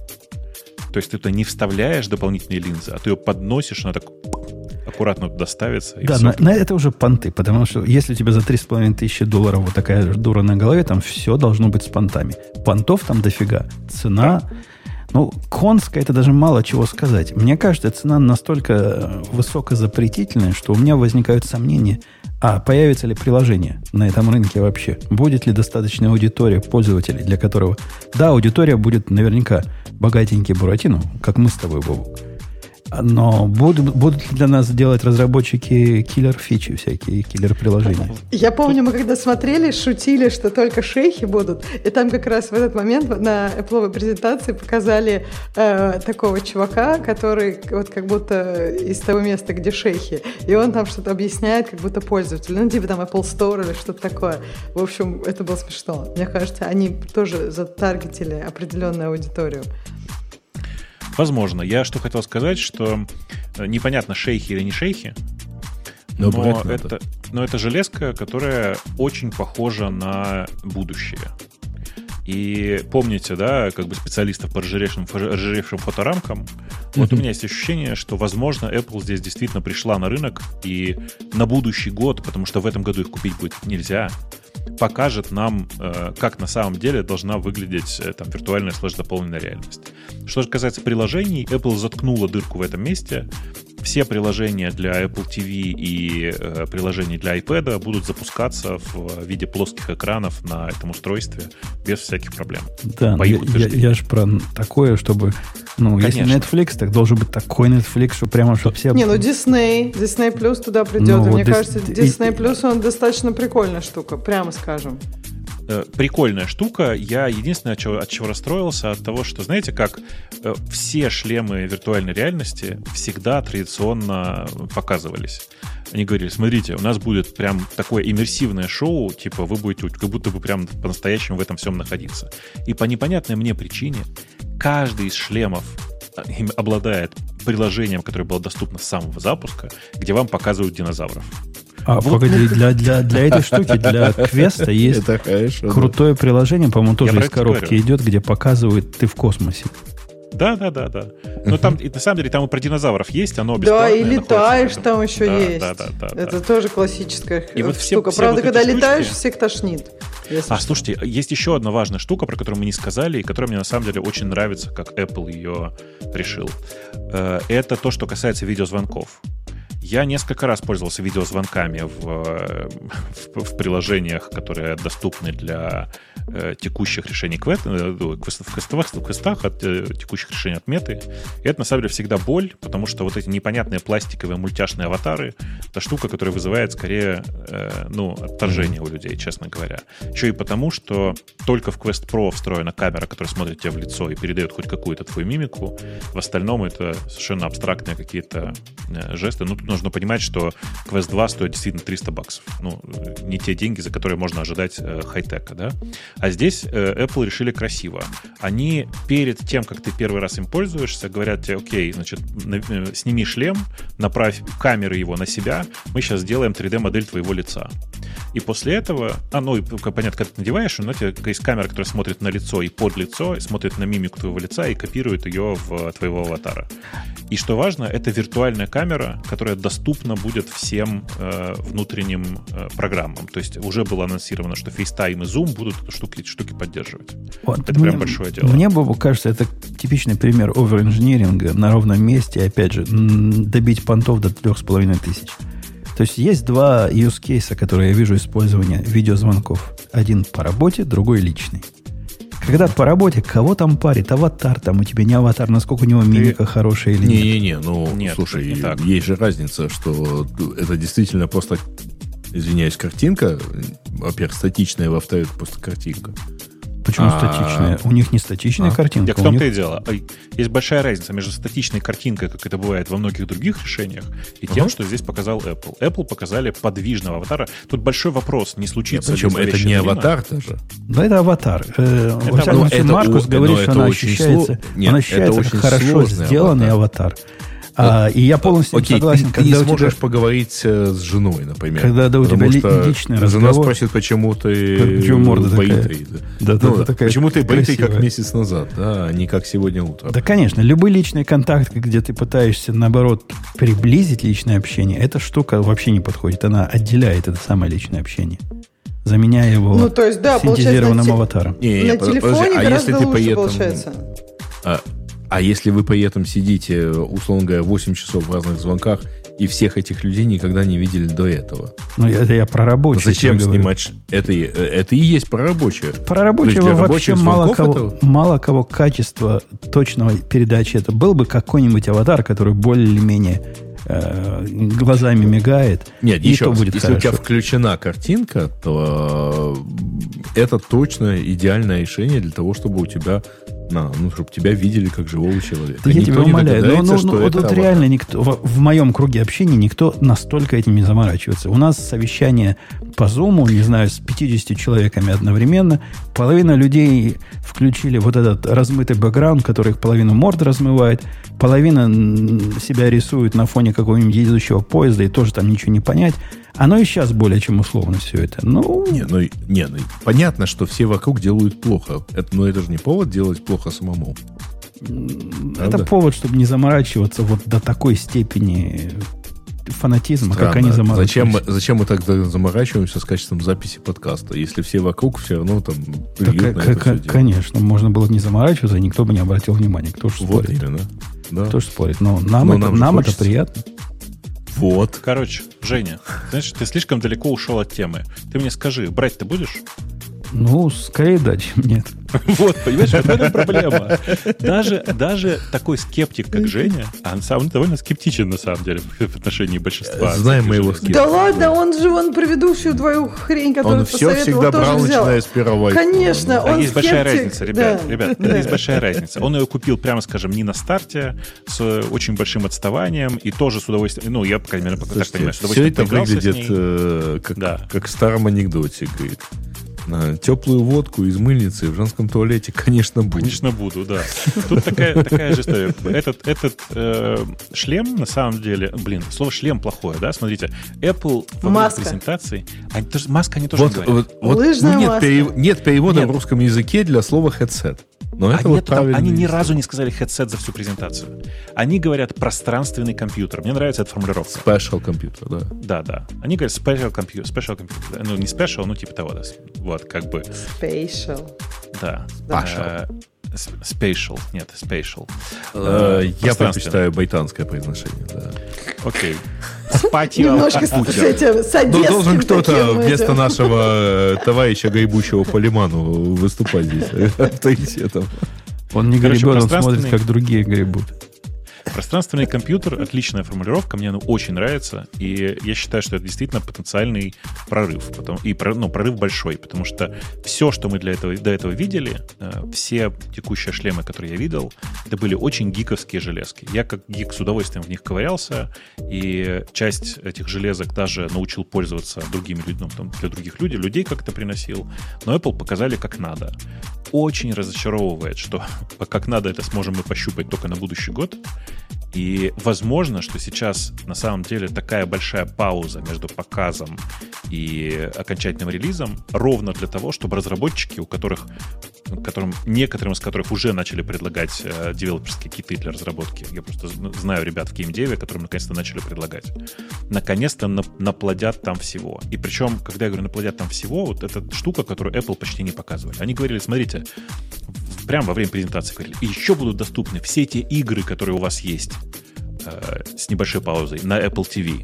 То есть ты туда не вставляешь дополнительные линзы, а ты ее подносишь, она так аккуратно туда ставится. Да, на, на это уже понты, потому что если у тебя за три с половиной тысячи долларов вот такая дура на голове, там все должно быть с понтами. Понтов там дофига. Цена, ну, конская, это даже мало чего сказать. Мне кажется, цена настолько высокозапретительная, что у меня возникают сомнения, а появится ли приложение на этом рынке вообще? Будет ли достаточная аудитория пользователей, для которого... Да, аудитория будет наверняка богатенький Буратино, как мы с тобой, Бобук. Но будут, будут ли для нас делать разработчики киллер-фичи всякие, киллер-приложения? Я помню, мы когда смотрели, шутили, что только шейхи будут. И там как раз в этот момент на Apple презентации показали э, такого чувака, который вот как будто из того места, где шейхи. И он там что-то объясняет, как будто пользователь. Ну, типа там Apple Store или что-то такое. В общем, это было смешно. Мне кажется, они тоже затаргетили определенную аудиторию. Возможно. Я что хотел сказать, что непонятно, шейхи или не шейхи, но, но, это, но это железка, которая очень похожа на будущее. И помните, да, как бы специалистов по разжиревшим, разжиревшим фоторамкам, mm-hmm. вот у меня есть ощущение, что, возможно, Apple здесь действительно пришла на рынок и на будущий год, потому что в этом году их купить будет нельзя, покажет нам, э, как на самом деле должна выглядеть э, там, виртуальная слэш-дополненная реальность. Что же касается приложений, Apple заткнула дырку в этом месте. Все приложения для Apple ти ви и э, приложения для iPad будут запускаться в виде плоских экранов на этом устройстве без всяких проблем. Да, я, я, я же про такое, чтобы Ну, Конечно. если Netflix, так должен быть такой Netflix, что прямо, чтобы все... Не, ну Disney, Disney Plus туда придет. Ну, и вот мне Дис- кажется, Disney Plus, он достаточно прикольная штука, прямо скажем. Прикольная штука. Я единственное, от чего, от чего расстроился, от того, что, знаете, как э, все шлемы виртуальной реальности всегда традиционно показывались. Они говорили, смотрите, у нас будет прям такое иммерсивное шоу, типа вы будете как будто бы прям по-настоящему в этом всем находиться. И по непонятной мне причине каждый из шлемов обладает приложением, которое было доступно с самого запуска, где вам показывают динозавров. А, вот. Погоди, для, для, для этой штуки, для квеста есть хорошо, крутое да. приложение, по-моему, тоже Я из коробки говорю. идет, где показывает ты в космосе. Да, да, да, да. Но там, и, на самом деле, там и про динозавров есть, оно бесплатное. Да, и летаешь там еще да, есть. Да, да, да, Это да. тоже классическая и вот штука. все, Правда, все когда вот летаешь, штучки... всех тошнит. А, что. Слушайте, есть еще одна важная штука, про которую мы не сказали, и которая мне на самом деле очень нравится, как Apple ее решил. Это то, что касается видеозвонков. Я несколько раз пользовался видеозвонками в, в, в приложениях, которые доступны для э, текущих решений квест, э, в, квестах, в квестах от э, текущих решений от меты. И это, на самом деле, всегда боль, потому что вот эти непонятные пластиковые мультяшные аватары — это штука, которая вызывает скорее э, ну, отторжение у людей, честно говоря. Еще и потому, что только в Quest Pro встроена камера, которая смотрит тебе в лицо и передает хоть какую-то твою мимику. В остальном это совершенно абстрактные какие-то э, жесты. Ну, тут нужно понимать, что Quest два стоит действительно триста баксов. Ну, не те деньги, за которые можно ожидать э, хай-тека, да? А здесь э, Apple решили красиво. Они перед тем, как ты первый раз им пользуешься, говорят тебе, окей, значит, на, э, сними шлем, направь камеры его на себя, мы сейчас сделаем три дэ-модель твоего лица. И после этого, а, ну, понятно, когда ты надеваешь, у тебя есть камера, которая смотрит на лицо и под лицо, и смотрит на мимику твоего лица и копирует ее в твоего аватара. И что важно, это виртуальная камера, которая доступна будет всем э, внутренним э, программам. То есть уже было анонсировано, что FaceTime и Zoom будут эту штуки, штуки поддерживать. Вот, это мне, прям большое дело. Мне, Бобу, кажется, это типичный пример оверинжиниринга на ровном месте. Опять же, добить понтов до трех с половиной тысяч. То есть есть два use cases, которые я вижу использования видеозвонков. Один по работе, другой личный. Когда по работе, кого там парит? Аватар там у тебя, не аватар, насколько у него мимика Ты... хорошая или нет? Не-не-не, ну, нет, слушай, не так. Есть же разница, что это действительно просто, извиняюсь, картинка, во-первых, статичная, во-вторых, просто картинка. Почему а... статичная? У них не статичная а? картинка. Так в том-то них... и дело. Есть большая разница между статичной картинкой, как это бывает во многих других решениях, и тем, uh-huh. что здесь показал Apple. Apple показали подвижного аватара. Тут большой вопрос, не случится ли... Причем это не аватар даже. Да, это аватар. Э, это, во всяком случае, Маркус о, говорит, что она ощущается, сло... Нет, она ощущается как хорошо сделанный аватар. аватар. А, и я полностью Окей, согласен. Ты, когда ты не сможешь тебя... поговорить с женой, например. Когда да, у тебя ли, личный разговор. Жена спросит, почему ты бритый. Да, да, ну, да, такая почему ты бритый, красивая. Как месяц назад, да, а не как сегодня утром. Да, конечно. Любой личный контакт, где ты пытаешься, наоборот, приблизить личное общение, эта штука вообще не подходит. Она отделяет это самое личное общение, заменяя его ну, то есть, да, синтезированным на аватаром. Не, на не, телефоне подожди, гораздо а если ты лучше при этом... получается. А, а если вы при этом сидите, условно говоря, восемь часов в разных звонках, и всех этих людей никогда не видели до этого? Ну, это я про рабочее. Зачем снимать? Это, это и есть про рабочее. Про рабочее вообще мало кого, мало кого качество точного передачи. Это был бы какой-нибудь аватар, который более-менее э, глазами мигает. Нет, и еще то раз, будет если хорошо. у тебя включена картинка, то это точно идеальное решение для того, чтобы у тебя На, ну, чтобы тебя видели как живого человека. Да я тебя умоляю, но, но, что но это вот реально никто, в, в моем круге общения никто настолько этим не заморачивается. У нас совещание по Zoom, не знаю, с пятьюдесятью человеками одновременно. Половина людей включили вот этот размытый бэкграунд, который их половину морд размывает. Половина себя рисует на фоне какого-нибудь едущего поезда, и тоже там ничего не понять. Оно и сейчас более чем условно все это. Ну... Не, ну, не, ну, понятно, что все вокруг делают плохо. Это, но это же не повод делать плохо самому. Это Правда? повод, чтобы не заморачиваться вот до такой степени фанатизма, Странно. как они заморачиваются. Зачем мы, зачем мы тогда заморачиваемся с качеством записи подкаста, если все вокруг все равно там да, плюют на к- это к- все Конечно, можно было не заморачиваться, и никто бы не обратил внимания. Кто ж вот спорит? именно. Да. Кто ж спорит? Но нам, Но это, нам, нам это хочется. приятно. Вот. Короче, Женя, знаешь, ты слишком далеко ушел от темы. Ты мне скажи, брать ты будешь? Ну, скорее да, чем нет. Вот, понимаешь, вот в этом проблема. Даже, даже такой скептик, как Женя, а он сам довольно скептичен, на самом деле, в отношении большинства. Знаем мы его скептика. Да ладно, он же он предыдущую твою хрень, которую он все всегда брал, начиная с первого. Конечно, он а есть скептик. Большая разница, ребят. Да. Ребят, Да. есть большая разница. Он ее купил, прямо скажем, не на старте, с очень большим отставанием, и тоже с удовольствием, ну, я, по крайней мере, Слушайте, так понимаю, с все удовольствием это поигрался с выглядит ней. э, как, Да. как в старом анекдоте, говорит. На теплую водку из мыльницы в женском туалете, конечно, будет. Конечно, буду, да. Тут такая, такая же история. Этот, этот э, шлем, на самом деле, блин, слово шлем плохое, да? Смотрите, Apple во время Маска. презентации, они, тоже, маска они тоже Вот, не говорят. вот, вот, Лыжная ну, нет, маска. перев- нет перевода Нет. в русском языке для слова headset. Но это А вот нет, там, правильно. они ни разу не сказали headset за всю презентацию. Они говорят пространственный компьютер. Мне нравится эта формулировка. Special компьютер, да. Да, да. Они говорят special computer, special computer. Да. Ну, не special, ну, типа того, да. Вот, как бы, Spatial. да. Spatial. Э, с- Spatial, нет, spatial. Э, Я Пространственный. предпочитаю британское произношение, да. Окей. Spatial Немножко с, computer. с этим, с Но одесским должен кто-то таким вместо этим. нашего э, товарища гребущего по лиману выступать здесь авторитетом. Он не Короче, гребет, он смотрит, пространственный- как другие гребут. Пространственный компьютер — отличная формулировка, мне она очень нравится, и я считаю, что это действительно потенциальный прорыв, потом, и про- ну, прорыв большой, потому что все, что мы для этого, до этого видели, э, все текущие шлемы, которые я видел, это были очень гиковские железки. Я как гик с удовольствием в них ковырялся, и часть этих железок даже научил пользоваться другими людьми, ну, там, для других людей, людей как-то приносил, но Apple показали как надо. Очень разочаровывает, что как надо это сможем мы пощупать только на будущий год. И возможно, что сейчас на самом деле такая большая пауза между показом и окончательным релизом ровно для того, чтобы разработчики, у которых, которым, некоторым из которых уже начали предлагать э, девелоперские киты для разработки, я просто знаю ребят в геймдеве, которым наконец-то начали предлагать, наконец-то нап- наплодят там всего. И причем, когда я говорю наплодят там всего, вот эта штука, которую Apple почти не показывали. Они говорили, смотрите, прямо во время презентации говорили, и еще будут доступны все те игры, которые у вас есть, э, с небольшой паузой, на Apple ти ви.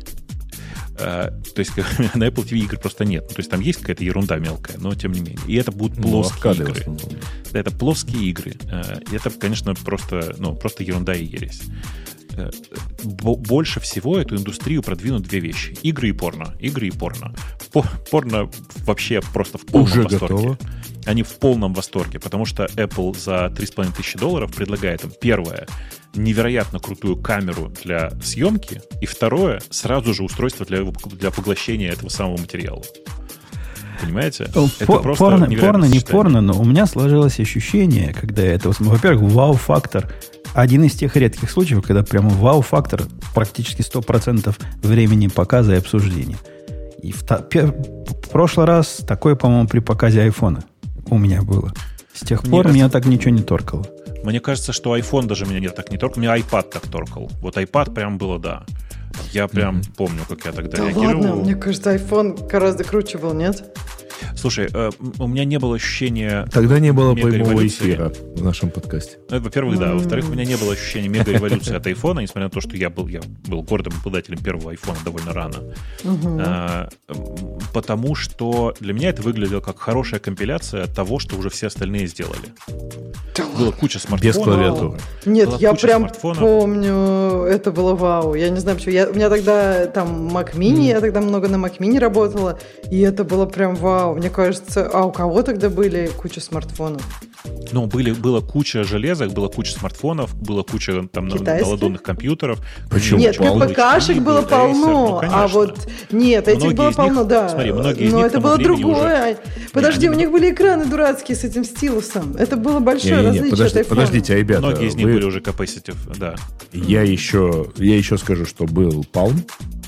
Э, то есть на Apple ти ви игр просто нет. Ну, то есть там есть какая-то ерунда мелкая, но тем не менее. И это будут Ну, плоские аркады в игры. основном. Да, это плоские игры. Э, и это, конечно, просто, ну, просто ерунда и ересь. Э, бо- Больше всего эту индустрию продвинут две вещи. Игры и порно. Игры и порно. По- Порно вообще просто в полном Уже восторге. готово. Они в полном восторге, потому что Apple за три с половиной тысячи долларов предлагает им, первое, невероятно крутую камеру для съемки, и второе, сразу же устройство для, для поглощения этого самого материала. Понимаете? По- Это просто порно, невероятное порно, не сочетание. порно, но у меня сложилось ощущение, когда я это... усмотрел. Во-первых, вау-фактор. Один из тех редких случаев, когда прямо вау-фактор практически сто процентов времени показа и обсуждения. И в, та- пе- в прошлый раз такое, по-моему, при показе айфона у меня было. С тех Мне пор кажется- меня так ничего не торкало. Мне кажется, что iPhone даже меня не так не торкал, меня iPad так торкал. Вот iPad прям было, да. Я прям Mm-hmm. помню, как я тогда Да реагировал. ладно, мне кажется, iPhone гораздо круче был, нет? Слушай, э, у меня не было ощущения... Тогда не было прямого мега-революции. эфира в нашем подкасте. Ну, это, во-первых, да. Во-вторых, у меня не было ощущения мега-революции от айфона, несмотря на то, что я был, я был гордым обладателем первого айфона довольно рано. Мгм. А, м, потому что для меня это выглядело как хорошая компиляция того, что уже все остальные сделали. Было куча смартфонов. Без клавиатуры. Нет, Была я куча прям смартфонов. помню, это было вау. Я не знаю почему. Я, у меня тогда там Mac Mini, я тогда много на Mac Mini работала, и это было прям вау. Мне кажется, а у кого тогда были куча смартфонов? Ну, были, было куча железок, было куча смартфонов, было куча там на- Китайских? наладонных компьютеров. Почему? Нет, Полно. КПКшек было был Acer, полно, ну, а конечно. вот нет, этих Многие было из них- полно, да. смотри, многие из но них к это тому было времени другое. Подожди, они- у них были экраны дурацкие с этим стилусом. Это было большое Не-не-не, различие подожди- от айфона. подождите, а, ребята, Многие из них вы- были уже capacitive, да. Я еще, я еще скажу, что был Palm.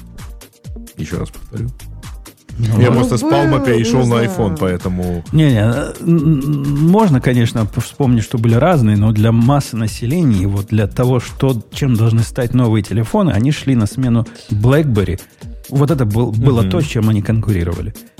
Еще раз повторю. Ну, Я Ну, просто с был, Palm перешел не на знаю. iPhone, поэтому... Не-не, э, м, можно, конечно, вспомнить, что были разные, но для массы населения, и вот для того, что, чем должны стать новые телефоны, они шли на смену BlackBerry. Вот это был, было Мгм. то, с чем они конкурировали.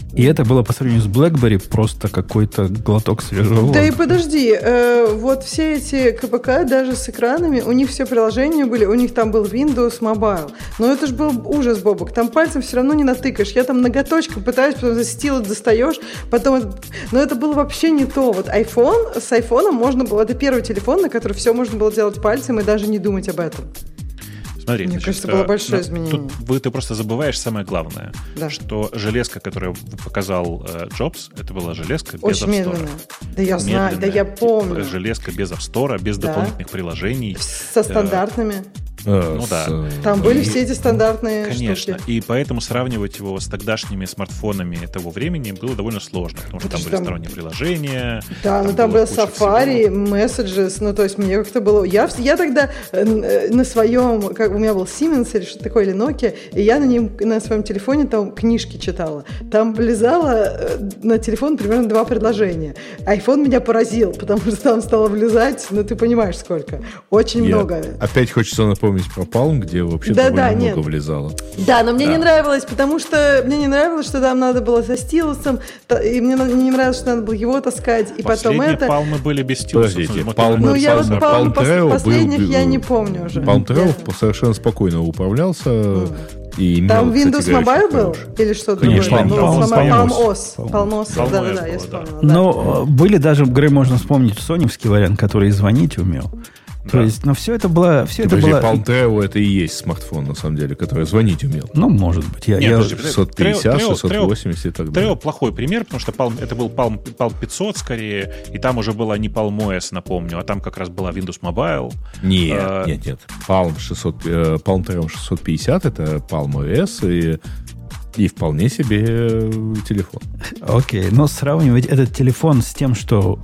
И это было по сравнению с BlackBerry просто какой-то глоток свежего воздуха. Да и подожди, э, вот все эти КПК даже с экранами, у них все приложения были, у них там был Windows Mobile. Но это же был ужас, Бобок. Там пальцем все равно не натыкаешь. Я там ноготочком пытаюсь, потом за стилус достаешь, потом... Но это было вообще не то. Вот iPhone, с айфоном можно было... Это первый телефон, на который все можно было делать пальцем и даже не думать об этом. Смотри, Мне значит, кажется, было большое ну, изменение. Тут вы, ты просто забываешь самое главное, да. что железка, которую показал э, Джобс, это была железка без Очень App Store. медленная. Да я знаю, да я помню. Железка без App Store, без да. дополнительных приложений. Со стандартными. Э, ну да. Там были все эти стандартные Конечно. штуки. И поэтому сравнивать его с тогдашними смартфонами того времени было довольно сложно, потому что там были там... сторонние приложения. Да, ну там был Safari, Messages, ну то есть мне как-то было... Я, я тогда на своем, как у меня был Siemens или что-то такое, или Nokia, и я на нем, на своем телефоне там книжки читала. Там влезало на телефон примерно два предложения. iPhone меня поразил, потому что там стало влезать, ну ты понимаешь сколько. Очень я много. Опять хочется напомнить про Palm, где вообще да, довольно да, много нет. влезало. Да, но мне да. не нравилось, потому что мне не нравилось, что там надо было со стилусом, и мне не нравилось, что надо было его таскать, и потом это... Последние Palm'ы были без стилуса. Подождите, Palm, ну, я вот Palm, Palm последних был, я не помню уже. Palm Treo совершенно спокойно управлялся. Mm. И имел, там Windows кстати, Mobile был? Или что-то другое? Palm о эс. Palm о эс, да-да-да, я вспомнила. Но были даже, Грей, можно вспомнить, соневский вариант, который звонить умел. То да. есть, ну, все это было... Все это было... Palm Treo это и есть смартфон, на самом деле, который звонить умел. Ну, может быть. Я, Нет, я... подожди, шестьсот пятьдесят, шестьсот восемьдесят и так далее. Treo плохой пример, потому что Palm, это был Palm, Palm пятьсот скорее, и там уже была не Palm о эс, напомню, а там как раз была Windows Mobile. Нет, а... нет, нет. Palm, шестьсот, Palm Treo шестьсот пятьдесят это Palm о эс и... И вполне себе телефон. Окей, okay, но сравнивать этот телефон с тем, что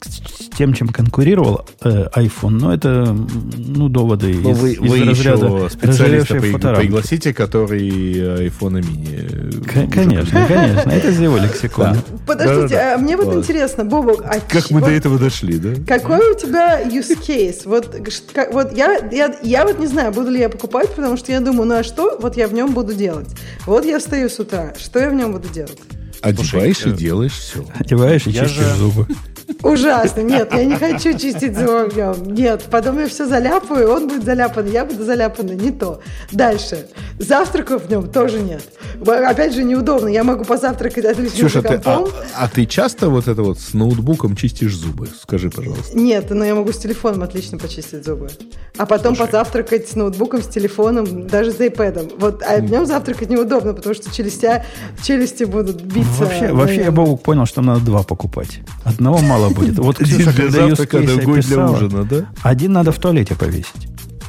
с тем, чем конкурировал э, iPhone, ну, это ну, доводы но из, вы, из вы разряда еще специалиста при, фоторамки. Пригласите, который iPhone mini. К- конечно, конечно. Это из его лексикона. Да. Подождите, да, да, да. А мне вот Ладно. интересно, Бобок, а как мы вот, до этого дошли, да? Какой у тебя use case? Вот, как, вот я, я, я вот не знаю, буду ли я покупать, потому что я думаю, ну а что вот я в нем буду делать? Вот я встаю с утра, что я в нем буду делать? Одеваешь Слушай, и делаешь все. Одеваешь и я чистишь же... зубы. Ужасно. Нет, я не хочу чистить зубы в нем. Нет, потом я все заляпаю, он будет заляпан, я буду заляпана. Не то. Дальше. Завтраков в нем тоже нет. Опять же, неудобно. Я могу позавтракать отлично за компом. Ты, а, а ты часто вот это вот с ноутбуком чистишь зубы? Скажи, пожалуйста. Нет, но я могу с телефоном отлично почистить зубы. А потом Слушай. позавтракать с ноутбуком, с телефоном, даже с iPad'ом. Вот, а в нем завтракать неудобно, потому что челюстя, челюсти будут биться. Вообще, вообще я, Богу, понял, что надо два покупать. Одного мало будет. Вот Ксюша, для когда завтрака, другой для ужина, да? Один надо в туалете повесить.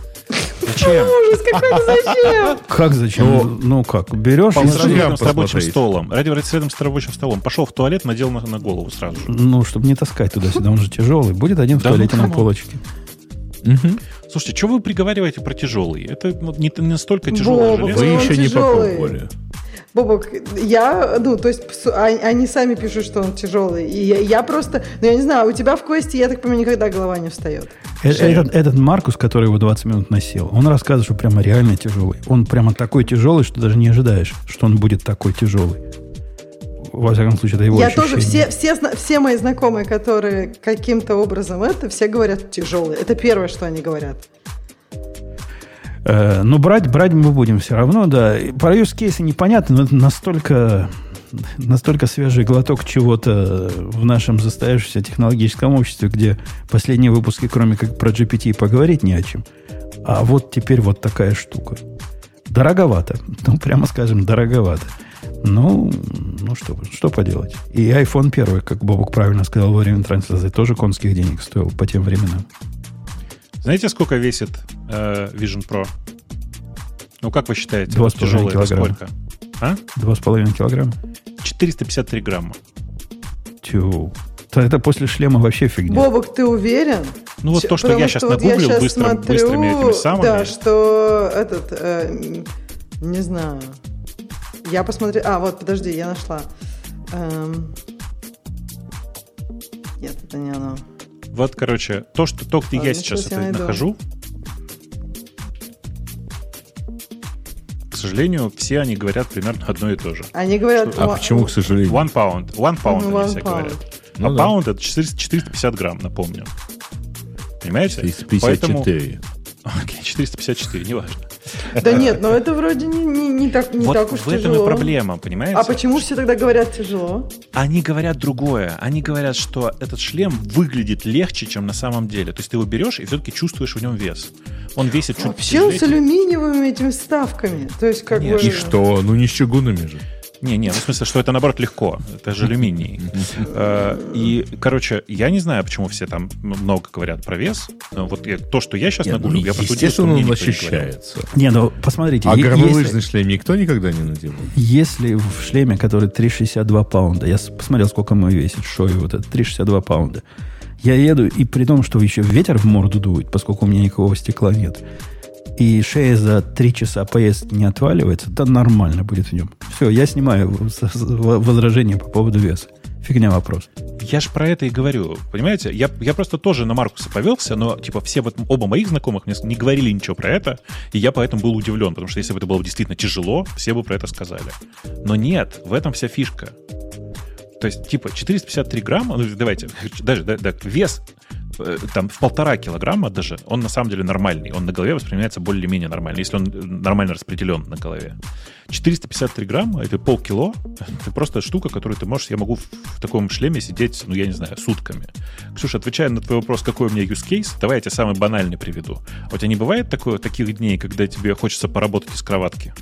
Зачем? Ужас, какой-то зачем? Как зачем? Ну, ну как, берешь... Ради рядом с рабочим столом. Ради рядом с рабочим столом. Пошел в туалет, надел на, на голову сразу же. Ну, чтобы не таскать туда-сюда, он же тяжелый. Будет один в да, туалете ну, на полочке. Угу. Слушайте, что вы приговариваете про тяжелый? Это не, не настолько тяжелое железо. Вы еще не попробовали. Бобок, я, ну, то есть они сами пишут, что он тяжелый. И я, я просто, ну, я не знаю, у тебя в квесте, я так понимаю, никогда голова не встает. Этот, этот Маркус, который его двадцать минут носил, он рассказывает, что прямо реально тяжелый. Он прямо такой тяжелый, что даже не ожидаешь, что он будет такой тяжелый. Во всяком случае, это его Я ощущение. тоже, все, все, все мои знакомые, которые каким-то образом это, все говорят тяжелый. Это первое, что они говорят. Э, ну, брать, брать мы будем все равно, да. Про use case непонятно, но это настолько, настолько свежий глоток чего-то в нашем застоявшемся технологическом обществе, где последние выпуски, кроме как про джи пи ти, поговорить не о чем. А вот теперь вот такая штука. Дороговато. Ну, прямо скажем, дороговато. Ну, ну что, что поделать. И iPhone первый, как Бобок правильно сказал во время трансляции, тоже конских денег стоил по тем временам. Знаете, сколько весит э, Vision Pro? Ну, как вы считаете? Два с половиной килограмма. Сколько? А? Два с половиной килограмма. четыреста пятьдесят три грамма. Тю. Это после шлема вообще фигня. Бобок, ты уверен? Ну, вот то, что Потому я сейчас что вот нагуглил я сейчас быстро, смотрю, быстрыми этими самыми. Да, что этот, э, не знаю. Я посмотрела... А, вот, подожди, я нашла. Эм... Нет, это не оно. Вот, короче, то, что то, где а, я сейчас это я нахожу. К сожалению, все они говорят примерно одно и то же. Они говорят... Что, а почему, к сожалению? One pound. One pound one они все pound. говорят. Ну, а да. pound это четыреста пятьдесят грамм, напомню. Понимаете? четыреста пятьдесят четыре. Поэтому... Окей, четыреста пятьдесят четыре, неважно. Да нет, но это вроде не, не, не так, не вот так уж в этом тяжело. и проблема, понимаете? А почему все тогда говорят тяжело? Они говорят другое. Они говорят, что этот шлем выглядит легче, чем на самом деле. То есть ты его берешь и все-таки чувствуешь в нем вес. Он весит чуть Вообще он тяжелее. с алюминиевыми этими вставками. То есть как Конечно. бы... И что? Ну не с чугунами же. Не, не, ну, в смысле, что это, наоборот, легко. Это же алюминий. Э, И, короче, я не знаю, почему все там много говорят про вес. Но вот я- то, что я сейчас Нет, нагуглил, ну, я просто удивился, что естественно, мне он никто не говорил. защищается. Не, ну посмотрите, А е- горнолыжный если, шлем никто никогда не надевал? если в шлеме, который триста шестьдесят два паунда, я с- посмотрел, сколько мой весит, шоу, вот это триста шестьдесят два паунда, я еду, и при том, что еще ветер в морду дует, поскольку у меня никакого стекла нет, и шея за три часа поездки не отваливается, то нормально будет в нем. Все, я снимаю в- с- с- возражение по поводу веса. Фигня вопрос. Я же про это и говорю, понимаете? Я, я просто тоже на Маркуса повелся, но типа все вот, оба моих знакомых мне не говорили ничего про это, и я поэтому был удивлен, потому что если бы это было действительно тяжело, все бы про это сказали. Но нет, в этом вся фишка. То есть, типа, четыреста пятьдесят три грамма, ну, давайте, даже да, да, вес э, там в полтора килограмма даже, он на самом деле нормальный. Он на голове воспринимается более-менее нормально, если он нормально распределен на голове. четыреста пятьдесят три грамма, это полкило, это просто штука, которую ты можешь, я могу в, в таком шлеме сидеть, ну, я не знаю, сутками. Ксюша, отвечая на твой вопрос, какой у меня use case, давай я тебе самый банальный приведу. У тебя не бывает такое, таких дней, когда тебе хочется поработать из кроватки?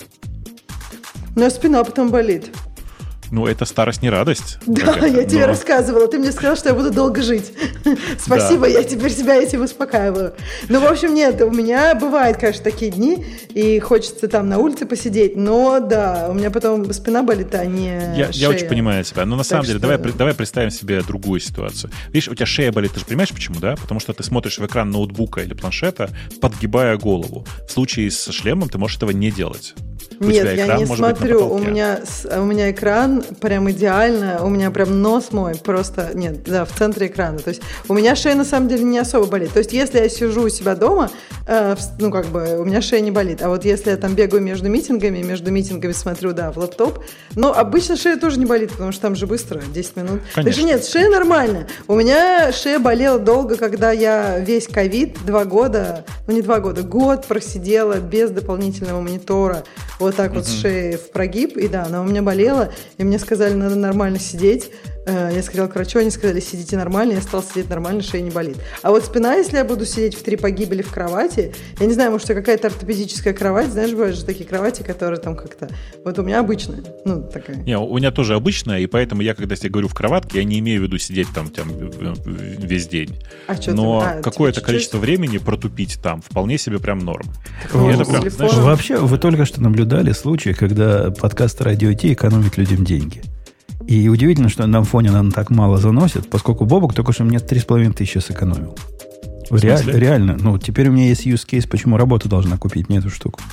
Но спина потом болит. Ну, это старость не радость. Да, дорогая, я тебе но- рассказывала. Ты мне сказал, что я буду долго жить. Спасибо, я теперь себя этим успокаиваю. Ну, в общем, нет, у меня бывают, конечно, такие дни, и хочется там на улице посидеть, но да, у меня потом спина болит, а не Я, шея. я очень понимаю себя. Но на самом деле, что- давай, при- давай представим себе другую ситуацию. Видишь, у тебя шея болит, ты же понимаешь, почему, да? Потому что ты смотришь в экран ноутбука или планшета, подгибая голову. В случае со шлемом ты можешь этого не делать. У тебя Нет, я экран не может быть на смотрю. У потолке. меня, с- у меня экран прям идеально. У меня прям нос мой просто... Нет, да, в центре экрана. То есть у меня шея на самом деле не особо болит. То есть если я сижу у себя дома, э, в- ну как бы у меня шея не болит. А вот если я там бегаю между митингами, между митингами смотрю, да, в лаптоп, ну обычно шея тоже не болит, потому что там же быстро, десять минут. Так Конечно. что нет, шея нормальная. У меня шея болела долго, когда я весь ковид, два года, ну не два года, год просидела без дополнительного монитора, вот так вот с шеей в прогиб, и да, она у меня болела, и мне сказали, надо нормально сидеть. Э, Я сказала к врачу, они сказали, сидите нормально, я стала сидеть нормально, шея не болит. А вот спина, если я буду сидеть в три погибели в кровати, я не знаю, может, это какая-то ортопедическая кровать, знаешь, бывают же такие кровати, которые там как-то... Вот у меня обычная, ну, такая. Не, у меня тоже обычная, и поэтому я, когда тебе говорю в кроватке, я не имею в виду сидеть там, там в- в- весь день. А чё Но ты? А, какое-то тебе количество чуть-чуть? времени протупить там вполне себе прям норм. Ну, И это с прям, телефона. знаешь, Вообще, вы только что наблюдали случай, когда подкаст «Радио Ти» экономит людям деньги. И удивительно, что на фоне нам так мало заносит, поскольку Бобок только что мне три с половиной тысячи сэкономил. Реаль- смысле? реально. Ну, теперь у меня есть use case, почему работа должна купить мне эту штуку.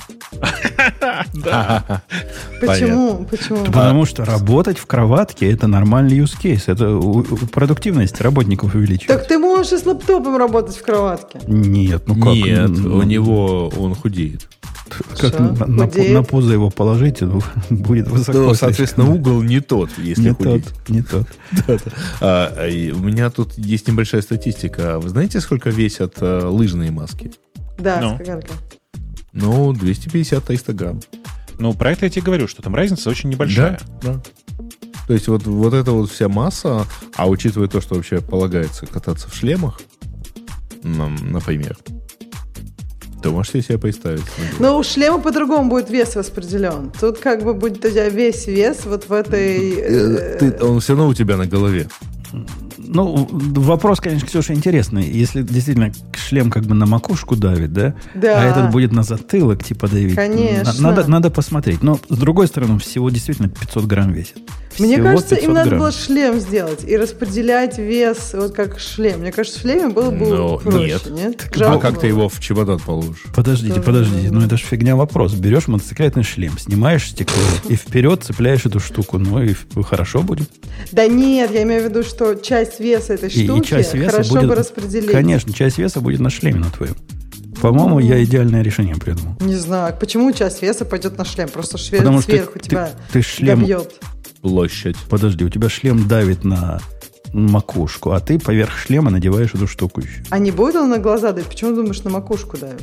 Почему? Почему? Потому что работать в кроватке – это нормальный use case. Это у- у- продуктивность работников увеличивает. Так ты можешь и с лаптопом работать в кроватке. Нет, ну как? Нет, Ну, у него он худеет. как Что? на, на пу- Худеет? на пузо его положите, ну, будет высоко. Ну, слишком. соответственно, угол не тот, если не худеть. тот, не тот. А, а, и у меня тут есть небольшая статистика. Вы знаете, сколько весят э, лыжные маски? Да, Ну. с каганкой. Ну, двести пятьдесят - триста грамм. ну, про это я тебе говорю, что там разница очень небольшая. Да, да. То есть вот, вот эта вот вся масса, а учитывая то, что вообще полагается кататься в шлемах, м, например, то можете себе представить. Но у шлема по-другому будет вес распределен. Тут как бы будет у тебя весь вес вот в этой... Э, э, ты- он все равно у тебя на голове. Ну, вопрос, конечно, Ксюша, интересный. Если действительно шлем как бы на макушку давит, да? Да. А этот будет на затылок типа давить. Конечно. На- Надо, надо посмотреть. Но, с другой стороны, всего действительно пятьсот грамм весит. Мне Всего кажется, им пятьсот надо грамм. было шлем сделать и распределять вес вот как шлем. Мне кажется, в шлеме было бы Но проще, нет. нет? А Жалко как ты было. его в чемодан положишь? Подождите, Тоже подождите, верно. ну это же фигня вопрос. Берешь мотоциклетный шлем, снимаешь стекло и вперед цепляешь эту штуку, ну и ф- хорошо будет. Да нет, я имею в виду, что часть веса этой И, и штуки часть веса хорошо будет, бы распределить. Конечно, часть веса будет на шлеме на твоем. По-моему, я идеальное решение придумал. Не знаю, почему часть веса пойдет на шлем? Просто шлем Потому что сверху ты, тебя ты, ты шлем... добьет. Площадь. Подожди, у тебя шлем давит на макушку, а ты поверх шлема надеваешь эту штуку еще. А не будет он на глаза давить? Почему думаешь, на макушку давит?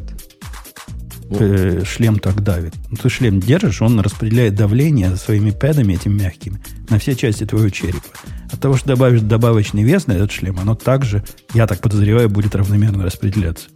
Э, шлем так давит. Ну, ты шлем держишь, он распределяет давление своими пэдами, этими мягкими, на все части твоего черепа. От того, что добавишь добавочный вес на этот шлем, оно также, я так подозреваю, будет равномерно распределяться.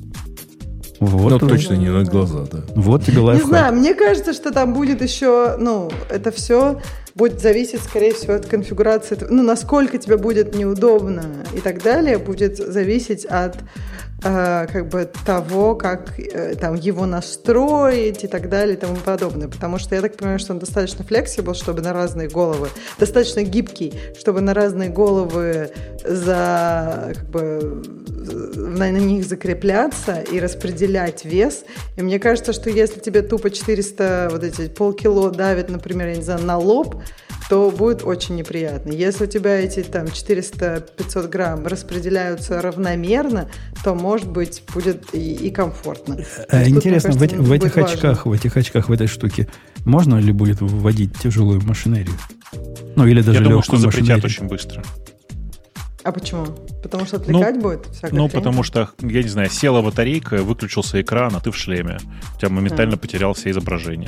Вот. Но точно не на глаза, да. Вот тебе лайфхак. Не знаю, мне кажется, что там будет еще, ну, это все будет зависеть, скорее всего, от конфигурации, ну, насколько тебе будет неудобно и так далее, будет зависеть от э, как бы того, как э, там его настроить и так далее и тому подобное. Потому что я так понимаю, что он достаточно flexible, чтобы на разные головы, достаточно гибкий, чтобы на разные головы за, как бы, на, на них закрепляться и распределять вес. И мне кажется, что если тебе тупо четыреста, вот эти полкило давит, например, я не знаю, на лоб, то будет очень неприятно. Если у тебя эти там четыреста-пятьсот грамм распределяются равномерно, то, может быть, будет и, и комфортно. А, интересно, тут, в, эти, в этих важно. очках, в этих очках, в этой штуке можно ли будет вводить тяжелую машинерию? Ну, или даже Я думаю, что легкую запретят машинерию? очень быстро. А почему? Потому что отвлекать ну, будет? Всякая ну, хрень? потому что, я не знаю, села батарейка, выключился экран, а ты в шлеме. У тебя моментально А. потерял все изображения.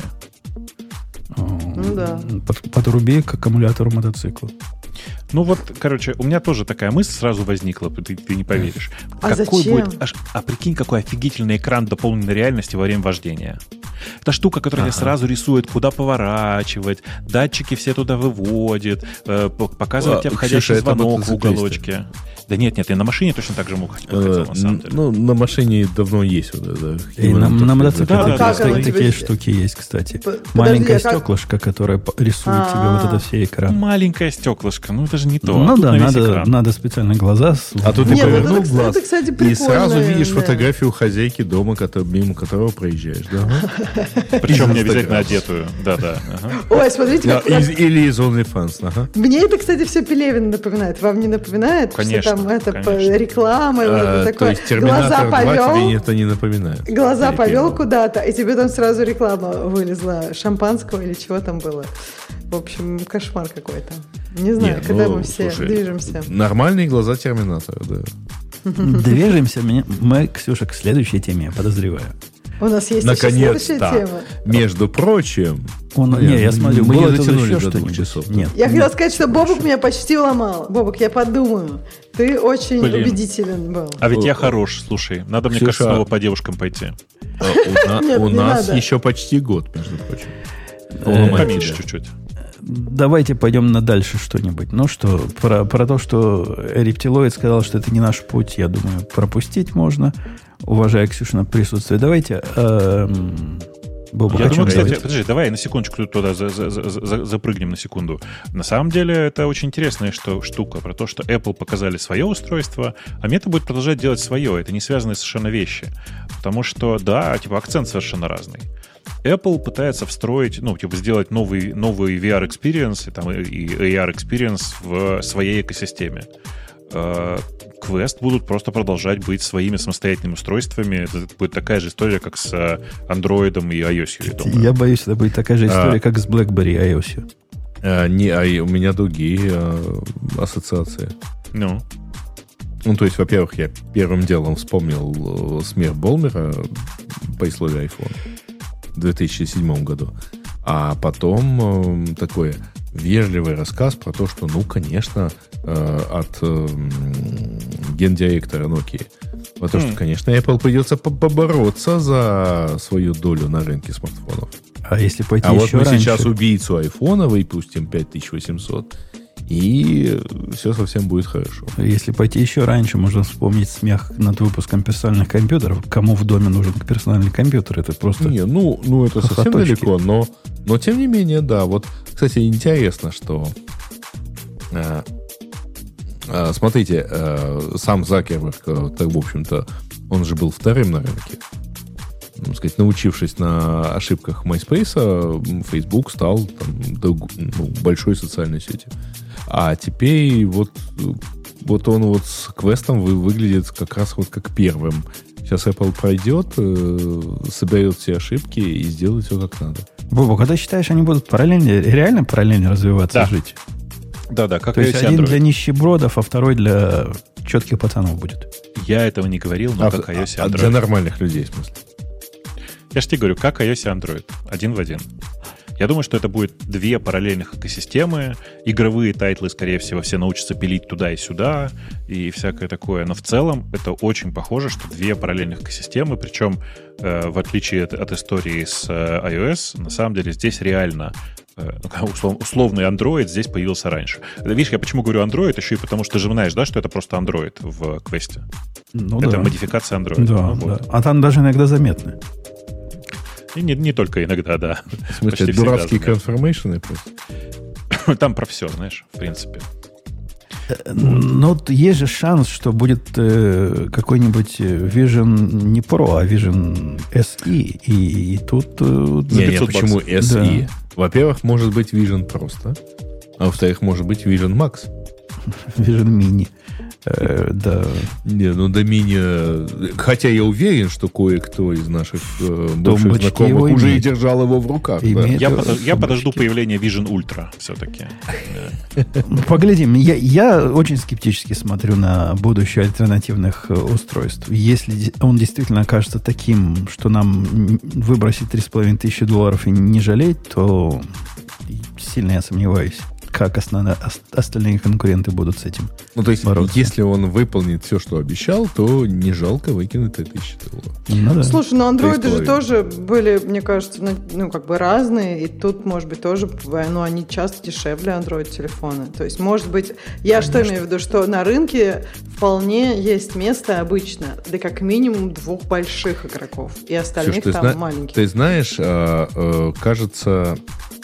Ну да. Под, подруби к аккумулятору мотоцикла. Ну вот, короче, у меня тоже такая мысль сразу возникла, ты, ты не поверишь. А какой зачем? будет, аж, а прикинь, какой офигительный экран дополненной реальности во время вождения. Это штука, которая Ага. тебе сразу рисует, куда поворачивать, датчики все туда выводит, э, показывает А, тебе входящий Ксюша, это звонок в мотоциклисты. уголочке. Да нет, нет, я на машине точно так же мог хотел, Э, на самом деле. Ну, на машине давно есть вот это. И на, на мотоцикле Да, да, такие, да, да. такие штуки есть, кстати. Подожди, Маленькое а как- стеклышко, которое по- рисует тебе А-а-а. вот это все экран. Маленькое стеклышко, ну это же не то. Ну Тут да, на весь надо, экран. надо специально глаза. с- А тут ты Нет, ну повернул это, глаз, это, кстати, и прикольно, сразу видишь да. фотографию хозяйки дома, который, мимо которого проезжаешь. Да? Причем не Из обязательно Инстаграма. одетую. Да-да. ага. Ой, смотрите, Да, как... из- Или из OnlyFans. Ага. Мне это, кстати, все Пелевин напоминает. Вам не напоминает? Конечно, Что там это конечно. по- реклама, и вот это А, То такое. есть Глаза Терминатор два тебе повел, это не напоминает. глаза Или повел фильм. куда-то, и тебе там сразу реклама вылезла. Шампанского или чего там было. В общем, кошмар какой-то. Не знаю, Не, когда ну, мы все слушай, движемся. Нормальные глаза Терминатора, да. Движемся, меня- мы, Ксюша, к следующей теме, я подозреваю. У нас есть еще следующая Наконец-то. тема. Между прочим... Он, Ну, не, я- я смотрю, мы не было тут дотянули еще до двух что-нибудь. часов. Нет. Я нет. хотела сказать, что Бобук меня почти уломал. Бобук, я подумаю. Ты очень Блин. убедителен был. А ведь я О, хорош, слушай. Надо, мне Ксюша. кажется, снова по девушкам пойти. а, У на- Нет, у не нас надо. еще почти год, между прочим. Э, Уломать Поменьше тебя. чуть-чуть. Давайте пойдем на дальше что-нибудь. Ну что, про, про то, что рептилоид сказал, что это не наш путь, я думаю, пропустить можно, уважая Ксюшина присутствие. Давайте... эм, Боба, Я о чем думаю, кстати, говорить? подожди, давай на секундочку туда за- за- за- за- запрыгнем на секунду. На самом деле это очень интересная что, штука про то, что Apple показали свое устройство, а Meta будет продолжать делать свое. Это не связанные совершенно вещи. Потому что, да, типа акцент совершенно разный. Apple пытается встроить, ну, типа сделать новый, новый ви ар-экспириенс и, там, и эй ар-экспириенс в своей экосистеме. Quest будут просто продолжать быть своими самостоятельными устройствами. Это будет такая же история, как с Android и iOS, я думаю. Я боюсь, это будет такая же история, А. как с BlackBerry и iOS. А, не, а и у меня другие а, ассоциации. Ну, Ну, то есть, во-первых, я первым делом вспомнил э, смерть Болмера по истории iPhone в две тысячи седьмом году. А потом э, такой вежливый рассказ про то, что, ну, конечно, э, от э, гендиректора Nokia. Про то, что, конечно, Apple придется по- побороться за свою долю на рынке смартфонов. А если пойти А вот еще мы раньше, сейчас убийцу айфона выпустим пять тысяч восемьсот, и все совсем будет хорошо. если пойти еще раньше, можно вспомнить смех над выпуском персональных компьютеров. Кому в доме нужен персональный компьютер? Это просто... Не, ну, ну это совсем хохоточки. далеко, но, но тем не менее, да. Вот, кстати, интересно, что э, э, смотрите, э, сам Закерберг, э, так, в общем-то, он же был вторым на рынке. Ну, сказать, научившись на ошибках MySpace, Facebook стал там, друг- ну, большой социальной сетью. А теперь вот, вот он вот с квестом вы, выглядит как раз вот как первым Сейчас Apple пройдет, э, соберет все ошибки и сделает все как надо. Бобок, а ты считаешь, они будут параллельно, реально параллельно развиваться, да. жить? Да-да, как То есть iOS один Android. для нищебродов, а второй для четких пацанов будет. Я этого не говорил, но а, как iOS и а Android. для нормальных людей, в смысле? Я же тебе говорю, как iOS и Android. Один в один. Я думаю, что это будет две параллельных экосистемы. Игровые тайтлы, скорее всего, все научатся пилить туда и сюда и всякое такое. Но в целом это очень похоже, что две параллельных экосистемы. Причем, э, в отличие от, от истории с э, iOS, на самом деле здесь реально э, услов, условный Android здесь появился раньше. Видишь, я почему говорю Android? Еще и потому, что ты же знаешь, да, что это просто Android в квесте. Ну, это да. модификация Android. Да, ну, да. вот. А там даже иногда заметно. И не, не только иногда, да. В смысле, Почти дурацкие всегда конформейшены просто? Там про все, знаешь, в принципе. Но есть же шанс, что будет э, какой-нибудь Vision не Pro, а Vision эс и. И, и тут... Э, Не, не, почему эс и? Да. Во-первых, может быть Vision просто. А во-вторых, может быть Vision Max. Vision Mini. Э, да. Не, ну до мини... Хотя я уверен, что кое-кто из наших э, бывших Тумбочки знакомых его уже имеет. и держал его в руках. да. Имеет. Я, Это подож- я подожду тумбочки. появления Vision Ultra все-таки. Поглядим. Я, я очень скептически смотрю на будущее альтернативных э, устройств. Если де- он действительно окажется таким, что нам м, выбросить три с половиной тысячи долларов и не жалеть, то сильно я сомневаюсь, как основно, ос- остальные конкуренты будут с этим. Ну, то есть, бороться. если он выполнит все, что обещал, то не жалко выкинуть три тысячи долларов. Ну да. Слушай, ну андроиды же половиной. тоже тоже были, мне кажется, ну, ну, как бы разные, и тут, может быть, тоже, ну, они часто дешевле Android-телефона. То есть, может быть, я что имею в виду, что на рынке вполне есть место обычно для как минимум двух больших игроков, и остальных Слушай, ты там зна- маленьких. Ты знаешь, а, а, кажется,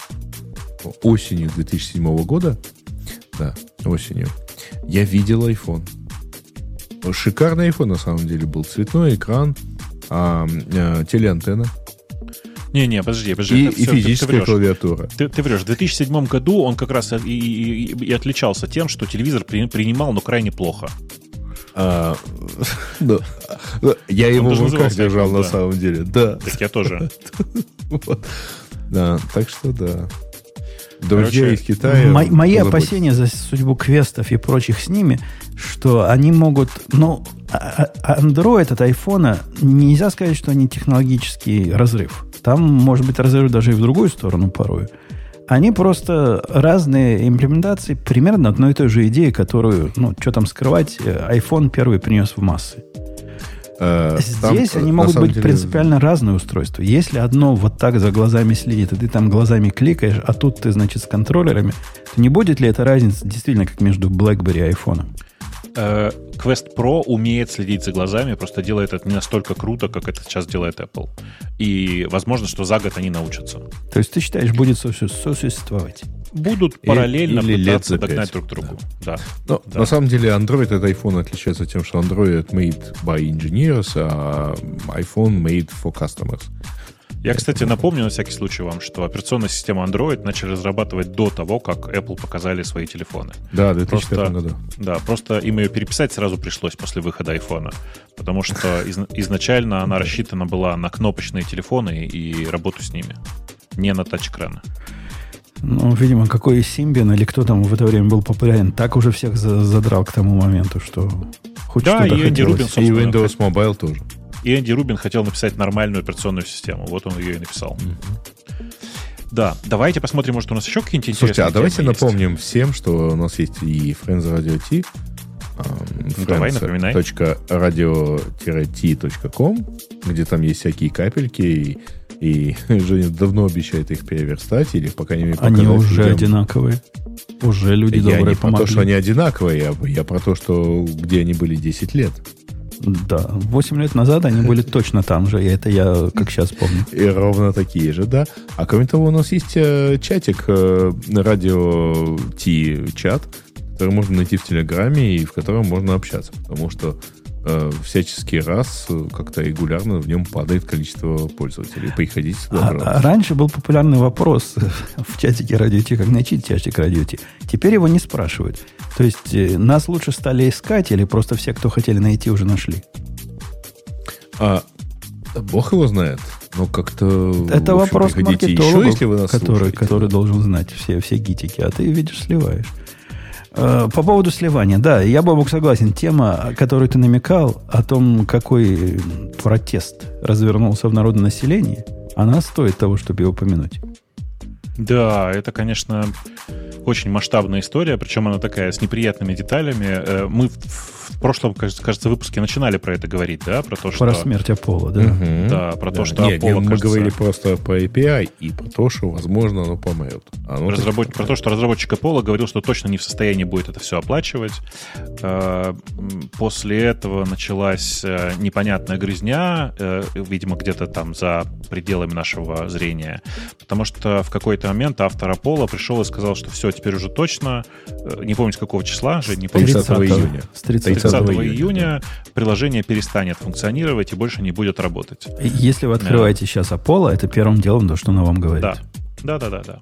осенью две тысячи седьмого года, да, осенью, я видел iPhone. Шикарный iPhone, на самом деле, был. Цветной экран, а, а, телеантенна Не-не, подожди, подожди. и, это и всё- ты- физическая ты врешь. клавиатура. Ты, ты врешь. В две тысячи седьмом году он как раз и, и- и- и отличался тем, что телевизор при- принимал, но крайне плохо. А, ну, я Он его даже в руках назывался держал, iPhone, на да. самом деле. Да. Так я тоже. Вот. Да, так что да. Друзья Короче, из Китая... Мо- мои позаботьтесь. опасения за судьбу квестов и прочих с ними, что они могут... Ну, а- а- Android от айфона, нельзя сказать, что они технологический разрыв. Там может быть разрыв даже и в другую сторону порою. Они просто разные имплементации примерно одной и той же идеи, которую, ну, что там скрывать, iPhone первый принес в массы. Э, там, Здесь э, они на могут самом быть деле, принципиально разные устройства. Если одно вот так за глазами следит, и ты там глазами кликаешь, а тут ты, значит, с контроллерами, то не будет ли это разница действительно как между BlackBerry и iPhone? Э, Quest Pro умеет следить за глазами, просто делает это не настолько круто, как это сейчас делает Apple. И возможно, что за год они научатся. То есть ты считаешь, будет сосу- сосуществовать? Будут Или- параллельно или лет пытаться за догнать пять. друг друга. Да. Но Да. на самом деле Android от iPhone отличается тем, что Android made by engineers, а iPhone made for customers. Я, кстати, напомню на всякий случай вам, что операционную систему Android начали разрабатывать до того, как Apple показали свои телефоны. Да, в две тысячи пятом Просто- году. Да, просто им ее переписать сразу пришлось после выхода айфона, потому что из- изначально она рассчитана была на кнопочные телефоны и работу с ними, не на тач-экраны. Ну, видимо, какой Symbian или кто там в это время был популярен, так уже всех за- задрал к тому моменту, что хоть Да, что-то и Энди хотелось. Рубин, И собственно, Windows Mobile тоже. И Энди Рубин хотел написать нормальную операционную систему, вот он ее и написал. Да, давайте посмотрим, может, у нас еще какие-нибудь интересные Слушайте, а давайте темы есть. напомним всем, что у нас есть и Friends Radio T, Ну, давай, напоминай. .radio-t точка com, где там есть всякие капельки, и, и Женя давно обещает их переверстать, или, по крайней мере, Они показать уже людям. одинаковые. Уже люди Я добрые не про помогли. то, что они одинаковые, я, я про то, что где они были десять лет. Да, восемь лет назад они были точно там же, и это я как сейчас помню. И ровно такие же, да. А кроме того, у нас есть э, чатик, э, радио Ти чат, который можно найти в Телеграме и в котором можно общаться, потому что э, всяческий раз э, как-то регулярно в нем падает количество пользователей. Приходите сюда, А, пожалуйста. а раньше был популярный вопрос в чатике Радио Ти, как найти чатик Радио Ти. Теперь его не спрашивают. То есть э, нас лучше стали искать или просто все, кто хотели найти, уже нашли? А бог его знает. Но как-то... Это вопрос к маркетологу, еще, если вы нас который, который должен знать все, все гитики. А ты, видишь, сливаешь. По поводу сливания, да, я, Бобук, согласен. Тема, о которой ты намекал, о том, какой протест развернулся в народном населении, она стоит того, чтобы ее упомянуть. Да, это, конечно, очень масштабная история, причем она такая с неприятными деталями. Мы в прошлом, кажется, выпуске начинали про это говорить, да? Про то, что... Про смерть Apollo, да? Угу. Да, про да. то, что Нет, Apollo, нет, кажется... мы говорили просто по эй пи ай и про то, что, возможно, оно помрет. Оно Разработ... так... Про то, что разработчик Apollo говорил, что точно не в состоянии будет это все оплачивать. После этого началась непонятная грызня, видимо, где-то там за пределами нашего зрения, потому что в какой-то момент автор Apollo пришел и сказал, что все, теперь уже точно, не помню, с какого числа же, не помню. тридцатого июня. С тридцатого июня приложение перестанет функционировать и больше не будет работать. Если вы открываете да. сейчас Apollo, это первым делом то, что она вам говорит. Да, да, да, да, да.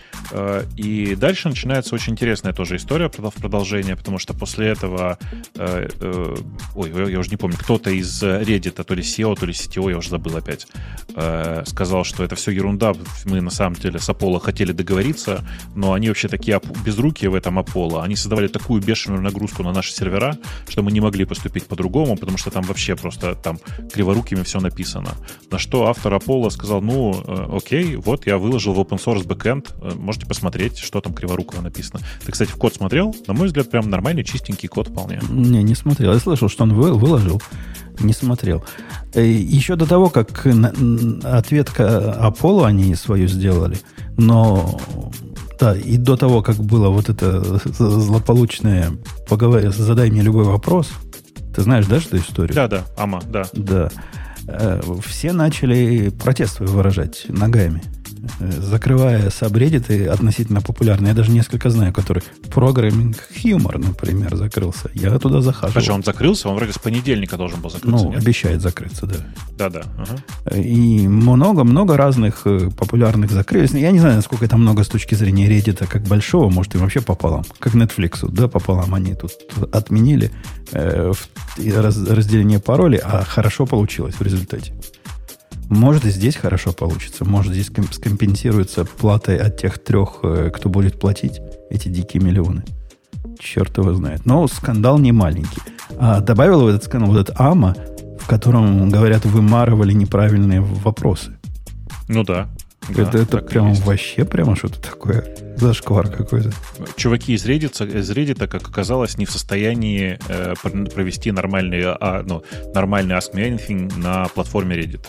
И дальше начинается очень интересная тоже история в продолжение, потому что после этого, э, э, ой, я уже не помню, кто-то из Reddit, то ли си и о, то ли си ти о, я уже забыл опять, э, сказал, что это все ерунда, мы на самом деле с Apollo хотели договориться, но они вообще такие безрукие в этом Apollo, они создавали такую бешеную нагрузку на наши сервера, что мы не могли поступить по-другому, потому что там вообще просто там криворукими все написано. На что автор Apollo сказал, ну, э, окей, вот я выложил в open source backend, можете посмотреть, что там криворукого написано. Ты, кстати, в код смотрел? На мой взгляд, прям нормальный, чистенький код вполне. Не, не смотрел. Я слышал, что он выложил. Не смотрел. Еще до того, как ответка Apollo они свою сделали, но да, и до того, как было вот это злополучное поговори, задай мне любой вопрос. Ты знаешь, да, что историю? Да, да, ама, да. Да. Все начали протест выражать ногами, закрывая сабреддиты относительно популярные. Я даже несколько знаю, который Programming Humor, например, закрылся. Я туда захожу. Слушай, он закрылся? Он вроде с понедельника должен был закрыться. Ну, нет? Обещает закрыться, да. Да-да. Ага. И много-много разных популярных закрылись. Я не знаю, насколько это много с точки зрения Reddit, как большого, может, и вообще пополам. Как Netflix, да, пополам они тут отменили э, раз, разделение паролей, а хорошо получилось в результате. Может, и здесь хорошо получится. Может, здесь скомпенсируется платой от тех трех, кто будет платить эти дикие миллионы. Черт его знает. Но скандал не маленький. А добавил в этот скандал вот этот ама, в котором, говорят, вымарывали неправильные вопросы. Ну да. Это, да, это прям вообще прямо что-то такое. Зашквар какой-то. Чуваки из Reddit, из Reddit, как оказалось, не в состоянии э, провести нормальный, а, ну, нормальный Ask Me Anything на платформе Reddit.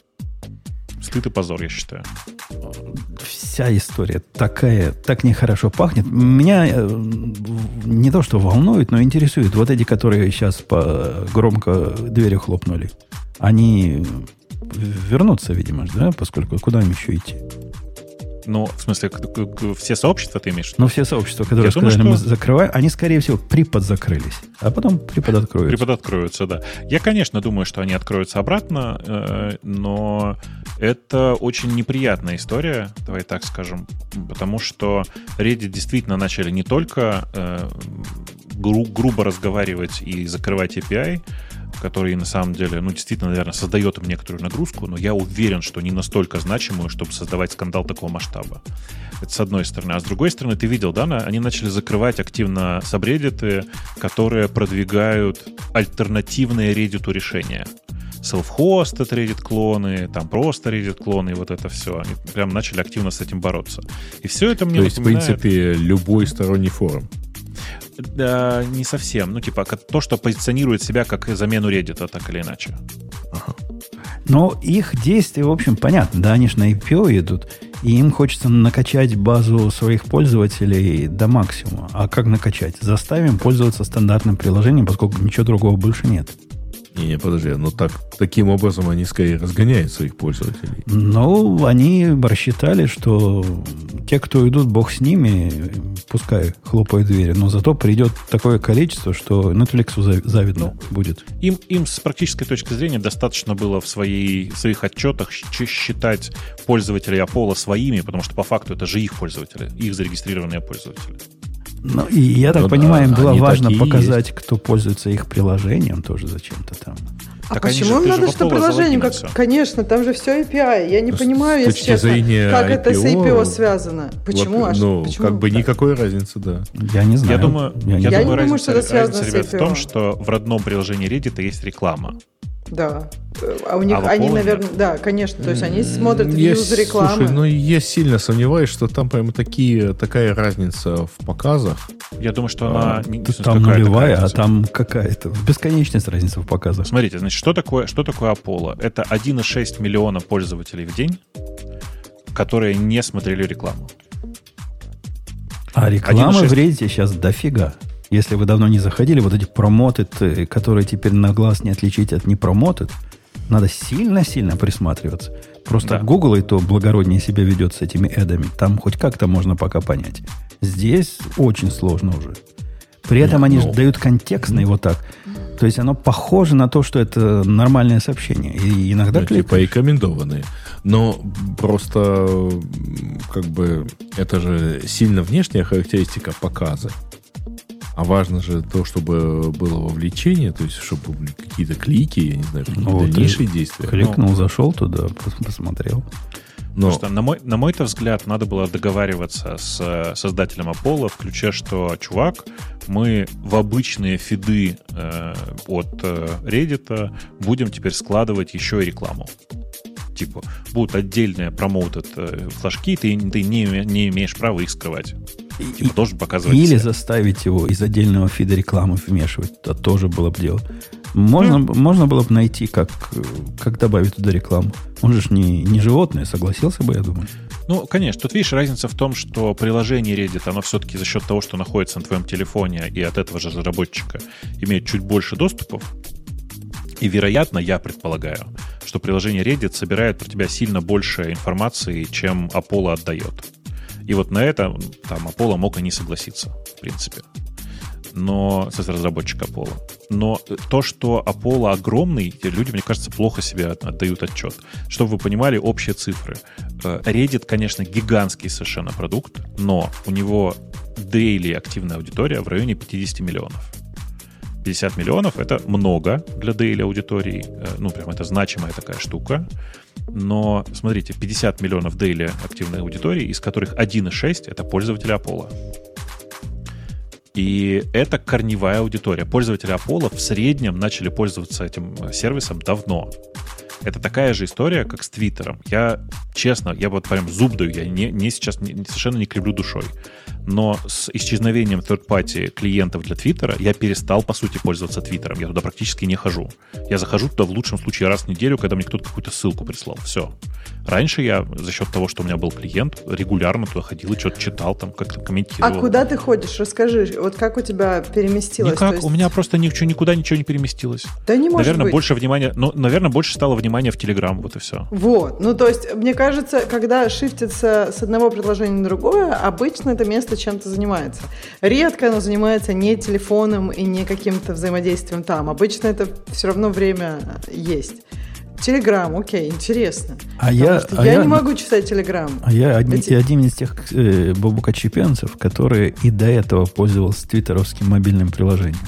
Стыд и позор, я считаю. Вся история такая, так нехорошо пахнет. Меня не то что волнует, но интересует. Вот эти, которые сейчас по громко дверью хлопнули, они вернутся, видимо, да? Поскольку куда им еще идти? Ну, в смысле, все сообщества ты имеешь? Ну, все сообщества, которые я сказали, думаю, мы что... закрываем, они, скорее всего, приподзакрылись. А потом приподоткроются. Приподоткроются, да. Я, конечно, думаю, что они откроются обратно, но это очень неприятная история, давай так скажем, потому что Reddit действительно начали не только э, гру- грубо разговаривать и закрывать эй пи ай, который на самом деле, ну, действительно, наверное, создает им некоторую нагрузку, но я уверен, что не настолько значимую, чтобы создавать скандал такого масштаба. Это с одной стороны. А с другой стороны, ты видел, да, они начали закрывать активно сабреддиты, которые продвигают альтернативные Reddit решения. Self-hosted Reddit-клоны, там просто Reddit-клоны, и вот это все. Они прям начали активно с этим бороться. И все это мне То есть, напоминает... в принципе, любой сторонний форум. Да, не совсем. Ну, типа, то, что позиционирует себя как замену Reddit, так или иначе. Ага. Но их действия, в общем, понятно. Да, они же на ай пи о идут, и им хочется накачать базу своих пользователей до максимума. А как накачать? Заставим пользоваться стандартным приложением, поскольку ничего другого больше нет. Не-не, подожди, но так, таким образом они скорее разгоняют своих пользователей. Ну, они рассчитали, что те, кто идут, бог с ними, пускай хлопают двери, но зато придет такое количество, что Netflix завидно ну, будет. Им, им с практической точки зрения достаточно было в, своей, в своих отчетах считать пользователей Apollo своими, потому что по факту это же их пользователи, их зарегистрированные пользователи. Ну, и я так ну, понимаю, им да, было важно показать, есть. Кто пользуется их приложением тоже зачем-то там. А Так почему им надо, что приложение? Как, конечно, там же все эй пи ай. Я не С понимаю, если честно, как это с эй пи о связано. Почему? Вот, ну, почему? как бы никакой разницы, да. Я не знаю. Я думаю, я, я я думаю не думаю, разница, что это связано разница, с ребят, эй пи о. в том, что в родном приложении Reddit есть реклама. Да. А у них, А в они, Apollo наверное, нет. да, конечно. То есть они смотрят Я, вьюз рекламы. Слушай, ну я сильно сомневаюсь, что там прямо такие, такая разница в показах. Я думаю, что она... А, не- тут не- там какая-то нулевая, а разница. там какая-то бесконечность разницы в показах. Смотрите, значит, что такое, что такое Apollo? Это один и шесть миллиона пользователей в день, которые не смотрели рекламу. А рекламы один и шесть. в Reddit сейчас дофига. Если вы давно не заходили, вот эти промоты, которые теперь на глаз не отличить от непромотед, надо сильно-сильно присматриваться. Просто Да. Google и то благороднее себя ведет с этими эдами. Там хоть как-то можно пока понять. Здесь очень сложно уже. При этом они же Ну. дают контекстный вот так. То есть оно похоже на то, что это нормальное сообщение. И иногда Ну, кликаешь. типа рекомендованные. Но просто м, как бы это же сильно внешняя характеристика показа. А важно же то, чтобы было вовлечение, то есть чтобы были какие-то клики, я не знаю, какие-то Ну, вот дальнейшие и действия. Кликнул, зашел туда, пос- посмотрел. Но Потому что, на мой, на мой-то взгляд, надо было договариваться с э, создателем Apollo в ключе, что, чувак, мы в обычные фиды э, от э, Reddit будем теперь складывать еще и рекламу. Типа, будут отдельные промоутед э, флажки, ты, ты не, не имеешь права их скрывать. Типа, должен показывать Или себя. заставить его из отдельного фида рекламы вмешивать. Это тоже было бы дело. Можно, можно было бы найти, как, как добавить туда рекламу. Он же ж не, не животное, согласился бы, я думаю. Ну, конечно, тут, видишь, разница в том, что приложение Reddit, оно все-таки за счет того, что находится на твоем телефоне и от этого же разработчика имеет чуть больше доступов. И, вероятно, я предполагаю, что приложение Reddit собирает про тебя сильно больше информации, чем Apollo отдает. И вот на это там Apollo мог и не согласиться, в принципе. Но с разработчика Apollo. Но то, что Apollo огромный, люди, мне кажется, плохо себе отдают отчет. Чтобы вы понимали общие цифры. Reddit, конечно, гигантский совершенно продукт, но у него daily активная аудитория в районе пятьдесят миллионов. пятьдесят миллионов — это много для daily аудитории. Ну, прям это значимая такая штука. Но, смотрите, пятьдесят миллионов daily активной аудитории, из которых один и шесть — это пользователи Apollo. И это корневая аудитория. Пользователи Apollo в среднем начали пользоваться этим сервисом давно. Это такая же история, как с Твиттером. Я, честно, я вот прям зуб даю, я не, не сейчас не, совершенно не кривлю душой. Но с исчезновением third-party клиентов для Твиттера я перестал, по сути, пользоваться Твиттером. Я туда практически не хожу. Я захожу туда в лучшем случае раз в неделю, когда мне кто-то какую-то ссылку прислал. Все. Раньше я за счет того, что у меня был клиент, регулярно туда ходил и что-то читал, там как-то комментировал. А куда ты ходишь? Расскажи. Вот как у тебя переместилось? Никак. То есть... У меня просто ничего, никуда ничего не переместилось. Да не может Наверное, быть. больше внимания, ну, наверное, больше стало внимания в Телеграм, вот и все. Вот. Ну, то есть, мне кажется, когда шифтится с одного предложения на другое, обычно это место чем-то занимается. Редко оно занимается не телефоном и не каким-то взаимодействием там. Обычно это все равно время есть. Телеграм, окей, интересно. А Потому я, что а я, я не могу читать Телеграм. А я один, Эти- один из тех э, бабукачипенцев, которые и до этого пользовался твиттеровским мобильным приложением.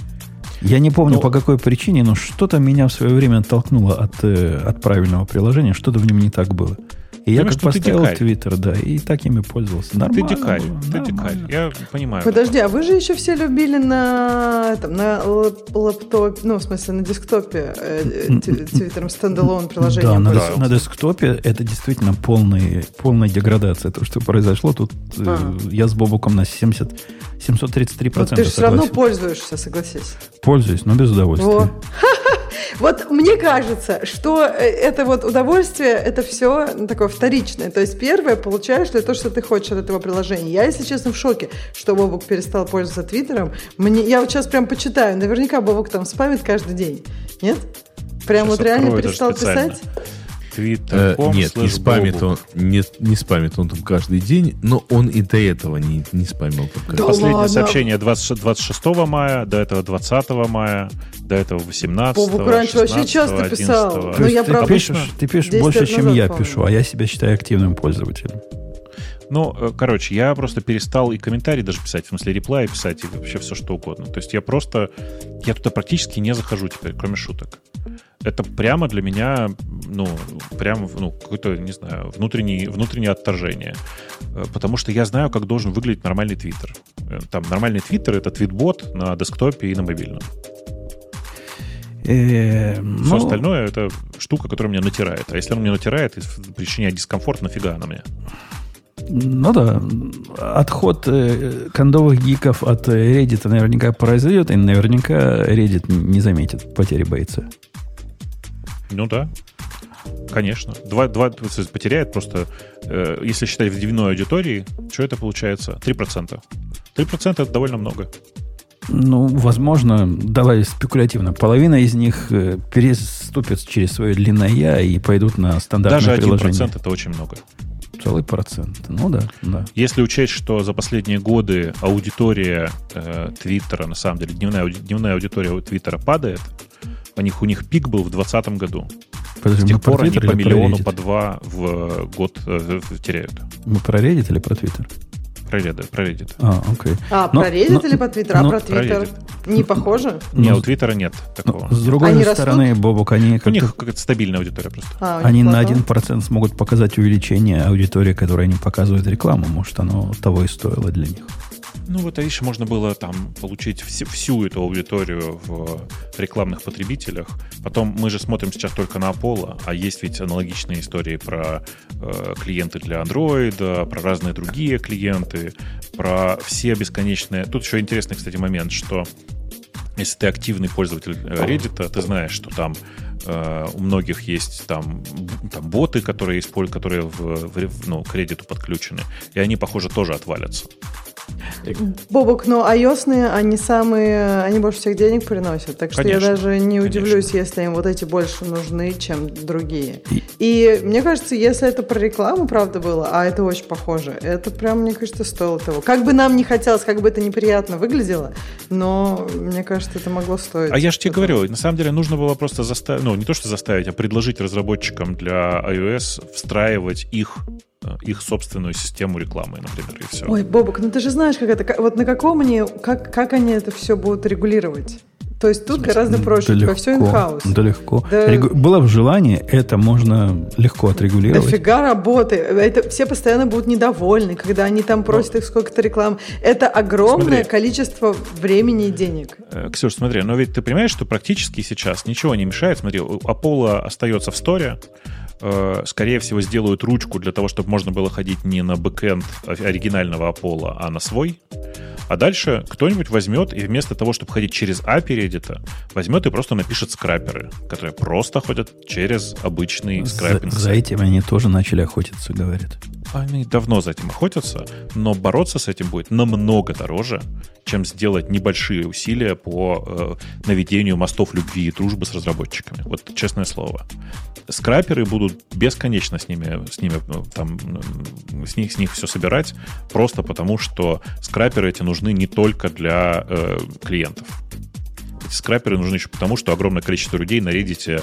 Я не помню, Ну, по какой причине, но что-то меня в свое время оттолкнуло от, э, от правильного приложения, что-то в нем не так было. И я Понимаешь, как ну ты поставил дикарь. Твиттер, да, и так ими пользовался. Ты Нормально дикарь, было, ты дикарь. нормально. Я понимаю. Подожди, а вы же еще все любили на, там, на лап- лаптопе, ну, в смысле, на десктопе э, э, т- Твиттером стендалон приложение. Да, на, было. дес- на десктопе это действительно полный, полная деградация. То, что произошло, тут э, А. я с Бобуком на семьдесят, семьсот тридцать три Но процента ты же все равно согласен. пользуешься, согласись. Пользуюсь, но без удовольствия. Во. Вот мне кажется, что э, это вот удовольствие, это все такое вторичное. То есть первое, получаешь ли то, что ты хочешь от этого приложения. Я, если честно, в шоке, что Бобук перестал пользоваться Твиттером. Мне, я вот сейчас прям почитаю. Наверняка Бобук там спамит каждый день. Нет? Прям Щас вот реально открою даже перестал специально. писать? Твиттер Э, точка ком нет, не слэш спамит Бобук. он, не, не спамит он там каждый день, но он и до этого не, не спамил там каждый Да Последнее ладно. сообщение двадцать, двадцать шестого мая, до этого двадцатого мая, до этого восемнадцатого, Бобук раньше вообще часто шестнадцатого, писал. одиннадцатого. То Ну, есть я ты, правда- пишешь, ты пишешь десять больше, лет чем назад, я по-моему. пишу, а я себя считаю активным пользователем. Ну, э, короче, я просто перестал и комментарии даже писать, в смысле реплай писать, и вообще все что угодно. То есть я просто, я туда практически не захожу теперь, кроме шуток. это прямо для меня, ну, прям, ну, какое-то, не знаю, внутреннее, внутреннее отторжение. Потому что я знаю, как должен выглядеть нормальный Твиттер. Там нормальный Твиттер — это твитбот на десктопе и на мобильном. Все ну, остальное — это штука, которая меня натирает. А если она меня натирает и причиняет дискомфорт, нафига она мне? Ну да, отход э, кондовых гиков от Reddit наверняка произойдет, и наверняка Reddit не заметит потери бойца. Ну да, конечно. Два, два, потеряет просто, э, если считать в дневной аудитории, что это получается? три процента. три процента это довольно много. Ну, возможно, давай спекулятивно, половина из них э, переступят через свое длинное «я» и пойдут на стандартное Даже приложение. один процент это очень много. Целый процент. Ну да, да. Если учесть, что за последние годы аудитория э, Твиттера, на самом деле, дневная, дневная аудитория у Твиттера падает, у них, у них пик был в двадцатом году. Подожди, С тех пор они по миллиону, Reddit? по два в год э, теряют. Мы про Reddit или про Твиттер? Про Reddit. Про Reddit. А, окей. А, но, про Reddit но, или про Твиттер? А но, про Твиттер не похоже? Не, но, у Твиттера нет такого. С другой они стороны, растут? Бобок, они... У них какая-то стабильная аудитория просто. А, они на плохо. один процент смогут показать увеличение аудитории, которой они показывают рекламу. Может, оно того и стоило для них. Ну, вот, а видишь, можно было там получить всю, всю эту аудиторию в рекламных потребителях. Потом мы же смотрим сейчас только на Apollo, а есть ведь аналогичные истории про э, клиенты для Android, про разные другие клиенты, про все бесконечные... Тут еще интересный, кстати, момент, что если ты активный пользователь Reddit, ты знаешь, что там э, у многих есть там, там боты, которые, используют, которые в, в, ну, к Reddit подключены, и они, похоже, тоже отвалятся. Бобок, но iOS-ные, они самые, они больше всех денег приносят, так что Конечно, я даже не удивлюсь, конечно. если им вот эти больше нужны, чем другие. И... и мне кажется, если это про рекламу, правда, было, а это очень похоже, это прям, мне кажется, стоило того. Как бы нам не хотелось, как бы это неприятно выглядело, но мне кажется, это могло стоить. А я же тебе говорю, на самом деле нужно было просто заставить, ну не то, что заставить, а предложить разработчикам для iOS встраивать их их собственную систему рекламы, например, и все. Ой, Бобок, ну ты же знаешь, как это, вот на каком они, как, как они это все будут регулировать? То есть тут гораздо проще, да типа легко, все in-house. Да легко. Да. Регу... Было бы желание, это можно легко отрегулировать. Дофига работы. Это, все постоянно будут недовольны, когда они там просят но... их сколько-то реклам. Это огромное смотри. количество времени и денег. Ксюш, смотри, но ведь ты понимаешь, что практически сейчас ничего не мешает. Смотри, Apollo остается в сторе, скорее всего, сделают ручку для того, чтобы можно было ходить не на бэкэнд оригинального Apollo, а на свой. А дальше кто-нибудь возьмет и вместо того, чтобы ходить через эй пи ай Reddit, возьмет и просто напишет скраперы, которые просто ходят через обычный скрайпинг. За, за этим они тоже начали охотиться, говорят. Они давно за этим охотятся, но бороться с этим будет намного дороже, чем сделать небольшие усилия по э, наведению мостов любви и дружбы с разработчиками. Вот честное слово. Скраперы будут бесконечно с ними, с ними там, с них, с них все собирать, просто потому что скраперы эти нужны не только для э, клиентов. Эти скраперы нужны еще потому, что огромное количество людей на Reddit,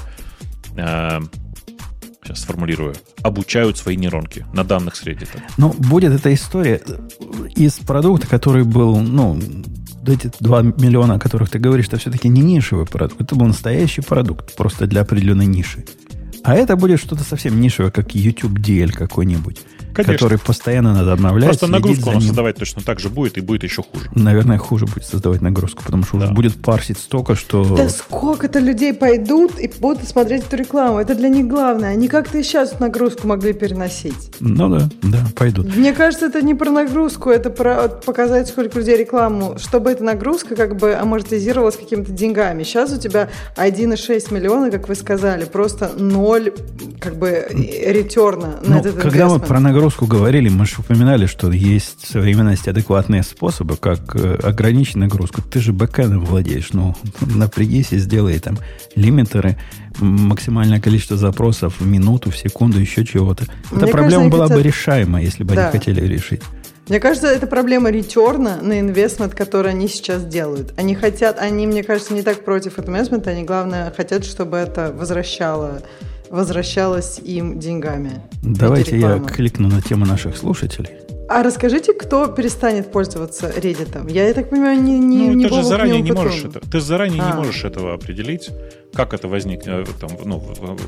э, сейчас сформулирую, обучают свои нейронки на данных с Reddit. Ну, будет эта история из продукта, который был, ну, эти два миллиона, о которых ты говоришь, это все-таки не нишевый продукт. Это был настоящий продукт, просто для определенной ниши. А это будет что-то совсем нишевое, как YouTube ди эл какой-нибудь. Конечно. Который постоянно надо обновлять. Просто нагрузку он создавать точно так же будет, и будет еще хуже. Наверное, хуже будет создавать нагрузку, потому что да. уже будет парсить столько, что... Да сколько-то людей пойдут и будут смотреть эту рекламу. Это для них главное. Они как-то и сейчас нагрузку могли переносить. Ну да, да, пойдут. Мне кажется, это не про нагрузку, это про показать, сколько людей рекламу, чтобы эта нагрузка как бы амортизировалась какими-то деньгами. Сейчас у тебя один целых шесть десятых миллиона, как вы сказали, просто ноль как бы ретерна на ну, этот когда инвестмент. мы про нагрузку говорили, мы же упоминали, что есть в современности адекватные способы, как э, ограничить нагрузку. Ты же бэкэндом владеешь, ну, напрягись и сделай там лимитеры, максимальное количество запросов в минуту, в секунду, еще чего-то. Эта Мне проблема кажется, была хотят... бы решаема, если бы да. они хотели решить. Мне кажется, это проблема ретерна на инвестмент, который они сейчас делают. Они хотят, они, мне кажется, не так против инвестмента, они, главное, хотят, чтобы это возвращало возвращалось им деньгами. Давайте я кликну на тему наших слушателей. А расскажите, кто перестанет пользоваться Reddit? Я, я так понимаю, не, не, ну, не ты же заранее не можешь это. Ты заранее а. не можешь этого определить. как это возник, там, ну,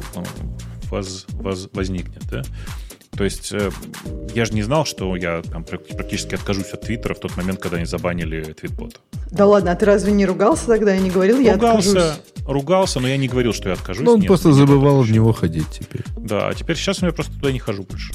воз, воз, возникнет, да? То есть я же не знал, что я там практически откажусь от Твиттера в тот момент, когда они забанили твитбота. Да ладно, а ты разве не ругался тогда и не говорил, я ругался, откажусь? Ругался, но я не говорил, что я откажусь. Ну, он Нет, просто забывал в него ходить теперь. Да, а теперь сейчас я просто туда не хожу больше.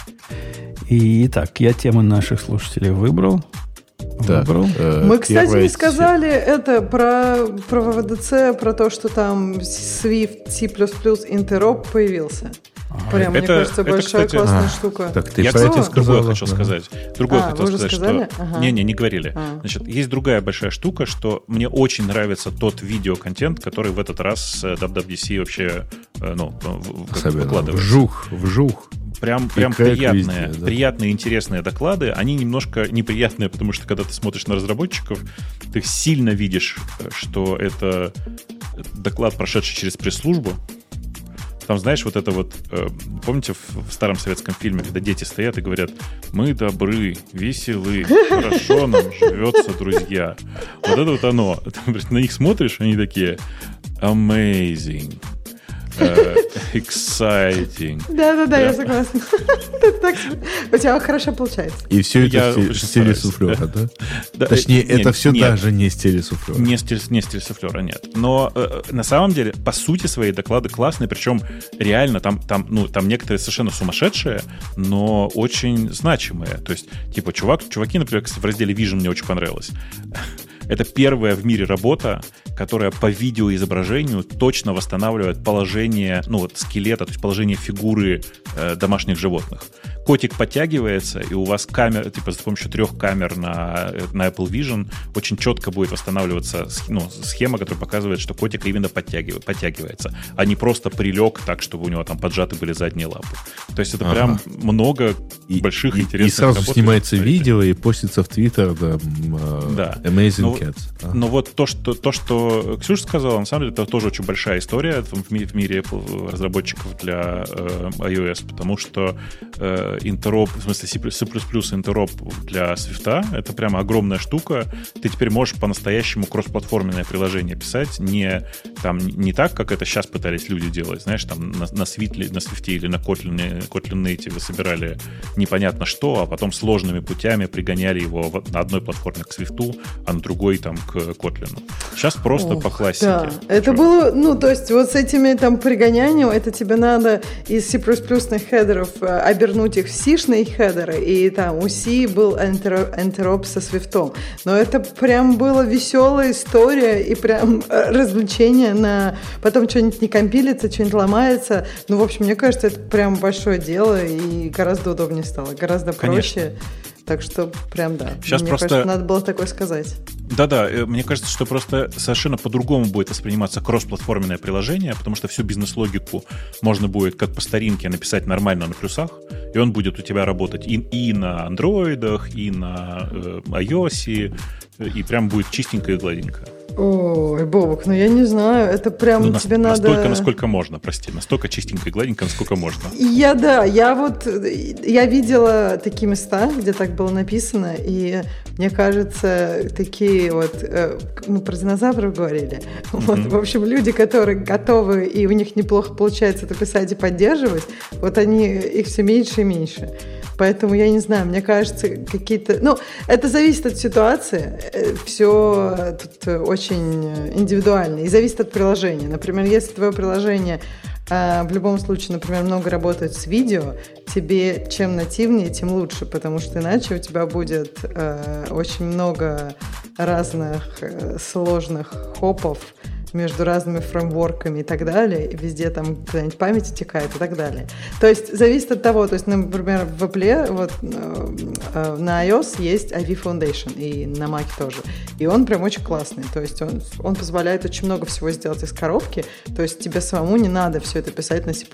И, итак, я тему наших слушателей выбрал. Да. Выбрал. Э, Мы, кстати, первое... не сказали это про, про вэ вэ дэ цэ, про то, что там Swift C++ Interop появился. Прям, это, мне кажется, это, большая кстати, классная а, штука. Так ты я, про кстати, это сказала? другое хочу да. сказать. Другое А, хотел вы уже сказать, сказали? что... Ага. Не-не, не говорили. А. Значит, есть другая большая штука, что мне очень нравится тот видеоконтент, который в этот раз дабл ю дабл ю ди си вообще ну, выкладывает. Вжух, вжух. Прям, прям приятные, везде, да. приятные, интересные доклады. Они немножко неприятные, потому что когда ты смотришь на разработчиков, ты сильно видишь, что это доклад, прошедший через пресс-службу. Там, знаешь, вот это вот, э, помните в, в старом советском фильме, когда дети стоят и говорят: мы добры, веселы, хорошо нам живется, друзья. Вот это вот оно. Ты на них смотришь, они такие amazing. Uh, exciting. Да-да-да, я согласна. У тебя хорошо получается. И все это в стиле суфлера, да? Точнее, это все даже не в стиле суфлера. Не в стиле суфлера, нет. Но на самом деле, по сути, свои доклады классные, причем реально там, там, ну, там некоторые совершенно сумасшедшие, но очень значимые. То есть, типа, чувак, чуваки, например, в разделе Vision мне очень понравилось. Это первая в мире работа, которая по видеоизображению точно восстанавливает положение, ну вот скелета, то есть положение фигуры э, домашних животных. Котик подтягивается, и у вас камера, типа с помощью трех камер на, на Apple Vision очень четко будет восстанавливаться, ну, схема, которая показывает, что котик именно подтягивает, подтягивается, а не просто прилег так, чтобы у него там поджаты были задние лапы. То есть это ага. прям много и, больших и, интересных И сразу работ, снимается видео и постится в Твиттер, да, да. Amazing но, Cats. Ага. Но вот то что, то, что Ксюша сказала, на самом деле, это тоже очень большая история в, ми- в мире разработчиков для э, iOS, потому что э, Interop, в смысле C++, C++ Interop для Swift, это прямо огромная штука. Ты теперь можешь по-настоящему кроссплатформенное приложение писать, не, там, не так, как это сейчас пытались люди делать, знаешь, там на, на, Swift, на Swift или на Kotlin, Kotlin Native собирали непонятно что, а потом сложными путями пригоняли его в, на одной платформе к Swift, а на другой там к Kotlin. Сейчас просто Ох, по классике. Да. Это было, ну, то есть вот с этими там пригонянием, это тебе надо из C++ хедеров обернуть их в C-шные хедеры, и там у C был Interop со Swift. Но это прям была веселая история и прям развлечение на... Потом что-нибудь не компилится, что-нибудь ломается. Ну, в общем, мне кажется, это прям большое дело и гораздо удобнее стало, гораздо проще. Конечно. Так что прям да. Сейчас мне просто... кажется, надо было такое сказать. Да-да, мне кажется, что просто совершенно по-другому будет восприниматься кроссплатформенное приложение, потому что всю бизнес-логику можно будет, как по старинке, написать нормально на плюсах, и он будет у тебя работать и, и на андроидах, и на э, iOS, и прям будет чистенько и гладенько. Ой, Бобок, ну я не знаю, это прям ну, тебе на, надо... Настолько, насколько можно, прости, настолько чистенько и гладенько, насколько можно. Я, да, я вот, я видела такие места, где так было написано, и мне кажется, такие вот, мы про динозавров говорили, mm-hmm. вот, в общем, люди, которые готовы, и у них неплохо получается это писать и поддерживать, вот они, их все меньше и меньше. Поэтому я не знаю, мне кажется, какие-то... Ну, это зависит от ситуации. Все тут очень индивидуально. И зависит от приложения. Например, если твое приложение в любом случае, например, много работает с видео, тебе чем нативнее, тем лучше, потому что иначе у тебя будет очень много разных сложных хопов между разными фреймворками и так далее, и везде там куда-нибудь память утекает и так далее. То есть зависит от того, то есть, например, в Apple вот, э, на iOS есть ай ви Foundation, и на Mac тоже, и он прям очень классный, то есть он, он позволяет очень много всего сделать из коробки, то есть тебе самому не надо все это писать на C++.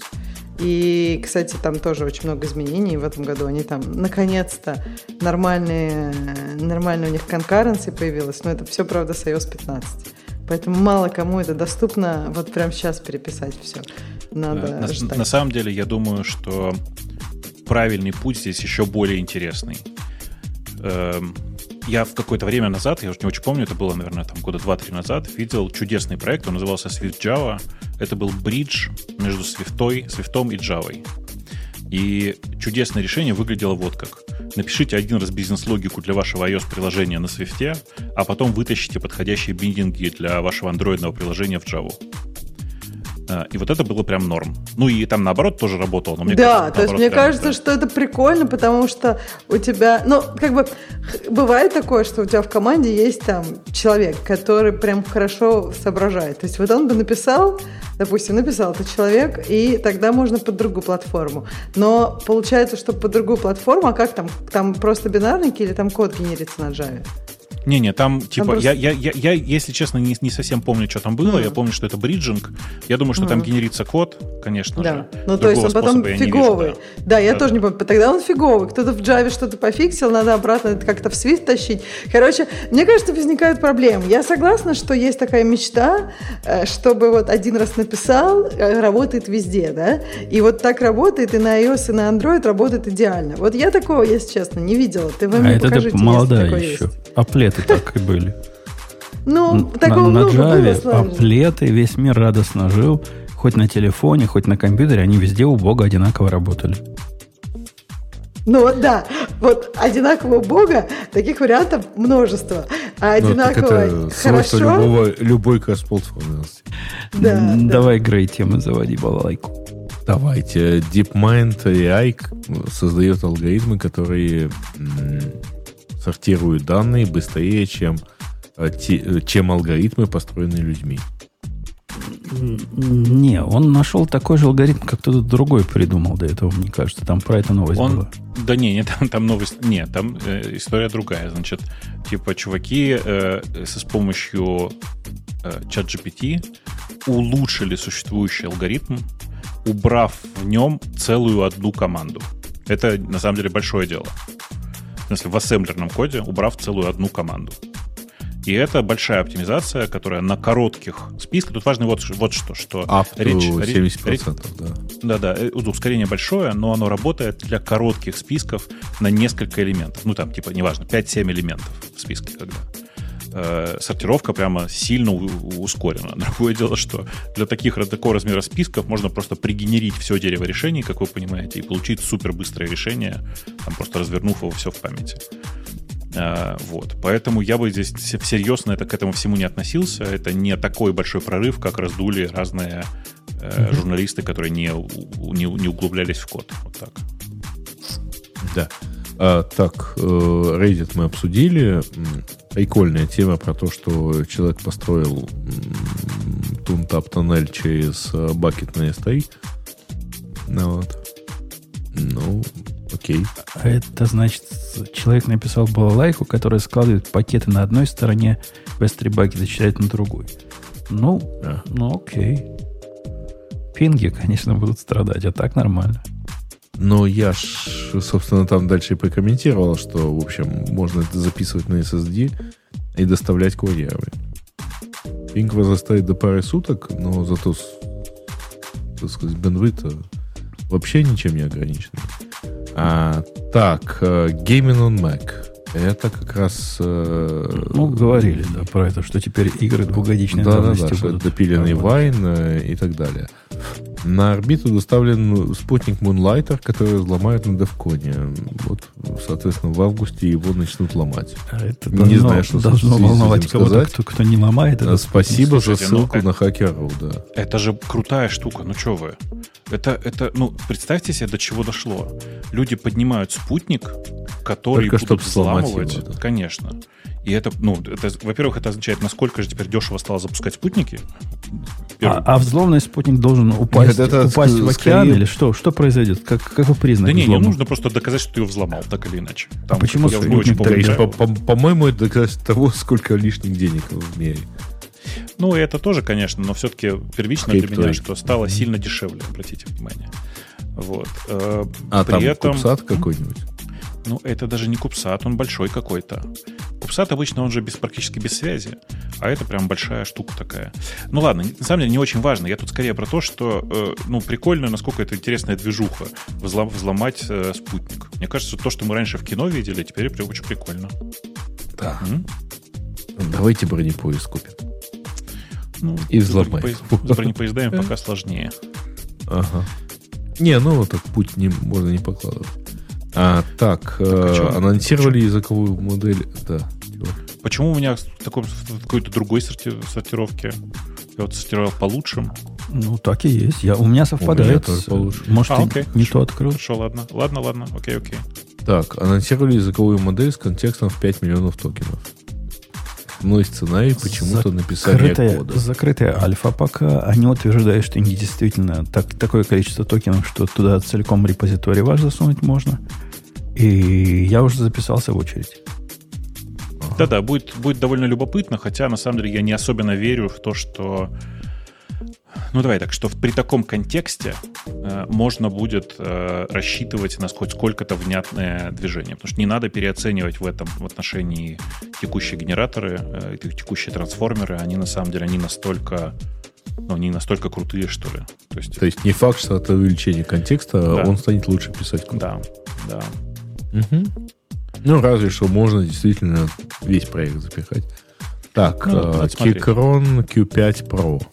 И, кстати, там тоже очень много изменений в этом году. Они там, наконец-то, нормальные, нормально у них конкуренция появилась, но это все, правда, с iOS пятнадцать. Поэтому мало кому это доступно вот прямо сейчас переписать все. Надо на, ждать. На самом деле, я думаю, что правильный путь здесь еще более интересный. Эм, я в какое-то время назад, я уже не очень помню, это было, наверное, там года два-три назад, видел чудесный проект, он назывался Swift Java. Это был бридж между Swift, Swift и Java. И чудесное решение выглядело вот как. Напишите один раз бизнес-логику для вашего iOS-приложения на Swift, а потом вытащите подходящие биндинги для вашего андроидного приложения в Java. И вот это было прям норм. Ну и там наоборот тоже работало. Но мне да, кажется, то есть мне прям, кажется, да. что это прикольно, потому что у тебя, ну, как бы бывает такое, что у тебя в команде есть там человек, который прям хорошо соображает. То есть вот он бы написал, допустим, написал этот человек, и тогда можно под другую платформу. Но получается, что под другую платформу, а как там? Там просто бинарники или там код генерится на Java? Не-не, там, типа, просто... я, я, я, я, если честно, не, не совсем помню, что там было. Mm. Я помню, что это бриджинг. Я думаю, что mm. там генерится код, конечно да. же. Ну, то есть он потом фиговый. Вижу, да. да, я да. тоже не помню. Тогда он фиговый. Кто-то в Java что-то пофиксил, надо обратно это как-то в Swift тащить. Короче, мне кажется, возникают проблемы. Я согласна, что есть такая мечта, чтобы вот один раз написал, работает везде, да? И вот так работает и на iOS, и на Android работает идеально. Вот я такого, если честно, не видела. Ты вы мне а покажите, это молодая если еще. есть. Аплеты так и были. Ну, такого на, много на Java было, аплеты, весь мир радостно жил. Хоть на телефоне, хоть на компьютере, они везде у Бога одинаково работали. Ну да, вот одинакового Бога, таких вариантов множество. А одинаково ну, хорошо... Любого, любой кросс-платформы. Да, Давай, да. Грей, тему заводи балалайку. Давайте. DeepMind эй ай создает алгоритмы, которые м- сортируют данные быстрее, чем, чем алгоритмы, построенные людьми. Не, он нашел такой же алгоритм, как кто-то другой придумал до этого, мне кажется. Там про это новость он... была. Да не, не там, там новость... Нет, там э, история другая. Значит, типа, чуваки э, с, с помощью э, ChatGPT улучшили существующий алгоритм, убрав в нем целую одну команду. Это, на самом деле, большое дело. В смысле, в ассемблерном коде убрав целую одну команду. И это большая оптимизация, которая на коротких списках... Тут важно вот, вот что. что Up to речь, семьдесят процентов, речь, да. Да-да, ускорение большое, но оно работает для коротких списков на несколько элементов. Ну, там, типа, неважно, пять-семь элементов в списке, когда. Э, сортировка прямо сильно у- ускорена. Другое дело, что для таких, такого размера списков можно просто пригенерить все дерево решений, как вы понимаете, и получить супербыстрое решение, там, просто развернув его все в памяти. Uh, вот. Поэтому я бы здесь всерьез на это, к этому всему не относился. Это не такой большой прорыв, как раздули разные uh, mm-hmm. журналисты, которые не, не, не углублялись в код. Вот так. Да. А, так, Reddit мы обсудили. Прикольная тема про то, что человек построил тунтап-тоннель через бакет на эс три. Ну, вот. Ну, окей. А это значит, человек написал балалайку, которая складывает пакеты на одной стороне, в эс три бакет зачитает на другой. Ну, а. ну окей. Пинги, конечно, будут страдать, а так нормально. Но я ж, собственно, там дальше и прокомментировал, что, в общем, можно это записывать на эс эс ди и доставлять курьерами. Пинг возрастает до пары суток, но зато, так сказать, бендвидth вообще ничем не ограничен. А, так, Gaming on Mac. Это как раз... Ну, говорили, да, про это, что теперь игры двухгодичной да, давности да, да, будут. Допиленный Вайн и так далее. На орбиту доставлен спутник Moonlighter, который взломают на Девконе. Вот, соответственно, в августе его начнут ломать. А это не должно, знаю, что должно волновать кого-то, кто, кто не ломает. Это Спасибо Слушайте, за ссылку ну, на Hacker.ru, да. Это же крутая штука, ну что вы? Это, это, ну, представьте себе, до чего дошло. Люди поднимают спутник, который Только будут чтобы сломать взламывать. его, да. Конечно. И это, ну, это, во-первых, это означает, насколько же теперь дешево стало запускать спутники. А, а взломный спутник должен упасть, Нет, это упасть в океан скорее... или что? Что произойдет? Как, какой признак Да не, не взлома? нужно просто доказать, что ты его взломал, так или иначе. А почему я спутник очень помню, тогда? да. По- по- По-моему, это доказательство того, сколько лишних денег в мире. Ну, и это тоже, конечно, но все-таки первично для меня, Кейптойк. что стало сильно дешевле, обратите внимание. Вот. Э, А При там этом... кубсат какой-нибудь? Ну, это даже не кубсат, он большой какой-то. Кубсат обычно, он же без, практически без связи, а это прям большая штука такая. Ну ладно, на самом деле не очень важно. Я тут скорее про то, что, э, ну, прикольно, насколько это интересная движуха, взлом, взломать э, спутник. Мне кажется, то, что мы раньше в кино видели, теперь прям очень прикольно. Да. М? Давайте бронепоезд купим. Ну, и взломаем. С бронепоездами пока сложнее. Ага. Не, ну так путь не, можно не покладывать. А, так, так а анонсировали почему? Языковую модель. Да. Почему у меня в, таком, в какой-то другой сорти, сортировке? Я вот сортировал по лучшим. Ну, так и есть. Я, у меня совпадает. У меня получше. Может, а, ты окей. не Хорошо. то открыл? Хорошо, ладно. Ладно, ладно. Окей, окей. Так, анонсировали языковую модель с контекстом в пять миллионов токенов. Ну и сценарий почему-то написание закрытая, кода. Закрытая альфа пока. Они утверждают, что не действительно так, такое количество токенов, что туда целиком репозиторий ваш засунуть можно. И я уже записался в очередь. Ага. Да-да, будет, будет довольно любопытно, хотя на самом деле я не особенно верю в то, что... Ну, давай так, что при таком контексте э, можно будет э, рассчитывать на хоть сколько-то внятное движение. Потому что не надо переоценивать в этом в отношении текущие генераторы, э, текущие трансформеры. Они на самом деле они настолько, ну, не настолько крутые, что ли. То есть, То есть не факт, что от увеличения контекста да. он станет лучше писать код. Да, да. Угу. Ну, разве что можно действительно весь проект запихать. Так, ну, э, Keychron кью пять Pro.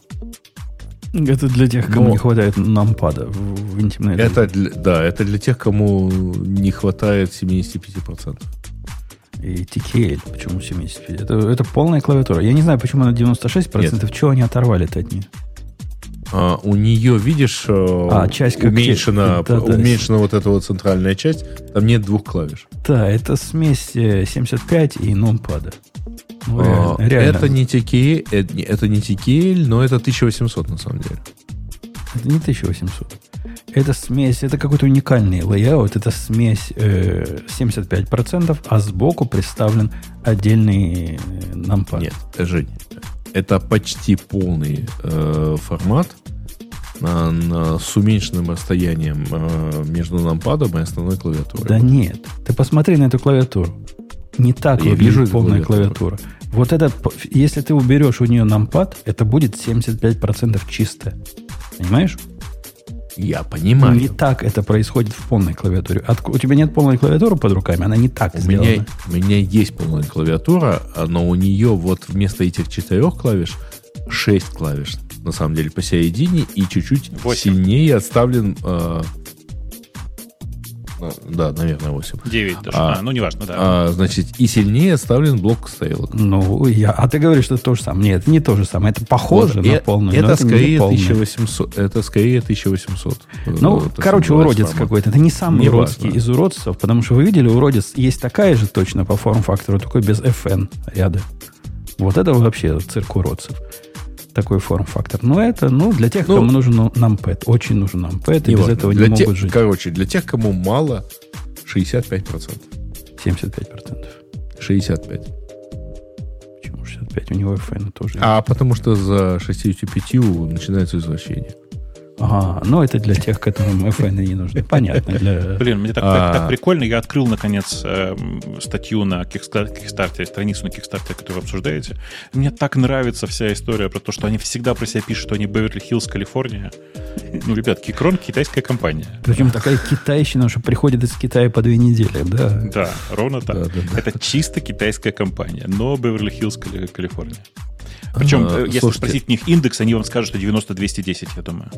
Это для тех, кому Но... не хватает нампада в, в интимной это для, Да, это для тех, кому не хватает семьдесят пять процентов. И ти кей эл, почему семьдесят пять процентов? Это, это полная клавиатура. Я не знаю, почему на девяносто шесть процентов. Нет. Чего они оторвали-то от них? А, у нее, видишь, а, часть уменьшена, да, уменьшена да. вот эта вот центральная часть. Там нет двух клавиш. Да, это смесь семьдесят пять и нумпада. Ну, а, реально, реально. Это не ти кей эл, это, это не ти кей эл, но это тысяча восемьсот на самом деле. Это не тысяча восемьсот. Это смесь, это какой-то уникальный лейаут. Это смесь э, семьдесят пять процентов, а сбоку представлен отдельный нампад. Нет, Жень, это почти полный э, формат на, на, с уменьшенным расстоянием э, между нампадом и основной клавиатурой. Да нет, ты посмотри на эту клавиатуру. Не так я вижу полная клавиатура. Вот это, если ты уберешь у нее нампад, это будет семьдесят пять процентов чистое. Понимаешь? Я понимаю. Не так это происходит в полной клавиатуре. От, у тебя нет полной клавиатуры под руками, она не так у сделана. Меня, у меня есть полная клавиатура, но у нее вот вместо этих четырех клавиш шесть клавиш, на самом деле, посередине и чуть-чуть восемь. Сильнее отставлен... Э, да, наверное, восемь. девять даже. А, а, ну, неважно, да. А, значит, и сильнее оставлен блок стрелок. Ну, я, а ты говоришь, что это то же самое. Нет, это не то же самое. Это похоже вот, на э, полную, это, но это скорее не тысяча восемьсот. Это скорее тысяча восемьсот. Ну, вот, короче, уродец формат. Какой-то. Это не самый не уродский важно. Из уродцев, потому что вы видели, уродец есть такая же точно по форм-фактору, только без эф эн ряда. Вот это вообще цирк уродцев. Такой форм-фактор. Но это, ну, для тех, ну, кому нужен numpad. Очень нужен numpad, и без важно. Этого для не тех, могут жить. Короче, для тех, кому мало, шестьдесят пять процентов. семьдесят пять процентов. шестьдесят пять. Почему шестьдесят пять? У него эф эн тоже. А потому что за шестьдесят пять начинается извращение. Ага, ну это для тех, которым эф эн не нужны. Понятно. Для... Блин, мне так, а... так, так прикольно. Я открыл, наконец, э, статью на Kickstarter, страницу на Kickstarter, которую вы обсуждаете. Мне так нравится вся история про то, что они всегда про себя пишут, что они Беверли-Хиллз, Калифорния. Ну, ребят, Keychron — китайская компания. Причем такая китайщина, что приходит из Китая по две недели, да? Да, ровно так. Да, да, да. Это чисто китайская компания, но Беверли-Хиллз, Калифорния. Причем, а, если слушайте. Спросить у них индекс, они вам скажут, что девяносто двести десять, я думаю.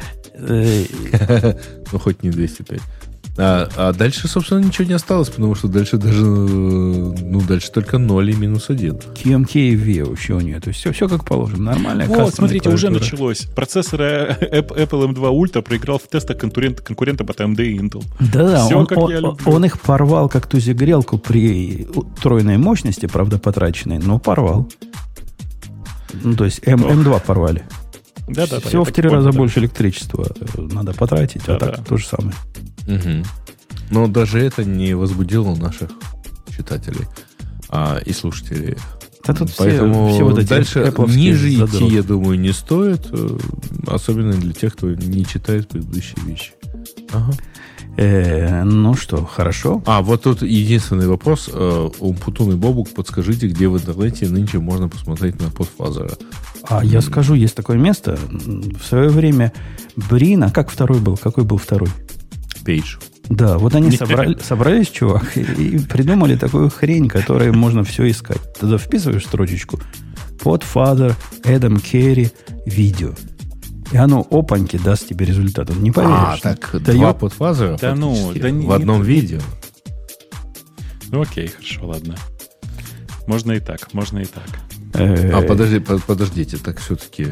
Ну, хоть не двести пять. А, а дальше, собственно, ничего не осталось, потому что дальше даже, ну, дальше только ноль и минус один. кью эм кей ви еще нет. То есть все, все как положено. Нормально. Вот, смотрите, уже началось. Процессор Apple эм два Ultra проиграл в тестах конкурента, конкурента по ти эм ди и Intel. Да-да, он, он, он их порвал как тузик-грелку при тройной мощности, правда, потраченной, но порвал. Ну, то есть эм два порвали. Да, да, всего в три раза да. больше электричества надо потратить, да, а так да. то же самое. Угу. Но даже это не возбудило наших читателей а, и слушателей. Да тут Поэтому все, все вот дальше ниже идти, я думаю, не стоит, особенно для тех, кто не читает предыдущие вещи. Ага. Э, ну что, хорошо. А, вот тут единственный вопрос. Умпутун и Бобук, подскажите, где в интернете нынче можно посмотреть на подфазера? А я скажу, есть такое место. В свое время Брина, как второй был? Какой был второй? Пейдж. Да, вот они собрали, собрались, чувак, и, и придумали такую хрень, которой можно все искать. Туда вписываешь строчечку Podfather, Adam Carey, видео. И оно опаньки даст тебе результат. Он не поверишь. А, так да два ё... подфазера да ну, да в одном не, видео. Ну окей, хорошо, ладно. Можно и так, можно и так. А подожди, подождите, так все-таки...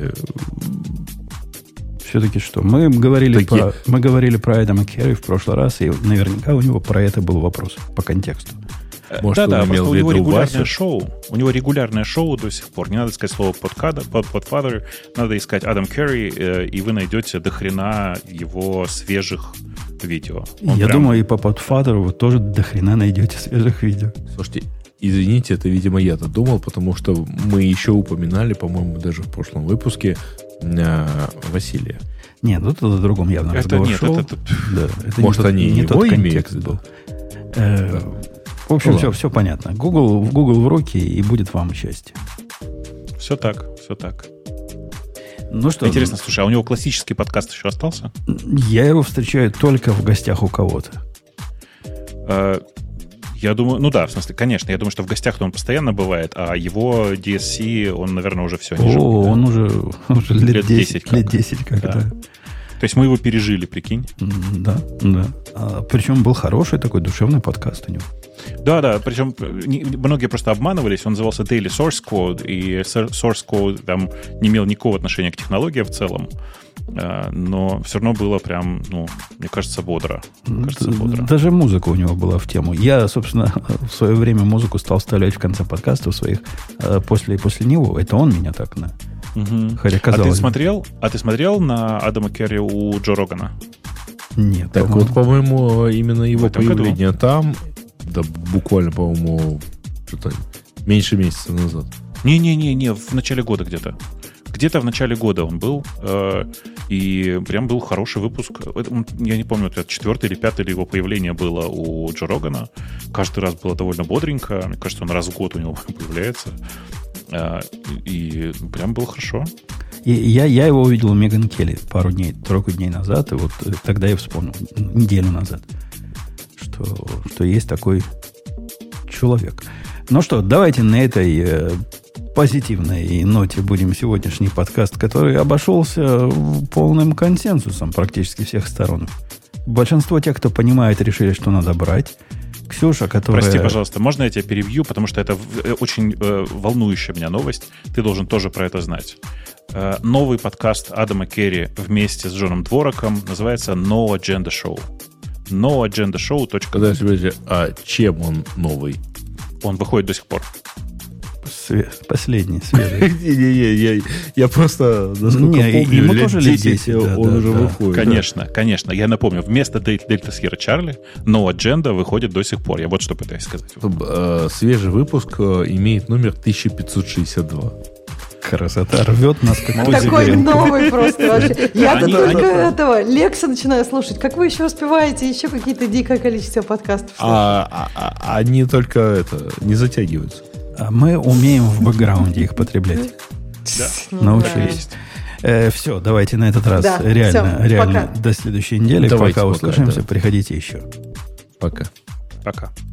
Все-таки что? Мы говорили, Такие... про, мы говорили про Эдама Керри в прошлый раз, и наверняка у него про это был вопрос по контексту. Может, да, да, просто у него регулярное Васю? шоу. У него регулярное шоу до сих пор. Не надо искать слово подкада, под, подфадер, надо искать Адам Керри, э, и вы найдете до хрена его свежих видео. Он Я прям... думаю, и по Podfather вы тоже до хрена найдете свежих видео. Слушайте, извините, это, видимо, я-то думал, потому что мы еще упоминали, по-моему, даже в прошлом выпуске э, Василия. Нет, ну это о другом явно это разговор нет, шел. это, это... Да, это Может, не они тот, не его тот имеют контекст в виду? был. Э, Да. В общем, Ну, все, ладно. все понятно. Google, в Google в руки, и будет вам счастье. Все так, все так. Ну что, Интересно, слушай, а у него классический подкаст еще остался? я его встречаю только в гостях у кого-то. Э, Я думаю, ну да, в смысле, конечно, я думаю, что в гостях-то он постоянно бывает, а его ди эс си, он, наверное, уже все, не О, живой, да? он уже, уже лет, Лет десять, десять лет как. десять как, Да. да. То есть мы его пережили, прикинь. М, Да, да. А, причем был хороший такой душевный подкаст у него. Да, да, причем не- многие просто обманывались, он назывался Daily Source Code, и Source Code там не имел никакого отношения к технологии в целом, э, но все равно было прям, ну, мне кажется, бодро. Мне кажется, Д- бодро. Даже музыка у него была в тему. Я, собственно, в свое время музыку стал вставлять в конце подкастов своих э, после, после него. Это он меня так на... Мгм. Хотя А казалось ты бы. смотрел, а ты смотрел на Адама Керри у Джо Рогана? Нет. Так по-моему. вот, по-моему, именно его В этом году. появление там, да буквально, по-моему, что-то меньше месяца назад. Не-не-не-не, в начале года где-то. Где-то в начале года он был, э, и прям был хороший выпуск. Это, м, я не помню, это четвертый или пятый ли его появление было у Джо Рогана. Каждый раз было довольно бодренько. Мне кажется, он раз в год у него появляется. Э, и прям было хорошо. И я, я его увидел у Меган Келли пару дней, тройку дней назад, и вот э, тогда я вспомнил, неделю назад, что, что есть такой человек. Ну что, давайте на этой э, позитивной ноте будем сегодняшний подкаст, который обошелся полным консенсусом практически всех сторон. Большинство тех, кто понимает, решили, что надо брать. Ксюша, которая... Прости, пожалуйста, можно я тебя перебью, потому что это в- э, очень э, волнующая меня новость. Ты должен тоже про это знать. Э, новый подкаст Адама Керри вместе с Джоном Двораком называется No Agenda Show. no agenda show точка ком. Подожди, подожди, а чем он новый? Он выходит до сих пор. Све- Последний, свежий. Не-не-не, я, я просто, насколько Не, помню, ему лет тоже лет десять десять, да, он да, уже да. выходит. Конечно, конечно. Я напомню, вместо Дель- Дельта Сьерра Чарли No Agenda выходит до сих пор. Я вот что пытаюсь сказать. Да. Э, свежий выпуск э, имеет номер тысяча пятьсот шестьдесят два. Красота рвет нас, как Молодец. козий Такой гренки. новый просто вообще. Я-то Они- только они- этого Лекса начинаю слушать. Как вы еще успеваете еще какие-то дикое количество подкастов слушать? А, а- а- они только это не затягиваются. А мы умеем в бэкграунде их потреблять. Ну, Научились. все, давайте на этот раз Да, реально, всё, реально пока. до следующей недели. Давайте пока пока, услышимся, да. приходите еще. Пока. Пока.